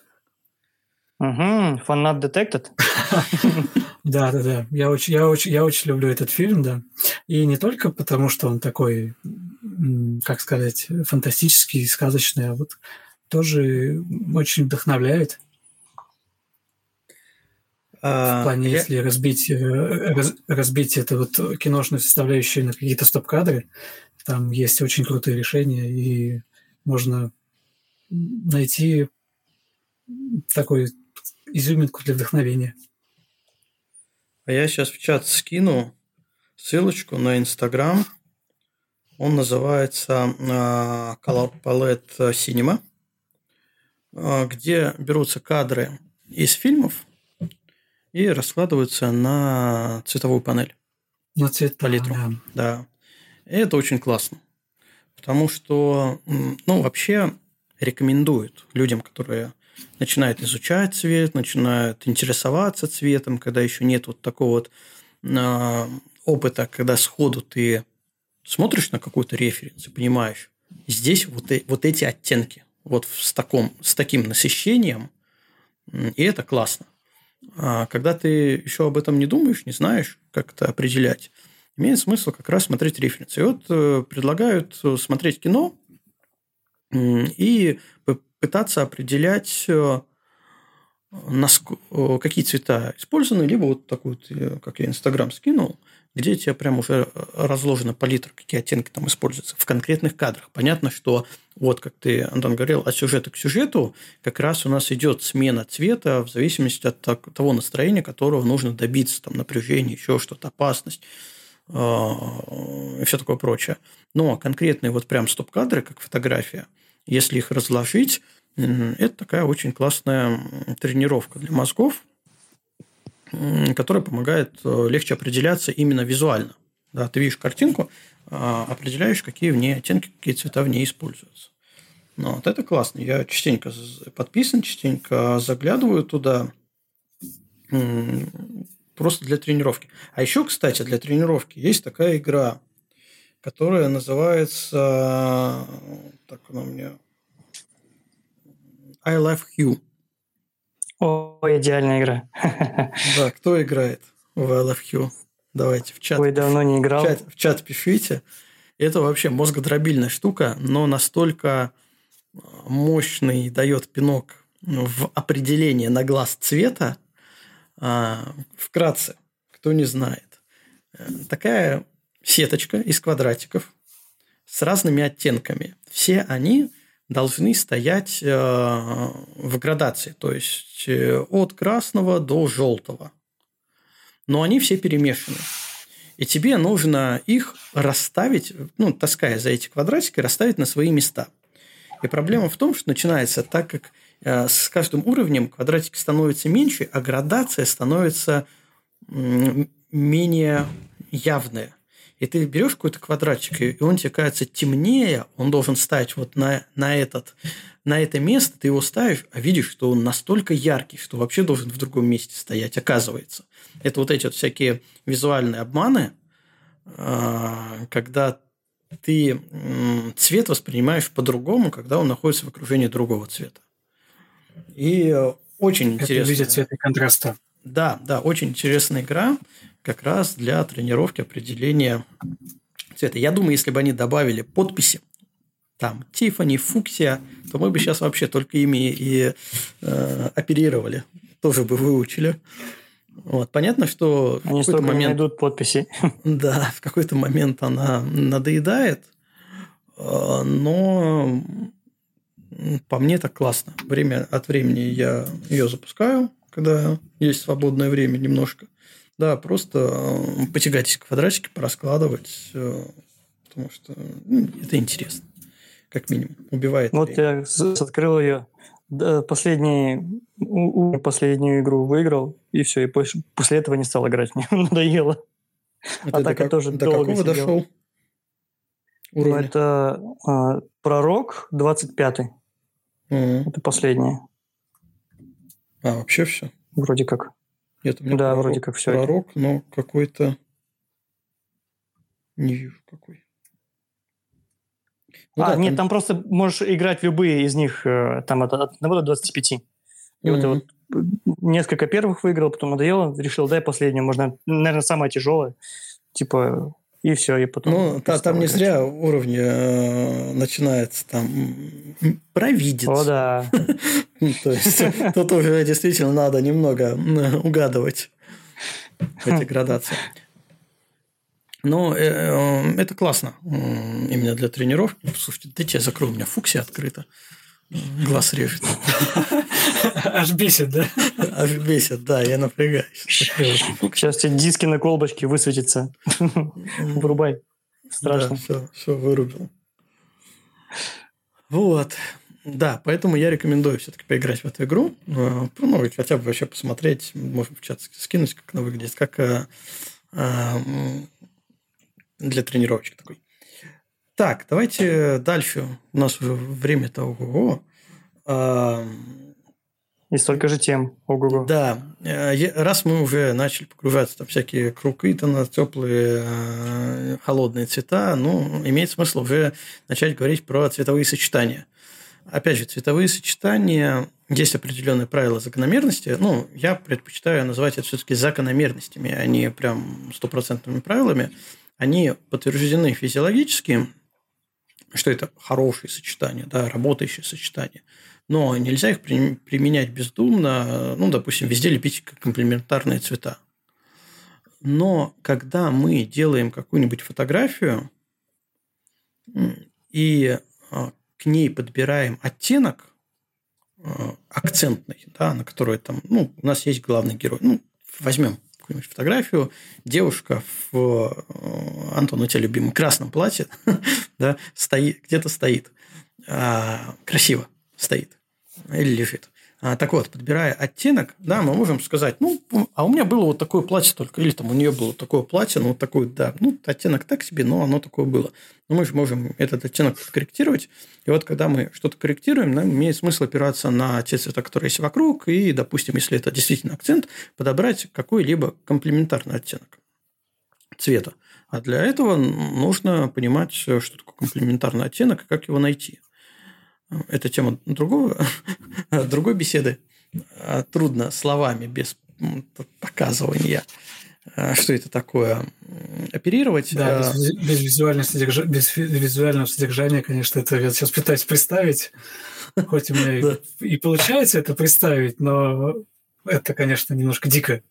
Угу. Фанат Detected? Да. Я очень люблю этот фильм, да. И не только потому, что он такой, как сказать, фантастический, сказочный, а вот тоже очень вдохновляет. В плане, если разбить эту вот киношную составляющую на какие-то стоп-кадры, там есть очень крутые решения, и можно найти такую изюминку для вдохновения. А я сейчас в чат скину ссылочку на Инстаграм. Он называется Color Palette Cinema, где берутся кадры из фильмов и раскладываются на цветовую панель. На цвет палитру. Да. И это очень классно. Потому что, вообще рекомендуют людям, которые начинают изучать цвет, начинают интересоваться цветом, когда еще нет вот такого вот опыта, когда сходу ты смотришь на какой-то референс и понимаешь, здесь вот эти оттенки, вот с таким насыщением, и это классно. А когда ты еще об этом не думаешь, не знаешь, как это определять, имеет смысл как раз смотреть референсы. И вот предлагают смотреть кино и пытаться определять, какие цвета использованы, либо вот такую, как я Инстаграм скинул, где у тебя прям уже разложена палитра, какие оттенки там используются в конкретных кадрах. Понятно, что вот, как ты, Антон, говорил, от сюжета к сюжету как раз у нас идет смена цвета в зависимости от того настроения, которого нужно добиться, там, напряжение, еще что-то, опасность и все такое прочее. Но конкретные вот прям стоп-кадры, как фотография, если их разложить, это такая очень классная тренировка для мозгов, которая помогает легче определяться именно визуально. Да, ты видишь картинку, определяешь, какие в ней оттенки, какие цвета в ней используются. Вот это классно. Я частенько подписан, частенько заглядываю туда просто для тренировки. А еще, кстати, для тренировки есть такая игра, которая называется... Так она у меня... I Love Hue. Ой, идеальная игра. Да, кто играет в I Love Hue? Давайте в чат. Ой, давно не играл. В чат пишите. Это вообще мозгодробильная штука, но настолько мощный дает пинок в определении на глаз цвета. Вкратце, кто не знает. Такая сеточка из квадратиков с разными оттенками. Все они должны стоять в градации, то есть от красного до желтого. Но они все перемешаны. И тебе нужно их расставить, таская за эти квадратики, расставить на свои места. И проблема в том, что начинается так, как с каждым уровнем квадратики становятся меньше, а градация становится менее явная. И ты берешь какой-то квадратик, и он тебе кажется темнее, он должен ставить вот на это место, ты его ставишь, а видишь, что он настолько яркий, что вообще должен в другом месте стоять, оказывается. Это вот эти вот всякие визуальные обманы, когда ты цвет воспринимаешь по-другому, когда он находится в окружении другого цвета. И очень интересно. Это видит цвет и контраста. Да, очень интересная игра как раз для тренировки определения цвета. Я думаю, если бы они добавили подписи, там, Тиффани, Фуксия, то мы бы сейчас вообще только ими и оперировали. Тоже бы выучили. Вот. Понятно, что они в какой-то момент найдут подписи. Да, в какой-то момент она надоедает, но по мне так классно. Время от времени я ее запускаю, когда есть свободное время немножко. Да, просто потягать эти квадратики, пораскладывать, потому что это интересно. Как минимум. Убивает вот время. Я открыл ее. Последнюю игру выиграл, и все. И после этого не стал играть. Мне надоело. Это так я тоже долго какого сидел. Дошел? Уровня? Это Пророк 25-й. Это последнее. Вообще все? Вроде как. Нет, у меня да, вроде как все. Пророк, но какой-то... Не вижу какой. Нет, там просто можешь играть любые из них, там от 1 до 25. И вот несколько первых выиграл, потом надоело, решил, дай последнюю, можно, наверное, самая тяжелая, типа, и все, и потом... там не зря уровни начинается там провидец. О, да. То есть, тут уже действительно надо немного угадывать эти градации. Но это классно именно для тренировки. Слушайте, дайте я закрою, у меня Фуксия открыта. Глаз режет. Аж бесит, да? Аж бесит, да, я напрягаюсь. Сейчас тебе диски на колбочке высветятся. Вырубай. Страшно. Да, все, вырубил. Вот. Да, поэтому я рекомендую все-таки поиграть в эту игру. Хотя бы вообще посмотреть, можно в чат скинуть, как она выглядит, как для тренировочки такой. Так, давайте дальше. У нас уже время-то ого-го. И столько же тем. Ого-го. Да. Раз мы уже начали погружаться в всякие круг Итана, теплые, холодные цвета, имеет смысл уже начать говорить про цветовые сочетания. Опять же, цветовые сочетания, есть определенные правила закономерности. Я предпочитаю называть это все-таки закономерностями, а не прям стопроцентными правилами. Они подтверждены физиологически, что это хорошие сочетания, да, работающие сочетания. Но нельзя их применять бездумно, допустим, везде лепить комплементарные цвета. Но когда мы делаем какую-нибудь фотографию и к ней подбираем оттенок акцентный, да, на который там, у нас есть главный герой. Возьмем какую-нибудь фотографию, девушка в Антон, у тебя любимом красном платье, да, где-то стоит, красиво стоит или лежит. Так вот, подбирая оттенок, да, мы можем сказать, а у меня было вот такое платье только, или там у нее было такое платье, вот такое, да, оттенок так себе, но оно такое было. Но мы же можем этот оттенок корректировать, и вот когда мы что-то корректируем, нам имеет смысл опираться на те цвета, которые есть вокруг, и, допустим, если это действительно акцент, подобрать какой-либо комплементарный оттенок цвета. А для этого нужно понимать, что такое комплементарный оттенок и как его найти. Это тема другой беседы. Трудно словами, без показывания, что это такое, оперировать. Да, без визуального содержания, конечно, это я сейчас пытаюсь представить. Хоть у меня и получается это представить, но это, конечно, немножко дико.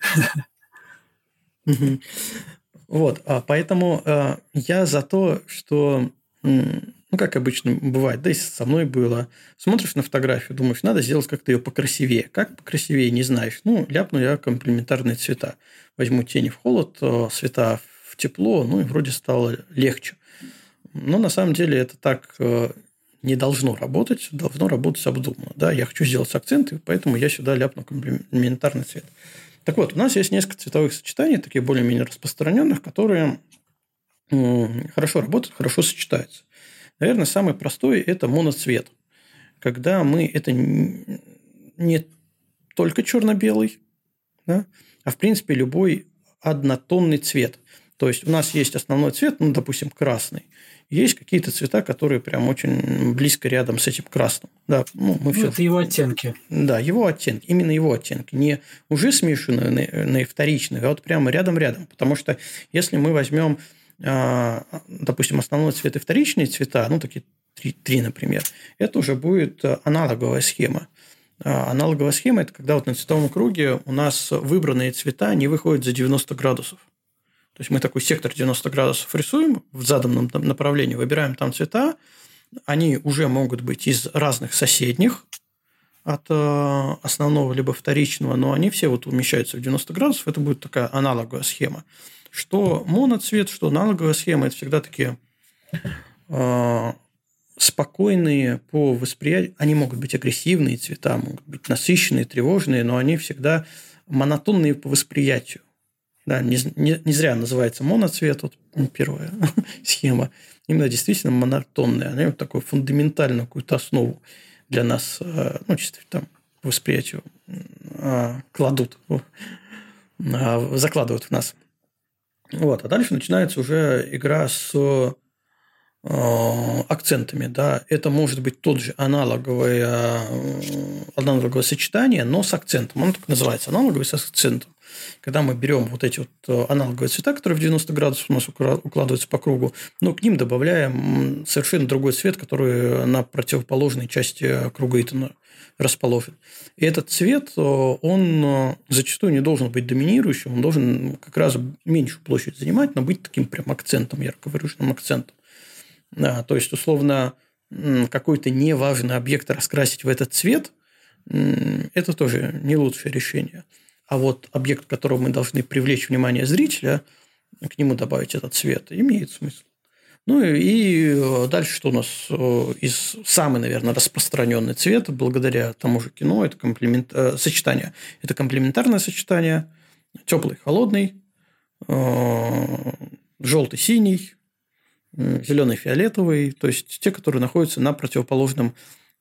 Вот, поэтому я за то, что как обычно бывает, да и со мной было, смотришь на фотографию, думаешь, надо сделать как-то ее покрасивее. Как покрасивее, не знаешь. Ляпну я комплементарные цвета. Возьму тени в холод, цвета в тепло, и вроде стало легче. Но на самом деле это так не должно работать обдуманно. Да? Я хочу сделать акценты, поэтому я сюда ляпну комплементарный цвет. Так вот, у нас есть несколько цветовых сочетаний, таких более-менее распространенных, которые хорошо работают, хорошо сочетаются. Наверное, самый простой – это моноцвет. Когда это не только черно-белый, да, а в принципе любой однотонный цвет. То есть у нас есть основной цвет, допустим, красный. Есть какие-то цвета, которые прям очень близко рядом с этим красным. Да, это его оттенки. Да, его оттенки. Именно его оттенки. Не уже смешанные на вторичные, а вот прямо рядом-рядом. Потому что если мы возьмем, допустим, основной цвет и вторичные цвета, такие три, например, это уже будет аналоговая схема. Аналоговая схема – это когда на цветовом круге у нас выбранные цвета не выходят за 90 градусов. То есть мы такой сектор 90 градусов рисуем в заданном направлении, выбираем там цвета, они уже могут быть из разных соседних от основного либо вторичного, но они все умещаются в 90 градусов, это будет такая аналоговая схема. Что моноцвет, что аналоговая схема – это всегда такие спокойные по восприятию. Они могут быть агрессивные цвета, могут быть насыщенные, тревожные, но они всегда монотонные по восприятию. Да, не зря называется моноцвет, первая схема. Именно действительно монотонная. Они такую фундаментальную какую-то основу для нас, чисто там по восприятию закладывают в нас. А дальше начинается уже игра с акцентами. Да. Это может быть тот же аналоговое сочетание, но с акцентом. Оно так называется, аналоговый с акцентом. Когда мы берем эти аналоговые цвета, которые в 90 градусов у нас укладываются по кругу, но к ним добавляем совершенно другой цвет, который на противоположной части круга Итона расположен. И этот цвет, он зачастую не должен быть доминирующим, он должен как раз меньшую площадь занимать, но быть таким прям акцентом, ярко выраженным акцентом. Да, то есть, условно, какой-то неважный объект раскрасить в этот цвет – это тоже не лучшее решение. А объект, которого мы должны привлечь внимание зрителя, к нему добавить этот цвет, имеет смысл. И дальше, что у нас самый, наверное, распространенный цвет, благодаря тому же кино, это сочетание. Это комплементарное сочетание, теплый, холодный, желтый, синий, зеленый, фиолетовый, то есть те, которые находятся на противоположных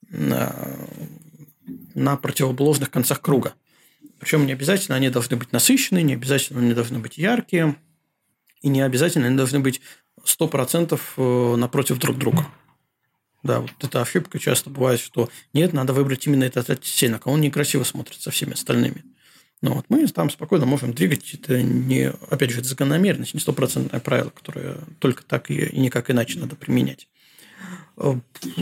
концах круга. Причем не обязательно они должны быть насыщенные, не обязательно они должны быть яркие, и не обязательно они должны быть 100% напротив друг друга. Да, эта ошибка часто бывает, что нет, надо выбрать именно этот оттенок, а он некрасиво смотрится со всеми остальными. Мы там спокойно можем двигать. Это не, опять же, это закономерность, не 100% правило, которое только так и никак иначе надо применять. Кто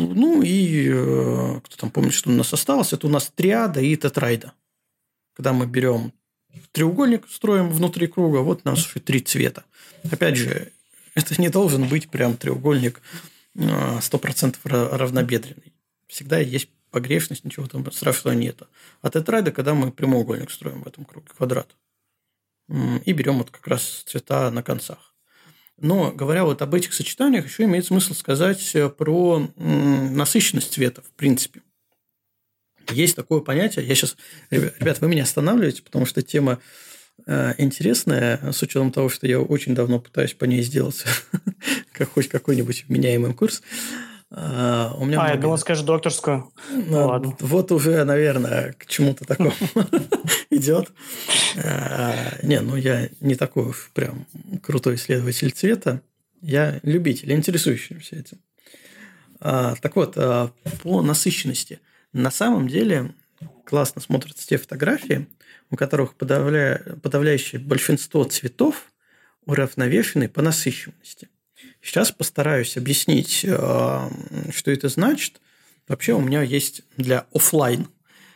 там помнит, что у нас осталось, это у нас триада и тетрайда. Когда мы берем треугольник, строим внутри круга, у нас уже 3 цвета. Опять же, это не должен быть прям треугольник 100% равнобедренный. Всегда есть погрешность, ничего там страшного нет. А тетрайда, когда мы прямоугольник строим в этом круге, квадрат. И берем как раз цвета на концах. Но говоря об этих сочетаниях, еще имеет смысл сказать про насыщенность цвета, в принципе. Есть такое понятие. Я сейчас, ребят, вы меня останавливаете, потому что тема интересная, с учетом того, что я очень давно пытаюсь по ней сделать хоть какой-нибудь вменяемый курс. Я думал, скажешь докторскую. Ладно. Вот уже, наверное, к чему-то такому идет. Я не такой уж прям крутой исследователь цвета. Я любитель, интересующийся этим. Так вот, по насыщенности. На самом деле классно смотрятся те фотографии, у которых подавляющее большинство цветов уравновешены по насыщенности. Сейчас постараюсь объяснить, что это значит. Вообще у меня есть для офлайн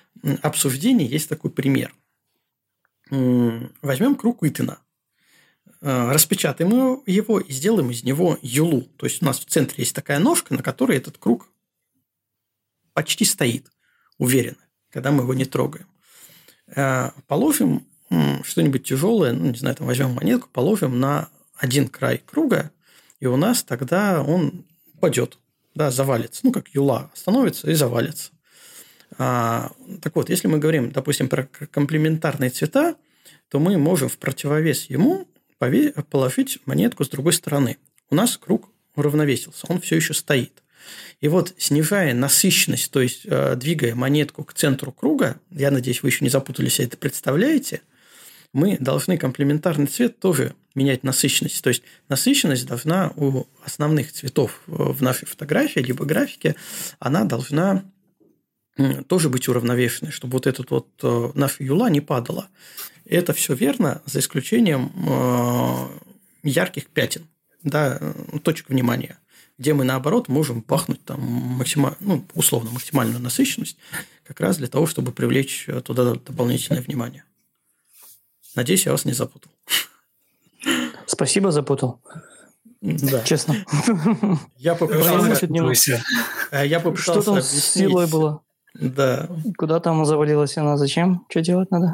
обсуждений есть такой пример. Возьмем круг Итона. распечатаем его и сделаем из него юлу. То есть у нас в центре есть такая ножка, на которой этот круг почти стоит, уверенно, когда мы его не трогаем. Положим что-нибудь тяжелое, не знаю, там возьмем монетку, положим на один край круга, и у нас тогда он упадет, да, завалится. Как юла остановится и завалится. Так вот, если мы говорим, допустим, про комплементарные цвета, то мы можем в противовес ему положить монетку с другой стороны. У нас круг уравновесился, он все еще стоит. И вот, снижая насыщенность, то есть двигая монетку к центру круга, я надеюсь, вы еще не запутались, это представляете, мы должны комплементарный цвет тоже менять насыщенность. То есть насыщенность должна у основных цветов в нашей фотографии либо графике, она должна тоже быть уравновешенной, чтобы вот эта вот наша юла не падала. И это все верно, за исключением ярких пятен, да, точек внимания, где мы, наоборот, можем пахнуть там условно максимальную насыщенность, как раз для того, чтобы привлечь туда дополнительное внимание. Надеюсь, я вас не запутал. Спасибо, запутал. Да. Честно. Я попытался Что там с силой было? Да. Куда там завалилась она? Зачем? Что делать надо?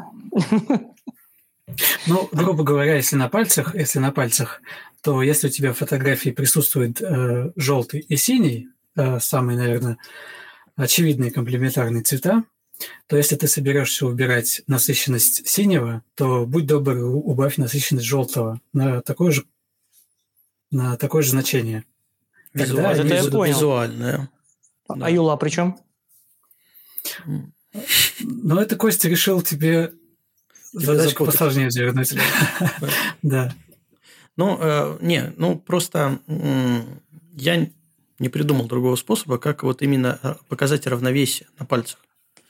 Грубо говоря, если на пальцах, то если у тебя в фотографии присутствует желтый и синий, самые, наверное, очевидные комплементарные цвета, то если ты соберешься убирать насыщенность синего, то будь добр, убавь насыщенность желтого на такое же значение. Визуальное. А юла при чем? Это Костя решил тебе задачку посложнее завернуть. Да. Просто я не придумал другого способа, как вот именно показать равновесие на пальцах.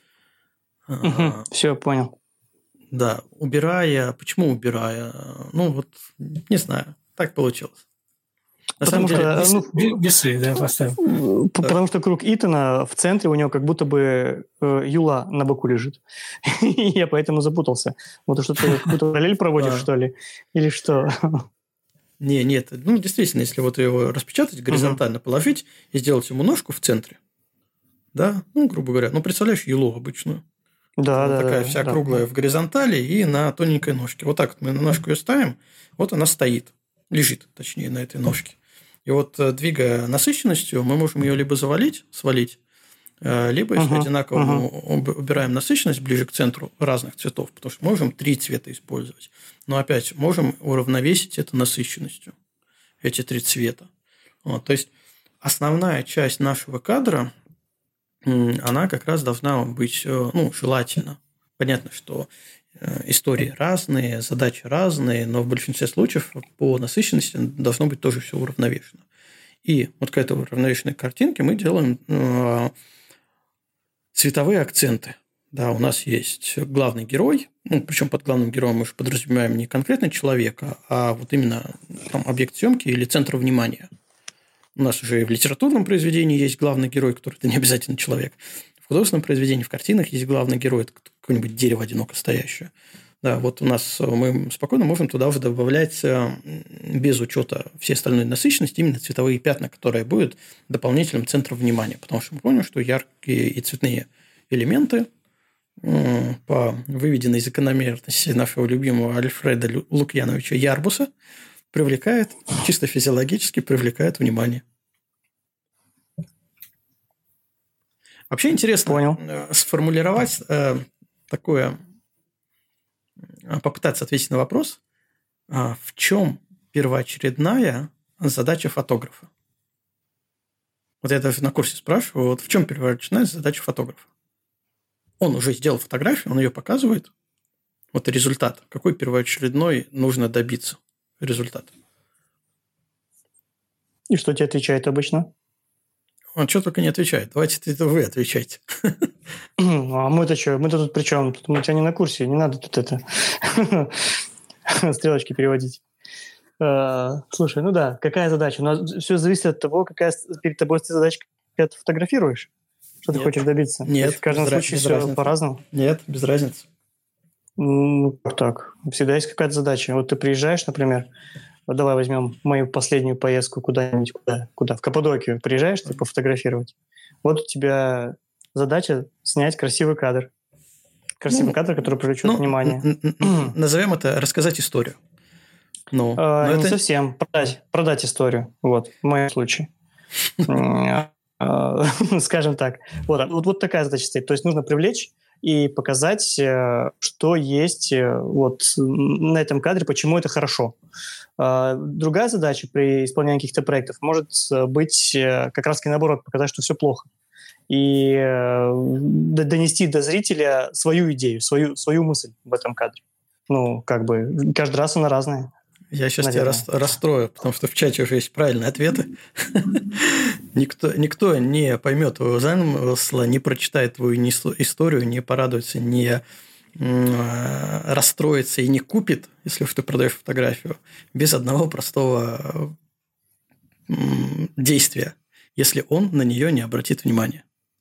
Все, понял. Да, почему убирая? Не знаю, так получилось. Потому что весы, да, поставил. Потому что круг Итана в центре у него как будто бы юла на боку лежит. Я поэтому запутался. Вот что ты какую-то параллель проводишь, что ли? Или что? Нет. Действительно, если вот его распечатать, горизонтально положить и сделать ему ножку в центре, да, грубо говоря, представляешь юлу обычную. Да, такая вся круглая в горизонтали и на тоненькой ножке. Вот так вот мы на ножку ее ставим, вот она стоит, лежит, точнее, на этой ножке. И вот, двигая насыщенностью, мы можем ее либо свалить, либо, если одинаково убираем насыщенность ближе к центру разных цветов, потому что можем 3 цвета использовать. Но опять можем уравновесить это насыщенностью, эти 3 цвета. То есть основная часть нашего кадра, она как раз должна быть желательно. Понятно, что истории разные, задачи разные, но в большинстве случаев по насыщенности должно быть тоже все уравновешено. И вот к этой уравновешенной картинке мы делаем цветовые акценты. Да, у нас есть главный герой, причем под главным героем мы же подразумеваем не конкретно человека, а вот именно объект съемки или центр внимания. У нас уже и в литературном произведении есть главный герой, который это не обязательно человек. В художественном произведении, в картинах есть главный герой, это какое-нибудь дерево одиноко стоящее. Да, вот у нас мы спокойно можем туда уже добавлять без учета всей остальной насыщенности именно цветовые пятна, которые будут дополнительным центром внимания. Потому что мы помним, что яркие и цветные элементы по выведенной закономерности нашего любимого Альфреда Лукьяновича Ярбуса привлекает, чисто физиологически привлекает внимание. Вообще интересно сформулировать такое, попытаться ответить на вопрос, в чем первоочередная задача фотографа. Вот я даже на курсе спрашиваю, вот в чем первоочередная задача фотографа? Он уже сделал фотографию, он ее показывает. Вот результат. Какой первоочередной нужно добиться результат? И что тебе отвечает обычно? Он что только не отвечает. Давайте это вы отвечайте. А мы-то что? Мы-то тут при чем? Тут мы у тебя не на курсе, не надо тут стрелочки переводить. Слушай, какая задача? У нас все зависит от того, какая перед тобой задача, когда ты фотографируешь. Что ты хочешь добиться? Нет. В каждом случае все по-разному? Нет, без разницы. Как так? Всегда есть какая-то задача. Вот ты приезжаешь, например, вот давай возьмем мою последнюю поездку куда-нибудь, куда? В Каппадокию. Приезжаешь ты пофотографировать. Вот у тебя задача снять красивый кадр. Красивый кадр, который привлечет внимание. Назовем это «рассказать историю». Не это... совсем. Продать историю. Вот, в моем случае. Скажем так. Вот такая задача стоит. То есть нужно привлечь и показать, что есть вот на этом кадре, почему это хорошо. Другая задача при исполнении каких-то проектов может быть как раз-таки наоборот, показать, что все плохо. И донести до зрителя свою идею, свою мысль в этом кадре. Каждый раз она разная. Я сейчас тебя расстрою, потому что в чате уже есть правильные ответы. Никто не поймет твоего замысла, не прочитает твою историю, не порадуется, не расстроится и не купит, если уж ты продаешь фотографию, без одного простого действия, если он на нее не обратит внимания.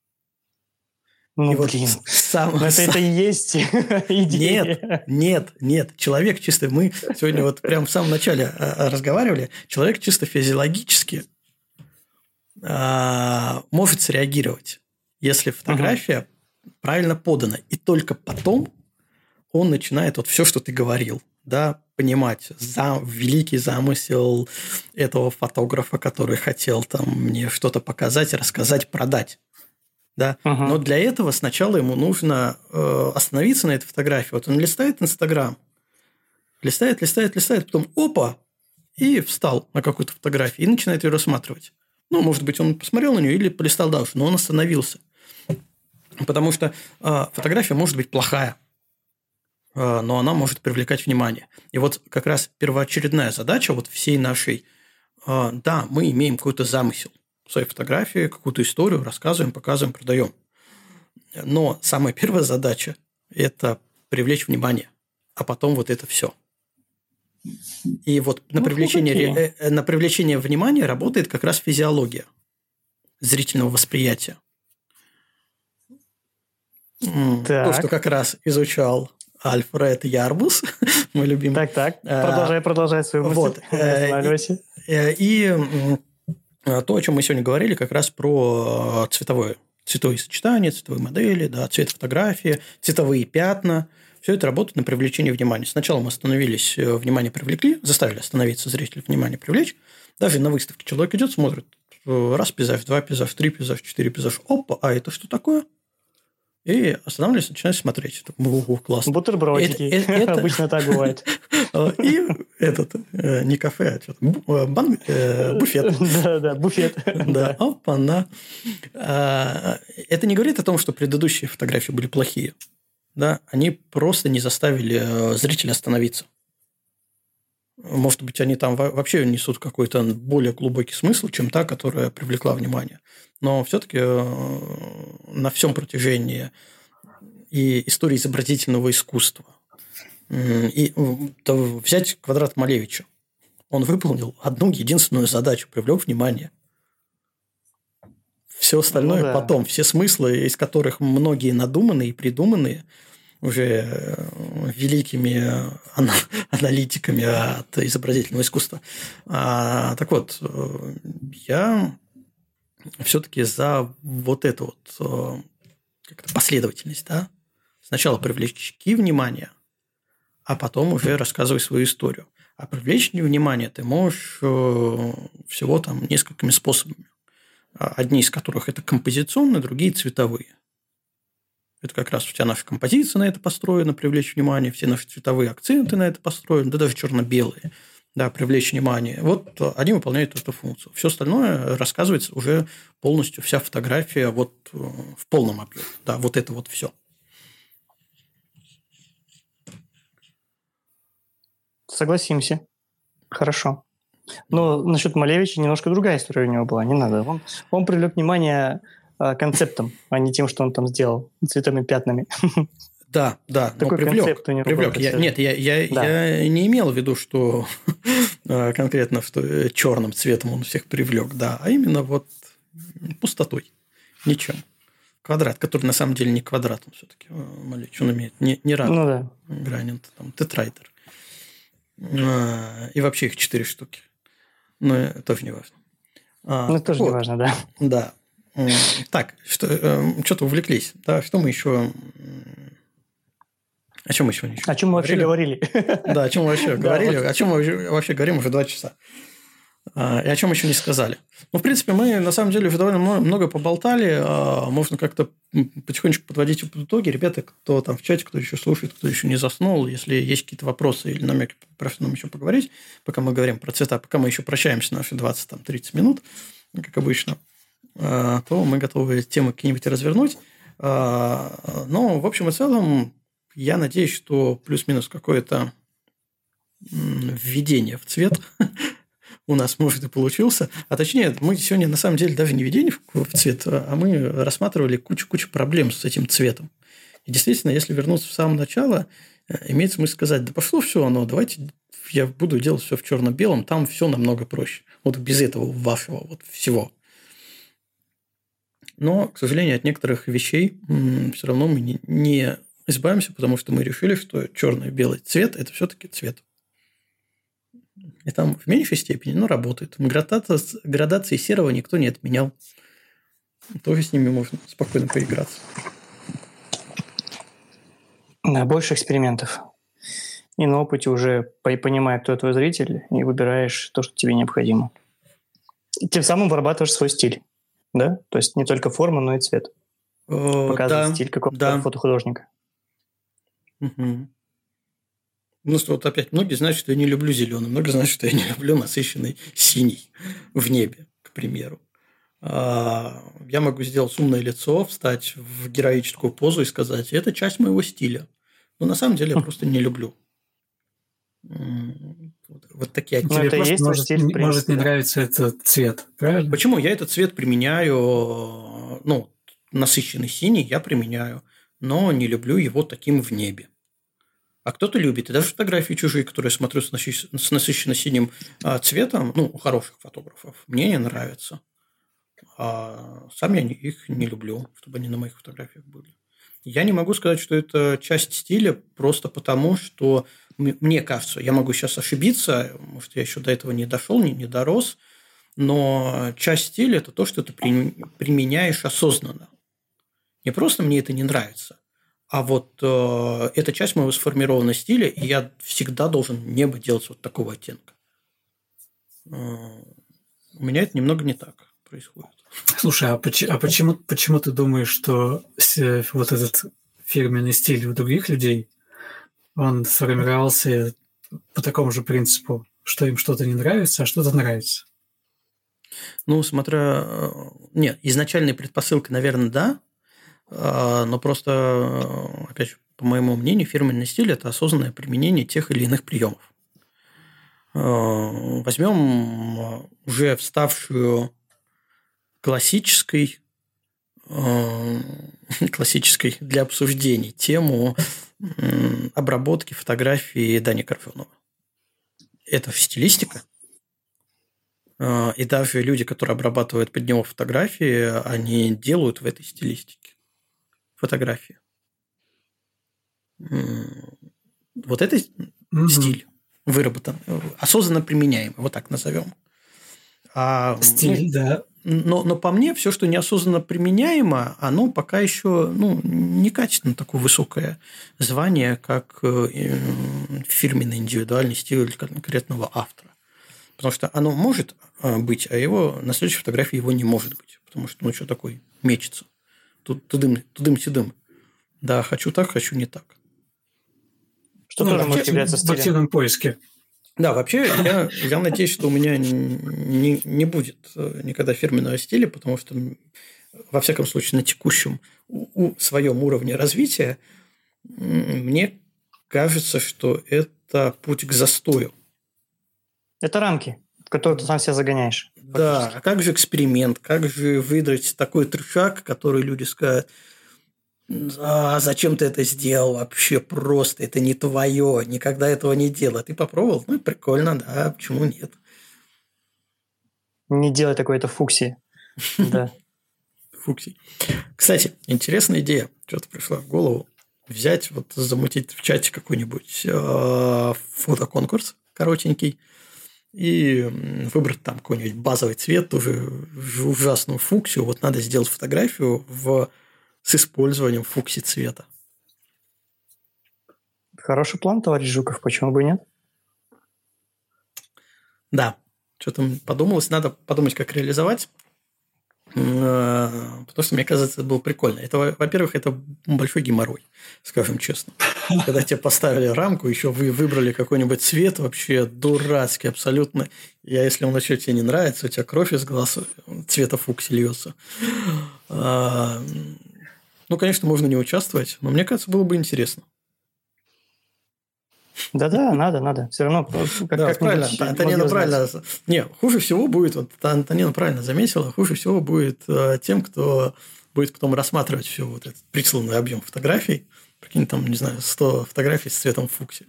Это и есть идея. Нет. Человек чисто... Мы сегодня вот прямо в самом начале разговаривали. Человек чисто физиологически может среагировать, если фотография правильно подана. И только потом он начинает вот все, что ты говорил, да, понимать великий замысел этого фотографа, который хотел там мне что-то показать, рассказать, продать. Да? Но для этого сначала ему нужно остановиться на этой фотографии. Вот он листает Инстаграм, листает, потом опа, и встал на какую-то фотографию и начинает ее рассматривать. Может быть, он посмотрел на нее или полистал дальше, но он остановился. Потому что фотография может быть плохая, но она может привлекать внимание. И вот как раз первоочередная задача вот всей нашей... Да, мы имеем какой-то замысел. В своей фотографии какую-то историю рассказываем, показываем, продаем. Но самая первая задача – это привлечь внимание, а потом вот это все. И вот на привлечение внимания работает как раз физиология зрительного восприятия. То, что как раз изучал Альфред Ярбус, мой любимый. Так. Продолжай свою мысль. Вот. И то, о чем мы сегодня говорили, как раз про цветовые сочетания, цветовые модели, да, цвет фотографии, цветовые пятна. Все это работает на привлечение внимания. Сначала мы остановились, внимание привлекли, заставили остановиться зрителя, внимание привлечь. Даже на выставке человек идет, смотрит, раз пейзаж, два пейзаж, три пейзаж, четыре пейзаж. Опа, а это что такое? И останавливаясь, начинаешь смотреть. Классно. Бутербродики. Обычно так бывает. И не кафе, а что-то, буфет. Да, буфет. Да, опа-на. Это не говорит о том, что предыдущие фотографии были плохие. Да, они просто не заставили зрителя остановиться. Может быть, они там вообще несут какой-то более глубокий смысл, чем та, которая привлекла внимание. Но все-таки на всем протяжении и истории изобразительного искусства. И взять квадрат Малевича. Он выполнил одну единственную задачу – привлек внимание. Все остальное потом, все смыслы, из которых многие надуманные и придуманные уже великими аналитиками от изобразительного искусства. Так вот, я все-таки за вот эту вот последовательность. Да? Сначала привлечь внимание, а потом уже рассказывай свою историю. А привлечь внимание ты можешь всего там несколькими способами. Одни из которых это композиционные, другие цветовые. Это как раз вся наша композиция на это построена, привлечь внимание, все наши цветовые акценты на это построены, да даже черно-белые, да, привлечь внимание. Вот они выполняют эту функцию. Все остальное рассказывается уже полностью, вся фотография вот в полном объеме. Да, вот это вот все. Согласимся. Хорошо. Но насчет Малевича немножко другая история у него была. Не надо. Он привлек внимание концептом, а не тем, что он там сделал цветовыми пятнами. Да. Такой концепт у него привлек. Я не имел в виду, что конкретно что черным цветом он всех привлек, да, а именно вот пустотой, ничем. квадрат, который на самом деле не квадрат, он все-таки что он имеет? Не рад. Ну да. Грань, это там тетрайдер. И вообще их 4 штуки. Но тоже не важно. Ну, тоже не важно, да. Да. Так, что-то увлеклись. Да, что мы еще... О чем мы еще не О чем мы вообще говорили? Да, о чем мы вообще говорили? О чем мы вообще говорим уже 2 часа. И о чем еще не сказали. Ну, в принципе, мы на самом деле уже довольно много поболтали. Можно как-то потихонечку подводить итоги. Ребята, кто там в чате, кто еще слушает, кто еще не заснул, если есть какие-то вопросы или намеки, про что нам еще поговорить, пока мы говорим про цвета, пока мы еще прощаемся наши 20-30 минут, как обычно, то мы готовы темы какие-нибудь развернуть. Но, в общем и целом, я надеюсь, что плюс-минус какое-то введение в цвет у нас, может, и получился. А точнее, мы сегодня, на самом деле, даже не введение в цвет, а мы рассматривали кучу проблем с этим цветом. И действительно, если вернуться в самое начало, имеет смысл сказать, да пошло все оно, давайте я буду делать все в черно-белом, там все намного проще. Вот без этого вашего вот всего. Но, к сожалению, от некоторых вещей все равно мы не избавимся, потому что мы решили, что черный и белый цвет – это все-таки цвет. И там в меньшей степени, но работает. Градации серого никто не отменял. Тоже с ними можно спокойно поиграться. Да, больше экспериментов. И на опыте уже понимая, кто твой зритель, и выбираешь то, что тебе необходимо. И тем самым вырабатываешь свой стиль. Да? То есть не только форма, но и цвет. Показывает стиль какого-то фотохудожника. Угу. Ну, что вот опять, многие знают, что я не люблю зеленый, многие знают, что я не люблю насыщенный синий в небе, к примеру. Я могу сделать умное лицо, встать в героическую позу и сказать, это часть моего стиля. Но на самом деле я просто не люблю. Вот такие оттенки. Тебе просто может не нравиться этот цвет, правильно? Почему? Я этот цвет применяю, насыщенный синий я применяю, но не люблю его таким в небе. А кто-то любит. И даже фотографии чужие, которые я смотрю с насыщенно синим цветом, у хороших фотографов, мне не нравятся. А сам я их не люблю, чтобы они на моих фотографиях были. Я не могу сказать, что это часть стиля, просто потому, что мне кажется, я могу сейчас ошибиться, может, я еще до этого не дошел, не дорос, но часть стиля – это то, что ты применяешь осознанно. Не просто мне это не нравится, а вот это часть моего сформированного стиля, и я всегда должен небо делать вот такого оттенка. У меня это немного не так происходит. Слушай, а почему ты думаешь, что вот этот фирменный стиль у других людей, он сформировался по такому же принципу, что им что-то не нравится, а что-то нравится? Нет, изначальная предпосылка, наверное, да, но просто, опять же, по моему мнению, фирменный стиль – это осознанное применение тех или иных приемов. Возьмем уже вставшую классической для обсуждений тему обработки фотографии Дани Карфенова. Это стилистика. И даже люди, которые обрабатывают под него фотографии, они делают в этой стилистике фотографии. Вот это стиль выработан, осознанно применяемый, вот так назовем. Стиль, да. Но по мне, все, что неосознанно применяемо, оно пока еще некачественно такое высокое звание, как фирменный индивидуальный стиль конкретного автора. Потому что оно может быть, а его на следующей фотографии его не может быть. Потому что, что такое, мечется. Тудым-сюдым. Да, хочу так, хочу не так. Что тоже может являться стилем. В активном поиске. Да, вообще, я надеюсь, что у меня не будет никогда фирменного стиля, потому что, во всяком случае, на текущем своем уровне развития мне кажется, что это путь к застою. Это рамки, в которые ты сам себя загоняешь. Да, а как же эксперимент, как же выдрать такой трешак, который люди скажут, зачем ты это сделал вообще просто, это не твое, никогда этого не делал. Ты попробовал? Прикольно, да, почему нет? Не делай такой-то фуксии. Да. фуксий. Кстати, интересная идея, что-то пришла в голову. Взять, вот замутить в чате какой-нибудь фотоконкурс коротенький и выбрать там какой-нибудь базовый цвет, тоже ужасную фуксию. Вот надо сделать фотографию с использованием фуксий цвета. Хороший план, товарищ Жуков, почему бы и нет? Да, что-то подумалось, надо подумать, как реализовать. Потому что, мне кажется, это было прикольно. Это, во-первых, это большой геморрой, скажем честно. Когда тебе поставили рамку, еще вы выбрали какой-нибудь цвет вообще дурацкий абсолютно. Если он еще тебе не нравится, у тебя кровь из глаз цвета фукси льется. Ну, конечно, можно не участвовать, но мне кажется, было бы интересно. Да-да, надо. Все равно как правильно. Антонина правильно. Не, хуже всего будет, вот Антонина правильно заметила, хуже всего будет тем, кто будет потом рассматривать все вот этот присланный объем фотографий. Прикинь, там, не знаю, 100 фотографий с цветом фукси.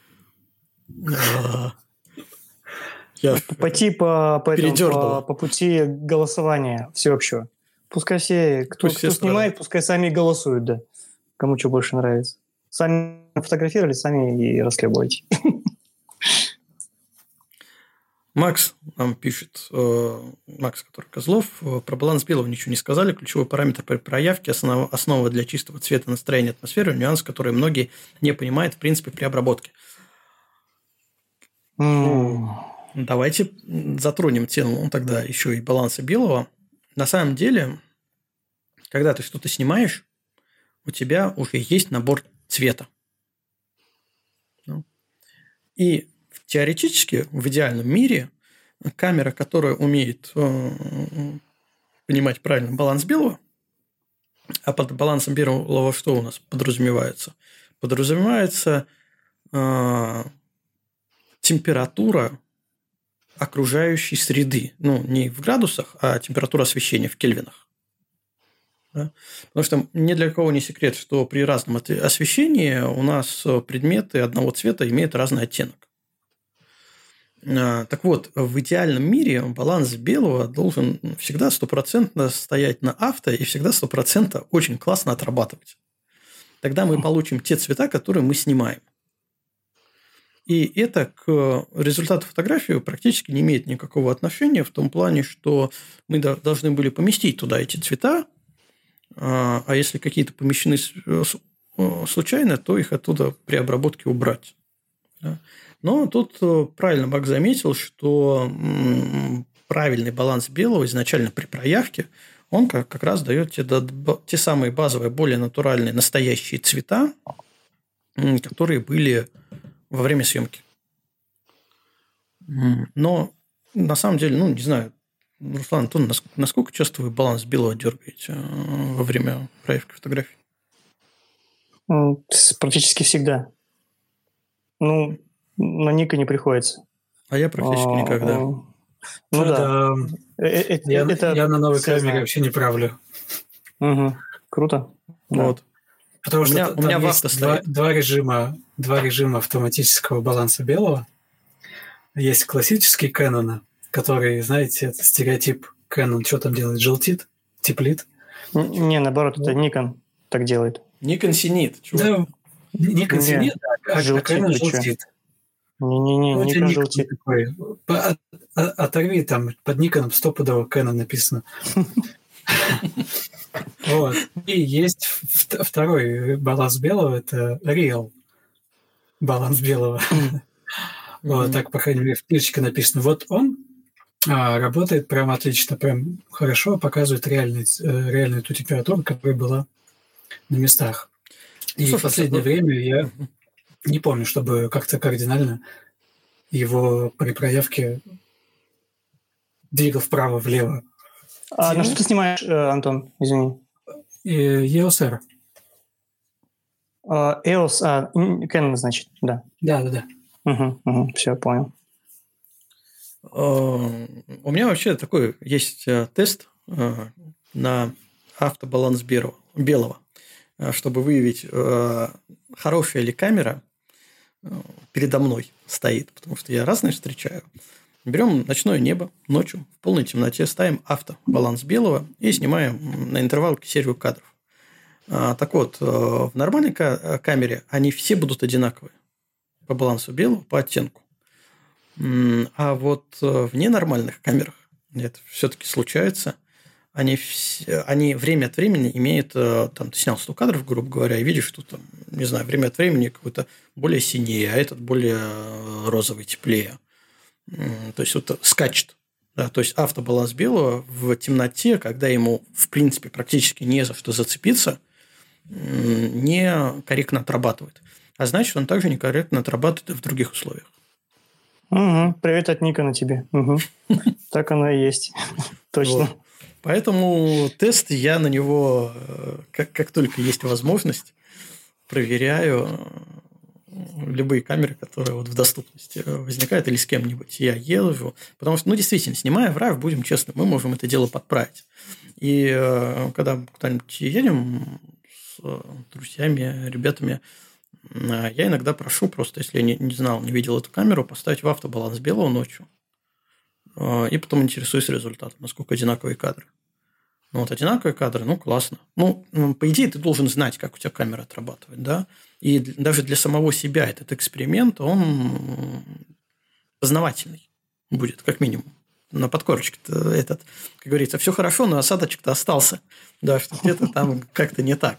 Пойти по пути голосования всеобщего. Пускай все, кто снимает, пускай сами голосуют, да. Кому что больше нравится. Сами фотографировали, сами и расхлебывайте. Макс нам пишет, Макс, который Козлов, про баланс белого ничего не сказали. Ключевой параметр при проявке, основа для чистого цвета настроения атмосферы, нюанс, который многие не понимают, в принципе, при обработке. Давайте затронем тему тогда еще и баланса белого. На самом деле, когда ты что-то снимаешь, у тебя уже есть набор цвета. И теоретически, в идеальном мире, камера, которая умеет понимать правильно баланс белого, а под балансом белого что у нас подразумевается? Подразумевается температура окружающей среды. Ну, не в градусах, а температура освещения в кельвинах. Да? Потому что ни для кого не секрет, что при разном освещении у нас предметы одного цвета имеют разный оттенок. Так вот, в идеальном мире баланс белого должен всегда 100% стоять на авто и всегда 100% очень классно отрабатывать. Тогда мы получим те цвета, которые мы снимаем. И это к результату фотографии практически не имеет никакого отношения в том плане, что мы должны были поместить туда эти цвета, а если какие-то помещены случайно, то их оттуда при обработке убрать. Но тут правильно Бак заметил, что правильный баланс белого изначально при проявке, он как раз дает те самые базовые, более натуральные, настоящие цвета, которые были во время съемки. Но на самом деле, не знаю, Руслан, Антон, насколько часто вы баланс белого дергаете во время проявки фотографий? Практически всегда. На Ника не приходится. А я практически никогда. Да. Я на новой камере вообще не правлю. Угу. Круто. Вот. Потому что у меня есть два режима автоматического баланса белого. Есть классический Canon, который, знаете, это стереотип Canon, что там делает, желтит, теплит. Не, наоборот, это Nikon так делает. Nikon синит. Да, Nikon синит, а Canon желтит. Не-не-не, Nikon желтит. Оторви, там под Никоном стопудово Canon написано. Вот. И есть второй баланс белого, это Real баланс белого. Вот, так, по крайней мере, в книжечке написано. Вот он работает прям отлично, прям хорошо показывает реальную ту температуру, которая была на местах. И в последнее время я не помню, чтобы как-то кардинально его при проявке двигал вправо-влево. На что ты снимаешь, Антон? Извини. EOS R. EOS, Canon, значит, да. Да. Угу, все, понял. У меня вообще такой есть тест на автобаланс белого, чтобы выявить, хорошая ли камера передо мной стоит, потому что я разные встречаю. Берем ночное небо ночью в полной темноте, ставим автобаланс белого и снимаем на интервалке серию кадров. Так вот, в нормальной камере они все будут одинаковые по балансу белого, по оттенку. А вот в ненормальных камерах это все-таки случается. Они время от времени имеют... Там, ты снял 100 кадров, грубо говоря, и видишь, что там, не знаю, время от времени какой-то более синее, а этот более розовый, теплее. То есть, вот скачет. Да, то есть, автобаланс белого в темноте, когда ему, в принципе, практически не за что зацепиться, некорректно отрабатывает. А значит, он также некорректно отрабатывает и в других условиях. Угу. Привет от Никона тебе. Угу. Так оно и есть. Точно. Поэтому тест я на него, как только есть возможность, проверяю любые камеры, которые вот в доступности возникают, или с кем-нибудь я езжу. Потому что, действительно, снимая в RAW, будем честны, мы можем это дело подправить. И когда куда-нибудь едем с друзьями, ребятами, я иногда прошу просто, если я не знал, не видел эту камеру, поставить в автобаланс белого ночью. И потом интересуюсь результатом, насколько одинаковые кадры. Ну, вот одинаковые кадры, классно. По идее, ты должен знать, как у тебя камера отрабатывает, да? И даже для самого себя этот эксперимент, он познавательный будет, как минимум. На подкорочке-то этот, как говорится, все хорошо, но осадочек-то остался. Да, что где-то там как-то не так.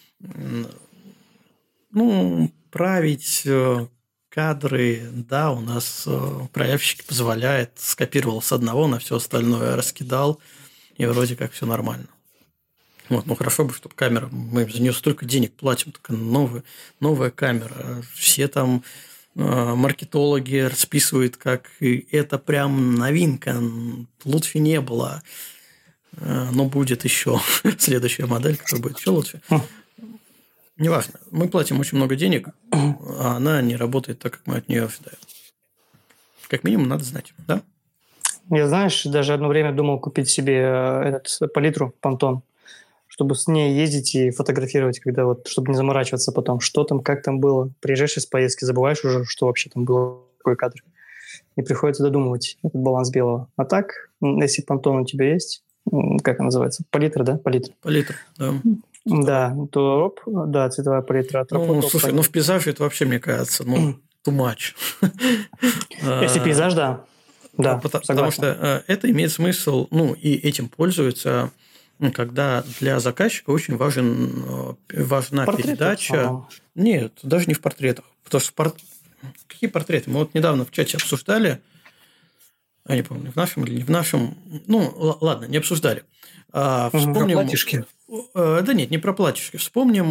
Править кадры, да, у нас проявщик позволяет, скопировал с одного на все остальное, раскидал, и вроде как все нормально. Хорошо бы, чтобы камера, мы за нее столько денег платим, такая новая камера, все там маркетологи расписывают, как это прям новинка, лучше не было, но будет еще следующая модель, которая будет еще лучше. Неважно. Мы платим очень много денег, а она не работает так, как мы от нее ожидаем. Как минимум, надо знать, да? Я, знаешь, даже одно время думал купить себе палитру Pantone, чтобы с ней ездить и фотографировать, чтобы не заморачиваться потом, что там, как там было. Приезжаешь из поездки, забываешь уже, что вообще там было, какой кадр. И приходится додумывать этот баланс белого. А так, если Pantone у тебя есть, как она называется? Палитра, да? Палитра, да. Да, то цветовая палитра. Слушай, в пейзаже это вообще, мне кажется, too much. Если пейзаж, да. Да, потому что это имеет смысл, и этим пользуются, когда для заказчика очень важна передача. Нет, даже не в портретах. Потому что какие портреты? Мы недавно в чате обсуждали, я не помню, в нашем или не в нашем. Ладно, не обсуждали. Вспомним... Про платьишки? Да нет, не про платьишки. Вспомним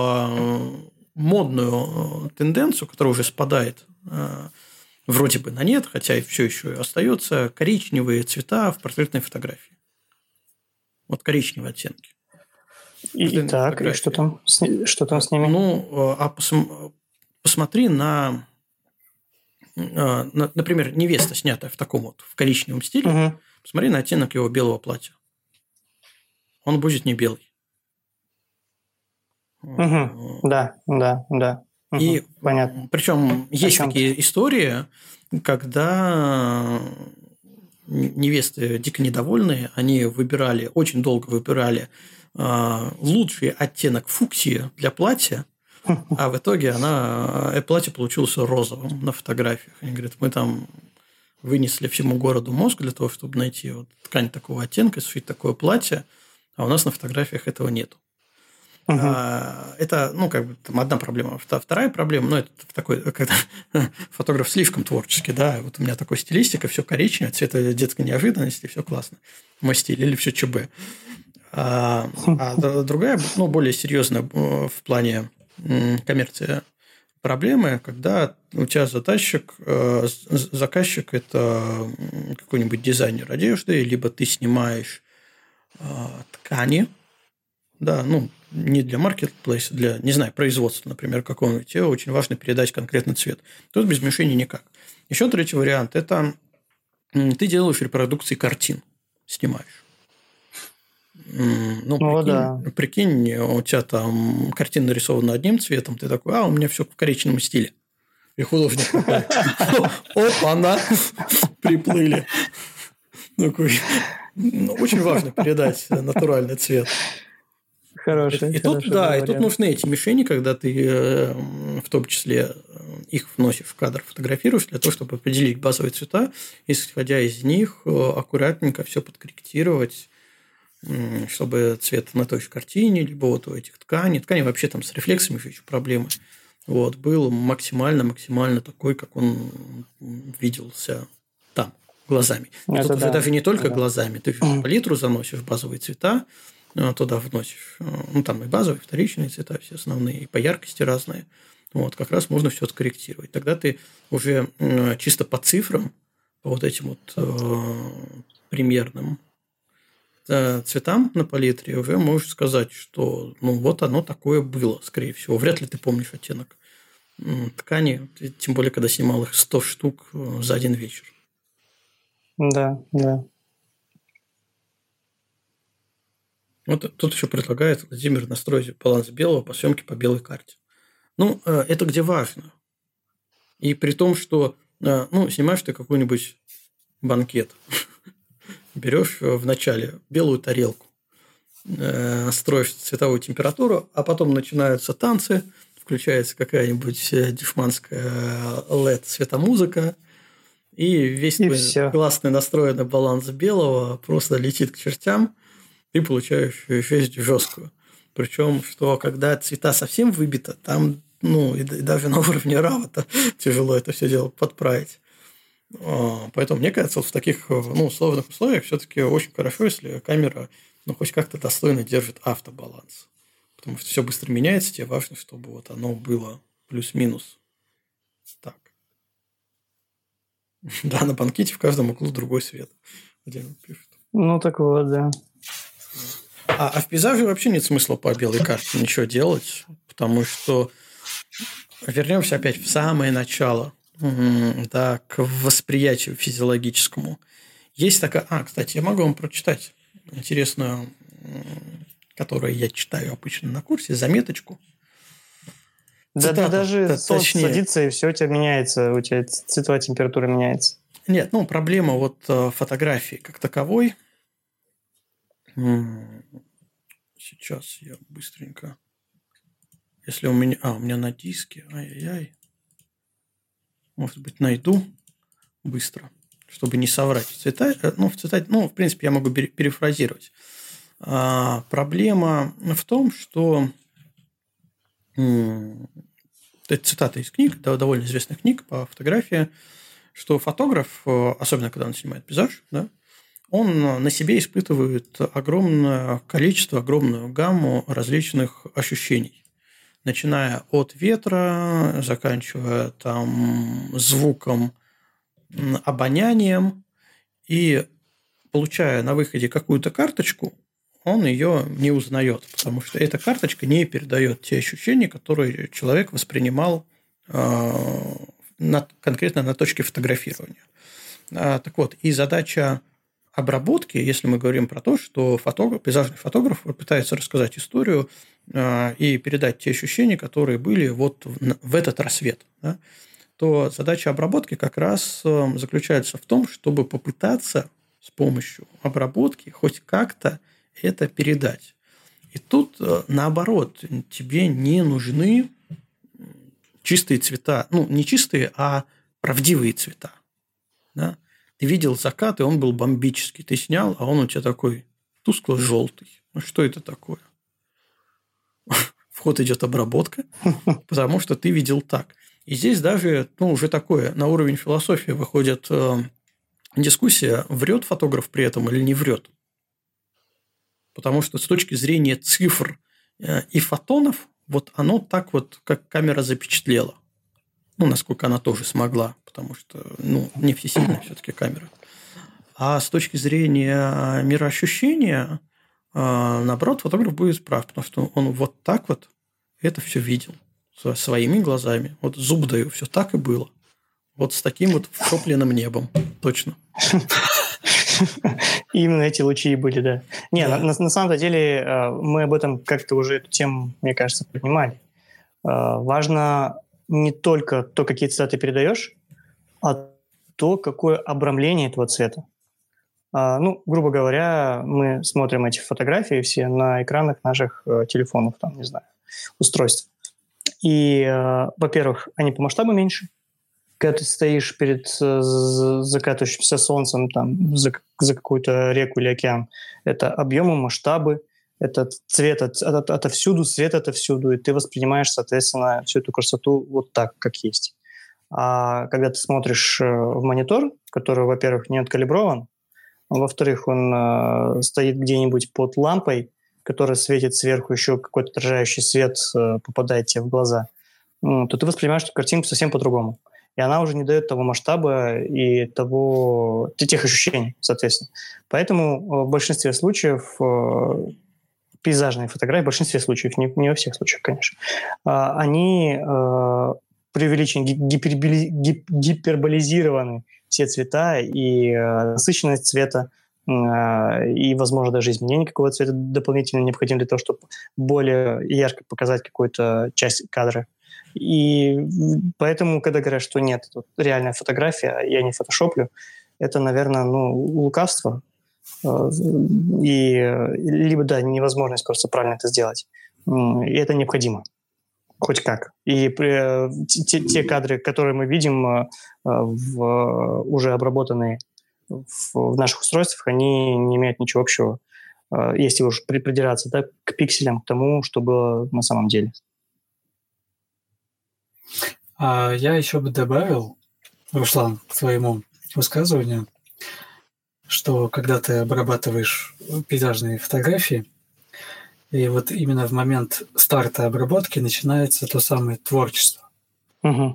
модную тенденцию, которая уже спадает вроде бы на нет, хотя и все еще остается, коричневые цвета в портретной фотографии. Вот коричневые оттенки. И что там с ними? Посмотри на, например, невеста, снятая в таком в коричневом стиле, посмотри на оттенок его белого платья. Он будет не белый. Да. И понятно. Причем есть такие истории, когда невесты дико недовольные, они очень долго выбирали лучший оттенок фуксии для платья, а в итоге платье получилось розовым на фотографиях. Они говорят, мы там вынесли всему городу мозг для того, чтобы найти ткань такого оттенка, сшить такое платье, а у нас на фотографиях этого нету. Это, одна проблема. Вторая проблема, это такой, когда фотограф слишком творческий, да, вот у меня такой стилистика, все коричневое, цвета детской неожиданности, все классно. Мой стиль, или все ЧБ. А другая, более серьезная в плане коммерции проблемы, когда у тебя заказчик – это какой-нибудь дизайнер одежды, либо ты снимаешь ткани, да, не для маркетплейса, для, не знаю, производства, например, какого-нибудь, тебе очень важно передать конкретный цвет. Тут без мишени никак. Еще третий вариант – это ты делаешь репродукции картин, снимаешь. Прикинь, у тебя там картина нарисована одним цветом, ты такой, у меня все в коричневом стиле. И художник такой, опа-на, приплыли. Очень важно передать натуральный цвет. Хороший. И тут нужны эти мишени, когда ты в том числе их вносишь в кадр, фотографируешь для того, чтобы определить базовые цвета, и, исходя из них, аккуратненько все подкорректировать, чтобы цвет на той же картине, либо вот у этих тканей. Ткани вообще там с рефлексами еще проблемы. Вот, был максимально такой, как он виделся там, глазами. И тут уже даже не только глазами. Ты в палитру заносишь базовые цвета, туда вносишь, там и базовые, и вторичные цвета, все основные, и по яркости разные. Вот, как раз можно все откорректировать. Тогда ты уже чисто по цифрам, по вот этим вот примерным цветам на палитре уже можешь сказать, что вот оно такое было, скорее всего. Вряд ли ты помнишь оттенок ткани, тем более, когда снимал их 100 штук за один вечер. Да. Вот тут еще предлагает Владимир настроить баланс белого по съемке по белой карте. Это где важно. И при том, что снимаешь ты какой-нибудь банкет, берешь вначале белую тарелку, строишь цветовую температуру, а потом начинаются танцы, включается какая-нибудь дешманская LED-светомузыка, и весь твой классный настроенный баланс белого просто летит к чертям, ты получаешь жесть жесткую. Причем, что когда цвета совсем выбито, там, и даже на уровне RAW тяжело это все дело подправить. Поэтому, мне кажется, вот в таких сложных условиях все-таки очень хорошо, если камера хоть как-то достойно держит автобаланс. Потому что все быстро меняется, тебе важно, чтобы вот оно было плюс-минус так. Да, на банкете в каждом углу другой свет. Где он пишет. Так вот, да. А в пейзаже вообще нет смысла по белой карте ничего делать, потому что вернемся опять в самое начало. Да, к восприятию физиологическому. Есть такая... кстати, я могу вам прочитать интересную, которую я читаю обычно на курсе, заметочку. Да, даже солнце садится, и все у тебя меняется, у тебя цветовая температура меняется. Нет, проблема вот фотографии как таковой. Сейчас я быстренько... Если у меня на диске... Ай-яй-яй. Может быть, найду быстро, чтобы не соврать. В принципе, я могу перефразировать. Проблема в том, что это цитата из книг, довольно известных книг по фотографии, что фотограф, особенно когда он снимает пейзаж, да, он на себе испытывает огромное количество, огромную гамму различных ощущений. Начиная от ветра, заканчивая там звуком, обонянием, и получая на выходе какую-то карточку, он ее не узнает, потому что эта карточка не передает те ощущения, которые человек воспринимал конкретно на точке фотографирования. Так вот, и задача обработки, если мы говорим про то, что пейзажный фотограф пытается рассказать историю и передать те ощущения, которые были вот в этот рассвет, да, то задача обработки как раз заключается в том, чтобы попытаться с помощью обработки хоть как-то это передать. И тут, наоборот, тебе не нужны чистые цвета, не чистые, а правдивые цвета. Да? Ты видел закат, и он был бомбический. Ты снял, а он у тебя такой тускло-желтый. Что это такое? В ход идет обработка, потому что ты видел так. И здесь даже уже такое на уровень философии выходит дискуссия, врет фотограф при этом или не врет. Потому что с точки зрения цифр и фотонов, вот оно так вот, как камера запечатлела. Насколько она тоже смогла, потому что не всесильная все-таки камера. А с точки зрения мироощущения, наоборот, фотограф будет прав, потому что он вот так вот это все видел своими глазами. Вот зуб даю, все так и было. Вот с таким вот втопленным небом. Точно. Именно эти лучи и были, да. Не, да. На самом деле мы об этом как-то уже эту тему, мне кажется, поднимали. Важно не только то, какие цвета ты передаешь, а то, какое обрамление этого цвета. Грубо говоря, мы смотрим эти фотографии все на экранах наших телефонов, там, не знаю, устройств. И, во-первых, они по масштабу меньше. Когда ты стоишь перед закатывающимся солнцем там, за какую-то реку или океан, это объемы, масштабы, это цвет отовсюду, свет отовсюду, и ты воспринимаешь, соответственно, всю эту красоту вот так, как есть. А когда ты смотришь в монитор, который, во-первых, не откалиброван, а во-вторых, он стоит где-нибудь под лампой, которая светит сверху, еще какой-то отражающий свет попадает тебе в глаза, то ты воспринимаешь эту картинку совсем по-другому. И она уже не дает того масштаба и тех ощущений, соответственно. Поэтому в большинстве случаев пейзажные фотографии, в большинстве случаев, не во всех случаях, конечно, они преувеличены, гиперболизированы все цвета и насыщенность цвета, и, возможно, даже изменение какого-то цвета дополнительно необходимо для того, чтобы более ярко показать какую-то часть кадра. И поэтому, когда говорят, что нет, это реальная фотография, я не фотошоплю, это, наверное, лукавство. И либо, да, невозможность просто правильно это сделать. И это необходимо. Хоть как. И те кадры, которые мы видим, уже обработанные в наших устройствах, они не имеют ничего общего, если уж придираться, да, к пикселям, к тому, что было на самом деле. Я еще бы добавил, Руслан, к твоему высказыванию, что когда ты обрабатываешь пейзажные фотографии, и вот именно в момент старта обработки начинается то самое творчество. Угу.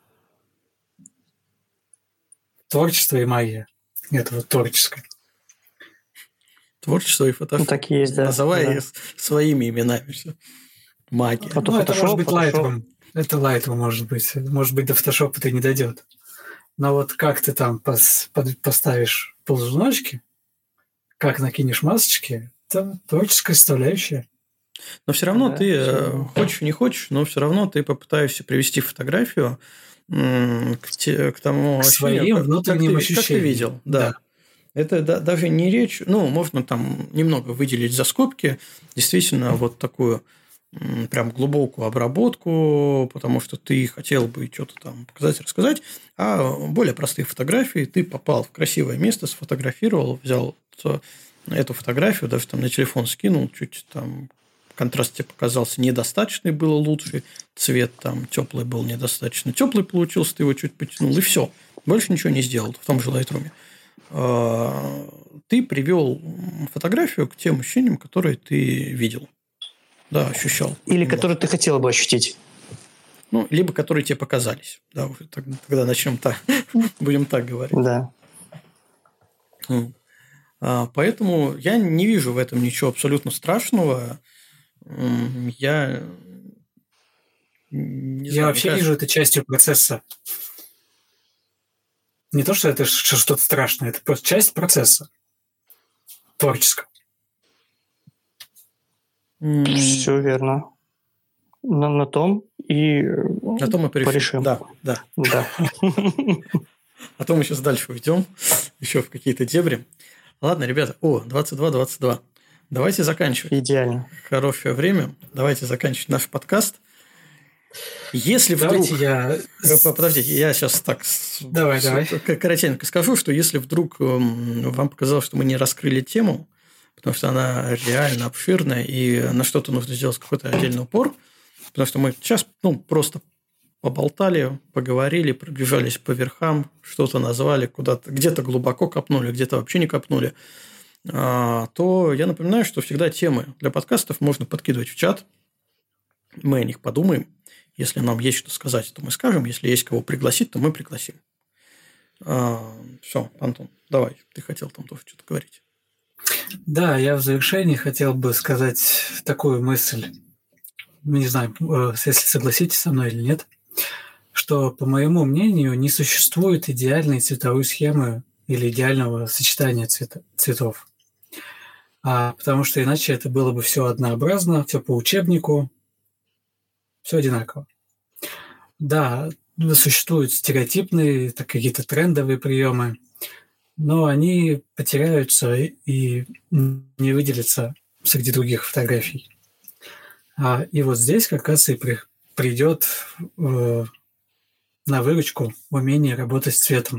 Творчество и магия. Это вот творческое. Творчество и фотошоп. Так и есть, да. Называй своими именами все. Магия. Это может быть Lightroom. Это Lightroom может быть. Может быть, до фотошопа ты не дойдет. Но вот как ты там поставишь ползуночки, как накинешь масочки, это творческая составляющая. Но все равно ты, хочешь не хочешь, но все равно ты попытаешься привести фотографию к тому своим внутренним ощущениям. Как ты видел, да. Это даже не речь, можно там немного выделить за скобки, действительно вот такую прям глубокую обработку, потому что ты хотел бы что-то там показать, рассказать, а более простые фотографии, ты попал в красивое место, сфотографировал, взял эту фотографию, даже там на телефон скинул, чуть там контраст тебе показался недостаточный, было лучше, цвет там теплый был недостаточно теплый получился, ты его чуть потянул, и все. Больше ничего не сделал в том же Lightroom. Ты привел фотографию к тем ощущениям, которые ты видел. Да, ощущал. Или которые ты хотел бы ощутить. Либо которые тебе показались. Да, уже тогда начнем так. Будем так говорить. Да. Поэтому я не вижу в этом ничего абсолютно страшного. Я вообще вижу это частью процесса. Не то, что это что-то страшное, это просто часть процесса творческого. Все верно. На том и порешим. Да. А то мы сейчас дальше уйдем, еще в какие-то дебри. Ладно, ребята, 22:22. Давайте заканчивать. Идеально. Хорошее время. Давайте заканчивать наш подкаст. Если вдруг... Подождите, я сейчас так давай. коротенько скажу, что если вдруг вам показалось, что мы не раскрыли тему, потому что она реально обширная, и на что-то нужно сделать какой-то отдельный упор, потому что мы сейчас просто поболтали, поговорили, пробежались по верхам, что-то назвали, куда-то, где-то глубоко копнули, где-то вообще не копнули, то я напоминаю, что всегда темы для подкастов можно подкидывать в чат, мы о них подумаем. Если нам есть что сказать, то мы скажем. Если есть кого пригласить, то мы пригласим. Все, Антон, давай. Ты хотел там тоже что-то говорить. Да, я в завершении хотел бы сказать такую мысль. Не знаю, если согласитесь со мной или нет, что, по моему мнению, не существует идеальной цветовой схемы или идеального сочетания цветов. Потому что иначе это было бы все однообразно, все по учебнику, все одинаково. Да, существуют стереотипные, какие-то трендовые приемы, но они потеряются и не выделятся среди других фотографий. И вот здесь как раз и придет на выручку умение работать с цветом.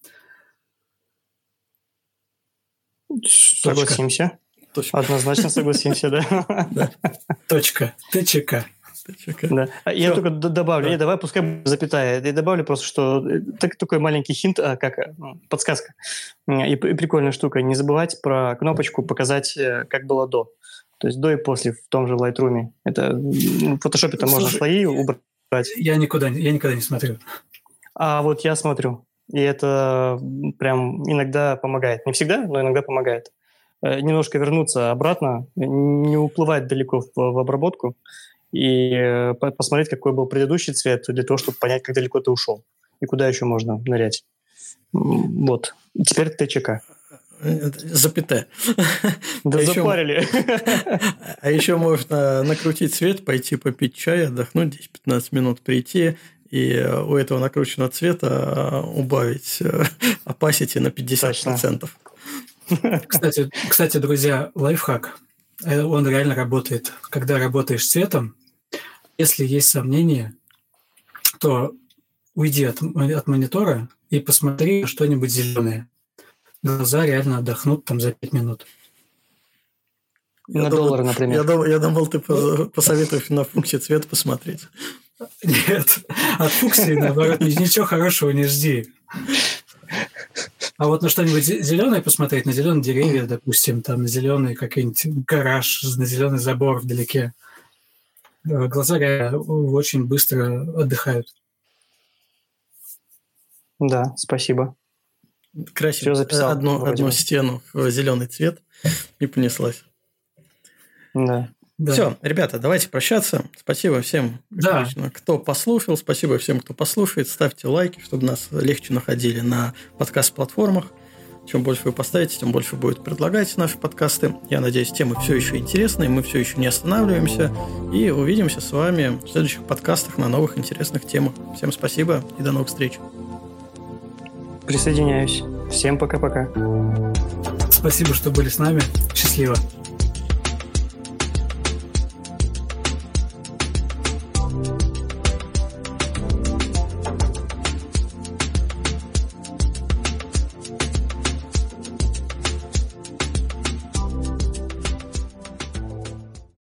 Согласимся. Точка. Однозначно согласимся, да. Точка. ТЧК. Да. Я только добавлю, давай пускай запятая. Я добавлю просто, что такой маленький хинт, подсказка. И прикольная штука. Не забывать про кнопочку «Показать, как было до». То есть до и после в том же Lightroom. Это в фотошопе-то можно слои убрать. Я никогда не смотрю. А вот я смотрю. И это прям иногда помогает. Не всегда, но иногда помогает. Немножко вернуться обратно, не уплывать далеко в обработку и посмотреть, какой был предыдущий цвет, для того, чтобы понять, как далеко ты ушел и куда еще можно нырять. Вот. Теперь ТЧК. Запятая. Да запарили. А еще можно накрутить цвет, пойти попить чай, отдохнуть 10-15 минут, прийти и у этого накрученного цвета убавить opacity на 50%. Кстати, друзья, лайфхак. Он реально работает. Когда работаешь с цветом, если есть сомнения, то уйди от монитора и посмотри что-нибудь зеленое. Глаза реально отдохнут там за 5 минут. На доллар, например. Я думал, ты посоветуешь на фуксии цвет посмотреть. Нет, от фуксии, наоборот, ничего хорошего не жди. А вот на что-нибудь зеленое посмотреть, на зеленые деревья, допустим, там на зеленый какой-нибудь гараж, на зеленый забор вдалеке. Глаза реально очень быстро отдыхают. Да, спасибо. Красим одну стену в зеленый цвет и понеслась. Да. Все, ребята, давайте прощаться. Спасибо всем, кто послушал. Спасибо всем, кто послушает. Ставьте лайки, чтобы нас легче находили на подкаст-платформах. Чем больше вы поставите, тем больше будет предлагать наши подкасты. Я надеюсь, темы все еще интересные, мы все еще не останавливаемся. И увидимся с вами в следующих подкастах на новых интересных темах. Всем спасибо и до новых встреч. Присоединяюсь. Всем пока-пока. Спасибо, что были с нами. Счастливо.